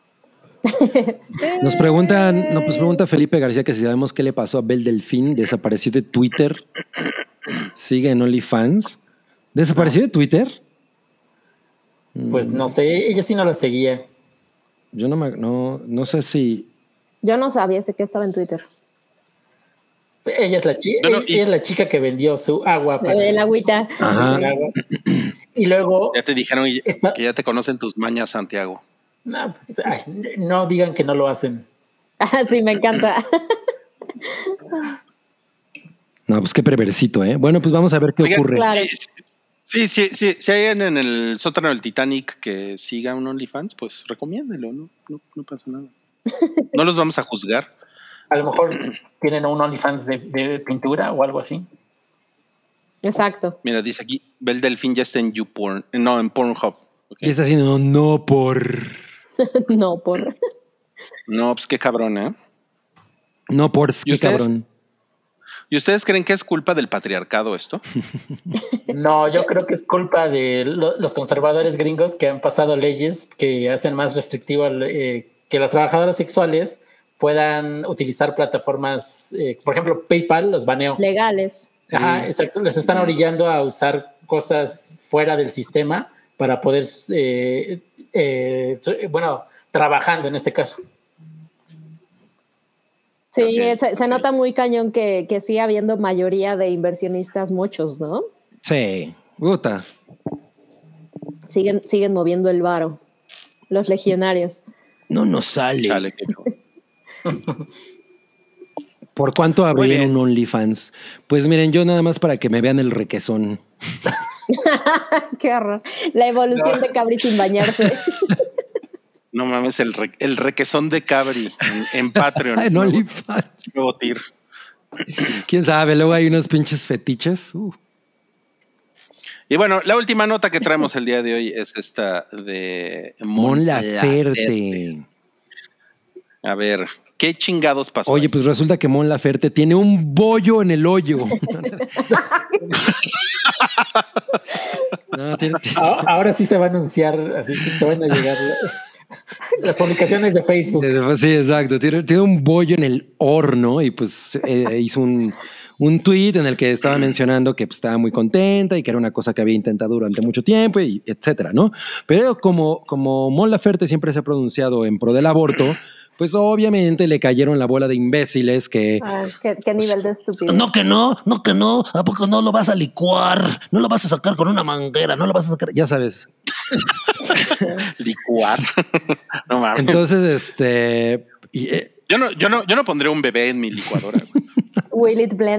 Nos preguntan, nos pues pregunta Felipe García que si sabemos qué le pasó a Bel Delfín, desapareció de Twitter, sigue en OnlyFans. ¿Desapareció de Twitter? Pues no sé, ella sí no la seguía. Yo no, me, no, no sé si... Yo no sabía sé que estaba en Twitter. Ella es la chica, no, no, ella es la chica que vendió su agua para el agüita. Ajá. El agua. Y luego ya te dijeron está, que ya te conocen tus mañas, Santiago. No, pues, ay, no digan que no lo hacen. Ah, sí, me encanta. No, pues qué perversito, ¿eh? Bueno, pues vamos a ver qué Oigan, ocurre. Claro. Sí, sí, sí. Si hay en el sótano del Titanic que siga un OnlyFans, pues recomiéndelo, ¿no? No, no pasa nada. No los vamos a juzgar. A lo mejor tienen un OnlyFans de, de pintura o algo así. Exacto. Mira, dice aquí, Bel Delfín ya está en YouPorn, no, en Pornhub. Okay. Y está haciendo no por... no por... No, pues qué cabrón, ¿eh? No por qué ustedes, cabrón. ¿Y ustedes creen que es culpa del patriarcado esto? No, yo creo que es culpa de lo, los conservadores gringos que han pasado leyes que hacen más restrictivo eh, que las trabajadoras sexuales puedan utilizar plataformas, eh, por ejemplo, PayPal los baneó. Legales. Ajá, sí. Exacto. Les están orillando a usar cosas fuera del sistema para poder, eh, eh, bueno, trabajando en este caso. Sí, okay. se, se nota muy cañón que, que sigue habiendo mayoría de inversionistas, muchos, ¿no? Sí, gusta. Siguen, siguen moviendo el varo, los legionarios. No nos sale. Chale, qué ¿Por cuánto abrieron un OnlyFans? Pues miren, yo nada más para que me vean el requesón. Qué horror. La evolución no. de Cabri sin bañarse. No mames, el, re, el requesón de Cabri en, en Patreon. En OnlyFans. Nuevo tir. ¿Quién sabe? Luego hay unos pinches fetiches. Uh. Y bueno, la última nota que traemos el día de hoy es esta de Mon, Mon Laferte. A ver, ¿qué chingados pasó? Oye, ahí? Pues resulta que Mon Laferte tiene un bollo en el hoyo. No, tiene, tiene. Ahora sí se va a anunciar, así que te van a llegar las publicaciones de Facebook. Sí, exacto. Tiene, tiene un bollo en el horno y pues eh, hizo un, un tweet en el que estaba mencionando que pues, estaba muy contenta y que era una cosa que había intentado durante mucho tiempo, y etcétera, ¿no? Pero como, como Mon Laferte siempre se ha pronunciado en pro del aborto, pues obviamente le cayeron la bola de imbéciles que... Ah, ¿qué, qué nivel de estupidez? No que no, no que no, ¿a poco no lo vas a licuar? No lo vas a sacar con una manguera, no lo vas a sacar... Ya sabes. Licuar. No mames. Entonces, este... Y, eh, yo, no, yo, no, yo no pondré un bebé en mi licuadora. Will it blend?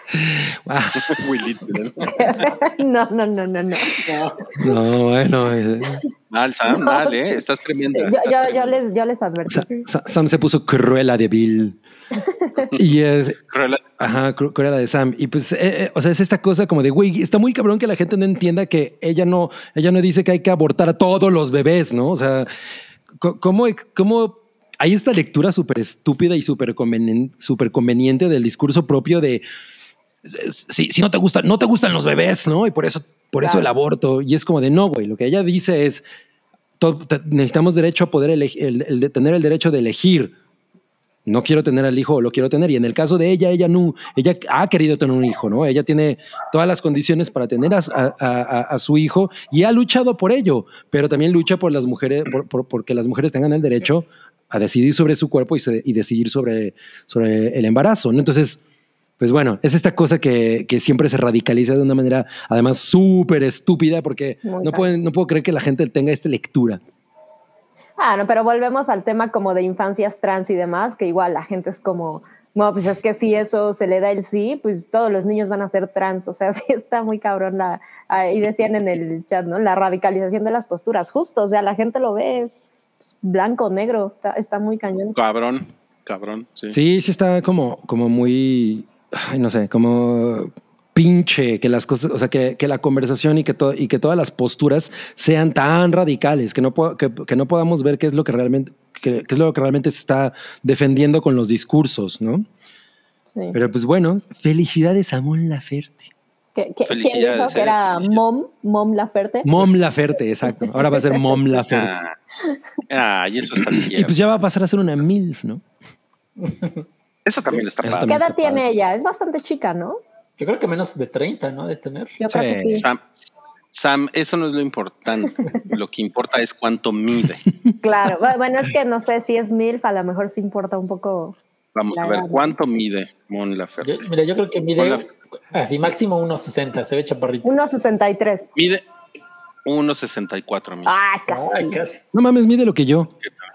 Muy literal. No, no, no, no, no. No, bueno. eh, Mal, Sam, No, mal, ¿eh? Estás tremenda. Yo, estás yo, yo tremenda. les, yo les advertí. Sa- Sa- Sam se puso cruela de Bill. Y es, Cruella. ajá, cru- cruela de Sam. Y pues, eh, eh, o sea, es esta cosa como de, güey, está muy cabrón que la gente no entienda que ella no, ella no dice que hay que abortar a todos los bebés, ¿no? O sea, co- ¿cómo, cómo hay esta lectura súper estúpida y súper conveni- súper conveniente del discurso propio de, si, si no te gusta, no te gustan los bebés, ¿no? Y por eso, por eso Claro. el aborto. Y es como de, no, güey, lo que ella dice es, to- te- necesitamos derecho a poder elegir, el, el de tener el derecho de elegir. No quiero tener al hijo o lo quiero tener. Y en el caso de ella, ella no, ella ha querido tener un hijo, ¿no? Ella tiene todas las condiciones para tener a, a- a- a su hijo y ha luchado por ello, pero también lucha por las mujeres, por, por- porque las mujeres tengan el derecho a decidir sobre su cuerpo y, se- y decidir sobre, sobre el embarazo, ¿no? Entonces, pues bueno, es esta cosa que, que siempre se radicaliza de una manera, además, súper estúpida, porque Muy no, cañón. pueden, no puedo creer que la gente tenga esta lectura. Ah, no, pero volvemos al tema como de infancias trans y demás, que igual la gente es como, no, pues es que si eso se le da el sí, pues todos los niños van a ser trans. O sea, sí está muy cabrón la, ahí decían en el chat, ¿no? La radicalización de las posturas, justo, o sea, la gente lo ve pues, blanco, negro, está, está muy cañón. Cabrón, cabrón, sí. Sí, sí está como, como muy, ay, no sé, como pinche que las cosas, o sea, que, que la conversación y que, to- y que todas las posturas sean tan radicales, que no, po- que, que no podamos ver qué es lo que realmente, qué, qué es lo que realmente se está defendiendo con los discursos, ¿no? Sí. Pero pues bueno, felicidades a Mon Laferte. ¿Qué- qué- ¿Quién Felicidades, dijo que eh, era felicidades. Mom, Mom Laferte? Mom Laferte, exacto. Ahora va a ser Mom Laferte. Ah, ah, y eso está Y bien. pues ya va a pasar a ser una MILF, ¿no? Eso también está Eso padre. ¿Qué también edad está tiene padre. ella? Es bastante chica, ¿no? Yo creo que menos de treinta, ¿no? De tener. Yo creo Sí. que sí. Sam, Sam, eso no es lo importante. Lo que importa es cuánto mide. Claro, Bu- bueno, es que no sé si es MILF, a lo mejor sí importa un poco. Vamos La a ver edad, ¿no? cuánto mide Mon Laferte. Yo- mira, yo creo que mide Hola. así máximo uno sesenta, se ve chaparrito. uno sesenta y tres. Mide uno sesenta y cuatro mil. Ah, casi. Ay, casi. No mames, mide lo que yo.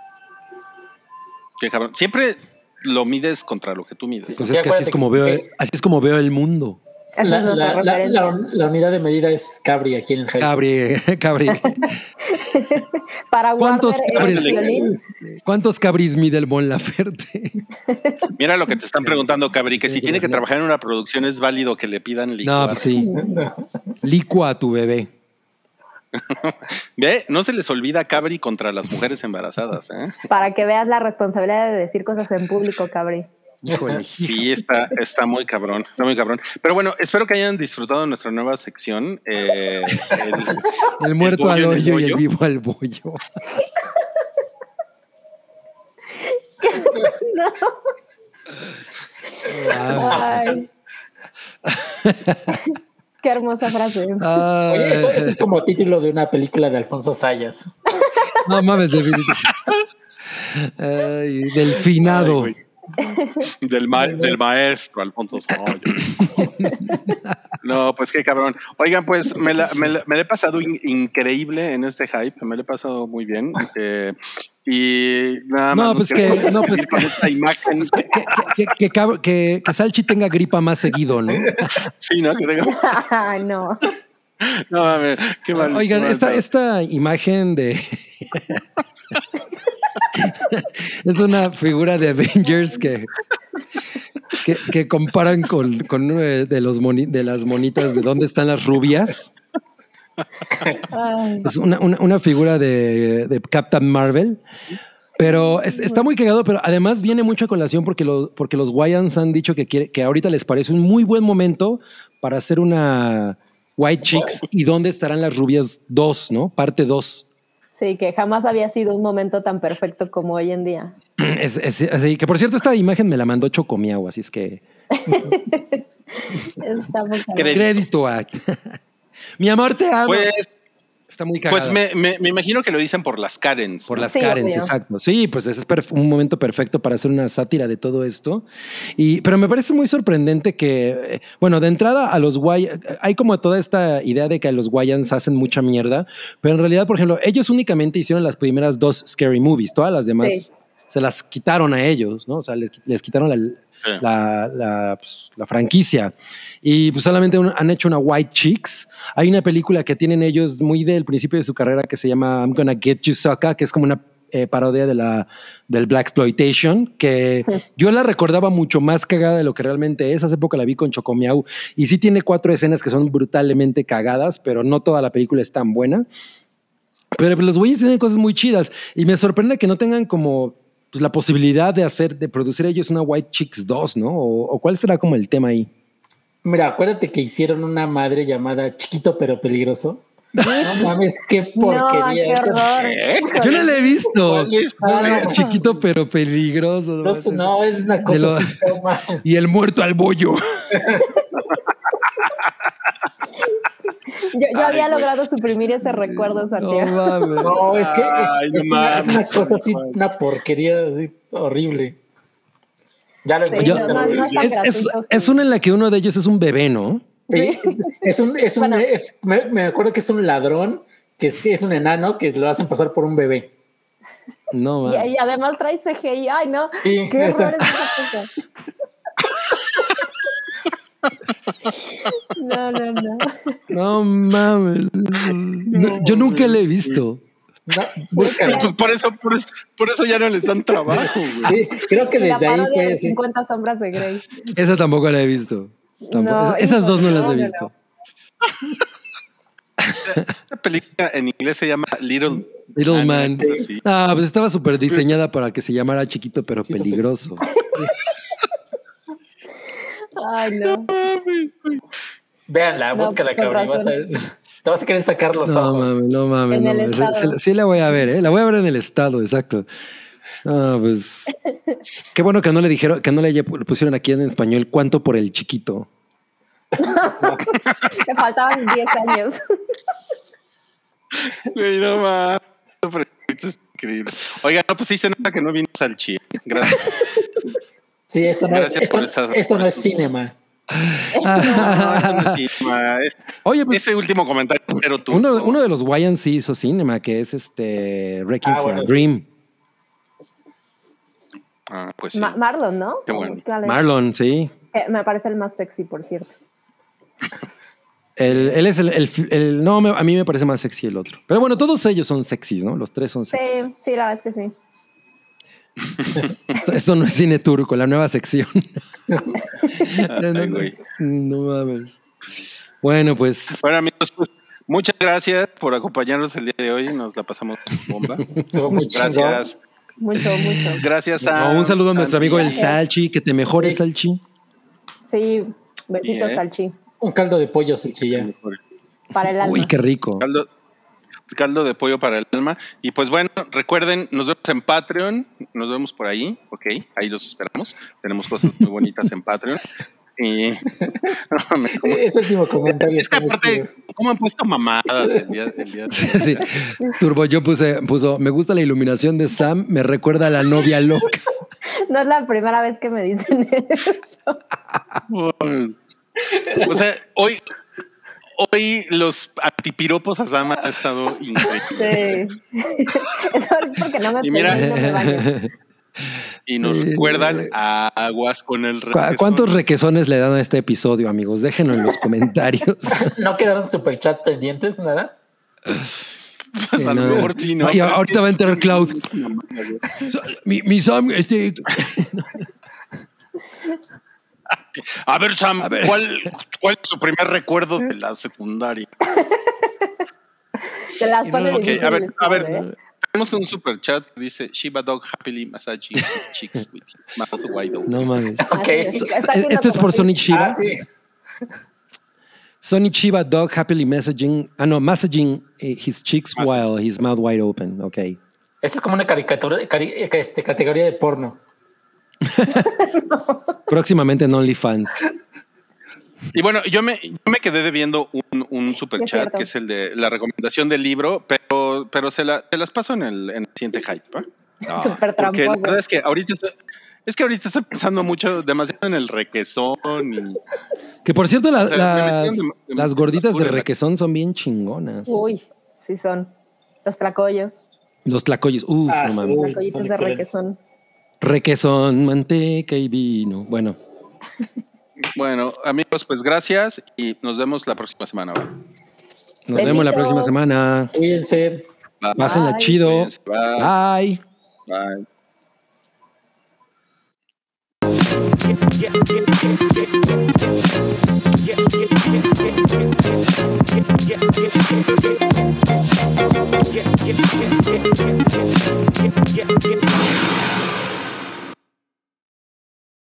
Qué cabrón. Siempre lo mides contra lo que tú mides. Sí. Pues es que así es como veo, así es como veo el mundo. Esa La, es nuestra la- la- referencia. la- la unidad de medida es Cabri aquí en el Jaime. Cabri, cabri. Para ¿Cuántos Warner cabres el le- violín. ¿Cuántos cabris mide el Mon Laferte? Mira lo que te están preguntando, Cabri, que si Sí, tiene que no. trabajar en una producción es válido que le pidan No, licuar. pues sí. Licua a tu bebé. Ve, no se les olvida Cabri contra las mujeres embarazadas, ¿eh? Para que veas la responsabilidad de decir cosas en público, Cabri. Híjole. Sí, está, está muy cabrón, está muy cabrón. Pero bueno, espero que hayan disfrutado de nuestra nueva sección. eh, el- El muerto El al bollo en el hoyo y el bollo. vivo al bollo. Ah, Ay. Qué hermosa frase. ah, Oye, eso, eso es como título de una película de Alfonso Sayas. No mames, definitivamente. Ay, del finado. Ay, güey. Del, ma- del maestro Alfonso Sayas. No, pues qué cabrón. Oigan, pues me la, me la- me la he pasado in- increíble en este hype, me la he pasado muy bien. eh, y nada No, más. nos pues que- queremos no, pues despedir con esta imagen. que, que, que, cab- que- que Salchi tenga gripa más seguido, ¿no? Sí, ¿no? Que tenga- Ay, no. no mames, qué mal. Oigan, qué mal esta, pedo. esta imagen de. Es una figura de Avengers que, que, que comparan con, con uno de, de los moni- de las monitas de dónde están las rubias. Ay. Es una, una, una figura de, de Captain Marvel. Pero es- está muy cagado, pero además viene mucho a colación porque, lo- porque los Wayans han dicho que, quiere, que ahorita les parece un muy buen momento para hacer una White Chicks y dónde estarán las rubias dos, ¿no? Parte dos. Sí, que jamás había sido un momento tan perfecto como hoy en día. Es, es- así que, por cierto, esta imagen me la mandó Chocomiao, así es que Está muy cabrón. Crédito. crédito a... Mi amor, te amo. Pues, Está muy cagado. pues me, me- me imagino que lo dicen por las Karens. Por ¿no? las Sí, Karens, obvio. exacto. Sí, pues ese es perf- un momento perfecto para hacer una sátira de todo esto. Y, pero me parece muy sorprendente que, eh, bueno, de entrada a los Wayans, hay como toda esta idea de que a los Wayans hacen mucha mierda, pero en realidad, por ejemplo, ellos únicamente hicieron las primeras dos Scary Movies, todas las demás Sí. se las quitaron a ellos, ¿no? O sea, les, les quitaron la, Sí. la, la, pues, la franquicia. Y pues solamente un- han hecho una White Chicks. Hay una película que tienen ellos muy del principio de su carrera que se llama I'm Gonna Get You Sucker, que es como una eh, parodia de la, del Black Exploitation, que yo la recordaba mucho más cagada de lo que realmente es. Hace poco la vi con Chocomiao y sí tiene cuatro escenas que son brutalmente cagadas, pero no toda la película es tan buena. Pero los güeyes tienen cosas muy chidas y me sorprende que no tengan como pues, la posibilidad de hacer, de producir ellos una White Chicks dos, ¿no? O, o cuál será como el tema ahí. Mira, acuérdate que hicieron una madre llamada Chiquito pero Peligroso. No mames, qué No, porquería. qué Eso- horror. Yo no la he visto. ¿Cuál es? Ah, no. Chiquito pero peligroso. No, es- no, es una De cosa lo- así. No mames. Y el muerto al bollo. Yo, yo Ay, había güey. logrado suprimir ese recuerdo, Santiago. mames. No, es que Ay, no es, una, es una mames, cosa así, Juan. una porquería así horrible. Ya lo Sí, encontraste, no, no, ¿no? no es tan Es, es, gratuito, es sí. una en la que uno de ellos es un bebé, ¿no? Sí, es un, es un, Bueno. es- me, me acuerdo que es un ladrón, que es, que es un enano que lo hacen pasar por un bebé. No, Y, mames. y además trae C G I. Ay, no. Sí, Qué esa- horror es esa cosa. No, no, no. No mames. No, yo nunca la he visto. No, búscalo. Pues por eso, por eso, por eso ya no les dan trabajo, güey. Sí, creo que Y la desde ahí parodia fue de así. cincuenta sombras de Grey. Esa tampoco la he visto. Tampoco- No, esas, esas dos no las he no, no, visto. La película en inglés se llama Little, Little Man. es así. Ah, pues estaba súper diseñada para que se llamara chiquito pero peligroso. Ay, no. Véanla, No, búscala, con cabrón. y vas a razón. ver- te vas a querer sacar los No ojos. mames, no mames. En no el mames. estado. Se- se- Sí la voy a ver, ¿eh? La voy a ver en el estado, exacto. Ah, pues. Qué bueno que no le dijeron, que no le pusieron aquí en español cuánto por el chiquito. Te faltaban diez años. Güey, no mames. Esto es increíble. Oiga, no, pues sí se nota que no vino Salchi. Gracias. Sí, esto no, es, Gracias esto, por esas- esto no es cinema. No, eso no es cinema. Es- Oye, pues ese último comentario pero tú. uno, uno de los Wayans sí hizo cinema, que es este Wrecking Ah, for bueno, a sí. Dream. Ah, pues sí. Ma- Marlon, ¿no? Qué bueno. ¿Cuál es? Marlon, sí. Eh, me parece el más sexy, por cierto. Él, él es el, el- el- no, me- a mí me parece más sexy el otro. Pero bueno, todos ellos son sexys, ¿no? Los tres son sexys. Sí, sí, la verdad es que sí. Esto, esto no es cine turco, la nueva sección. Ay, güey. No mames. Bueno, pues Bueno, amigos, pues muchas gracias por acompañarnos el día de hoy. Nos la pasamos bomba. Estuvo muy chingón. Gracias. Mucho, mucho. Gracias a. no, un saludo a nuestro amigo el Gracias. Salchi, que te mejores, Sí. Salchi. Sí, besitos, Bien. Salchi. Un caldo de pollo salchilla. Para el alma. Uy, qué rico. Caldo, caldo de pollo para el alma. Y pues bueno, recuerden, nos vemos en Patreon. Nos vemos por ahí. Ok, ahí los esperamos. Tenemos cosas muy bonitas en Patreon. Y. No, me- ¿cómo? Ese último comentario Es que está muy aparte, chido. ¿cómo han puesto mamadas el día, el día de Sí. Turbo, yo puse, puso, me gusta la iluminación de Sam, me recuerda a la novia loca. No es la primera vez que me dicen eso. O sea, hoy, hoy los antipiropos a Sam ha estado increíbles. Sí. Eso es porque no me Y mira- pegué y no me baño. Y nos recuerdan a aguas con el ¿Cu- requesón. ¿Cuántos requesones le dan a este episodio, amigos? Déjenlo en los comentarios. ¿No quedaron super chat pendientes? Nada. Pues a lo No, mejor sí, ¿no? y Pero es ahorita que- va a entrar Cloud. Mi, mi Sam, este. A ver, Sam, A ver. ¿cuál, ¿cuál es su primer recuerdo de la secundaria? Te las pone Ok, difíciles, a ver, a ver. ¿eh? Tenemos un super chat que dice Shiba Dog happily massaging cheeks with mouth wide open. No mames. Ok. Así es, está haciendo Esto es como por si- Sonic Shiba. Ah, sí. Sonic Shiba Dog happily messaging. Ah, no, massaging his cheeks Massaging. while his mouth wide open. Ok. Esa es como una caricatura, cari- este, categoría de porno. Próximamente en OnlyFans. Y bueno, yo me, yo me quedé debiendo un, un super Es chat cierto. que es el de la recomendación del libro, pero, pero se, la, se las paso en el, en el siguiente hype. ¿eh? Súper Porque la tramposo. verdad es que ahorita estoy, es que ahorita estoy pensando mucho, demasiado en el requesón y Que por cierto, la- O sea, me las, metieron de- de- las gorditas de basura en la- requesón son bien chingonas. Uy, sí son. Los tlacoyos. Los tlacoyos. Uf, Ah, no sí. mames. Uy, Tlacoyitos son de excelentes. requesón. Requesón, manteca y vino. Bueno. Bueno, amigos, pues gracias y nos vemos la próxima semana. ¿Va? Nos Besitos. vemos la próxima semana. Cuídense. Bye. Pásenla Bye. chido. Cuídense. Bye. Bye. Bye.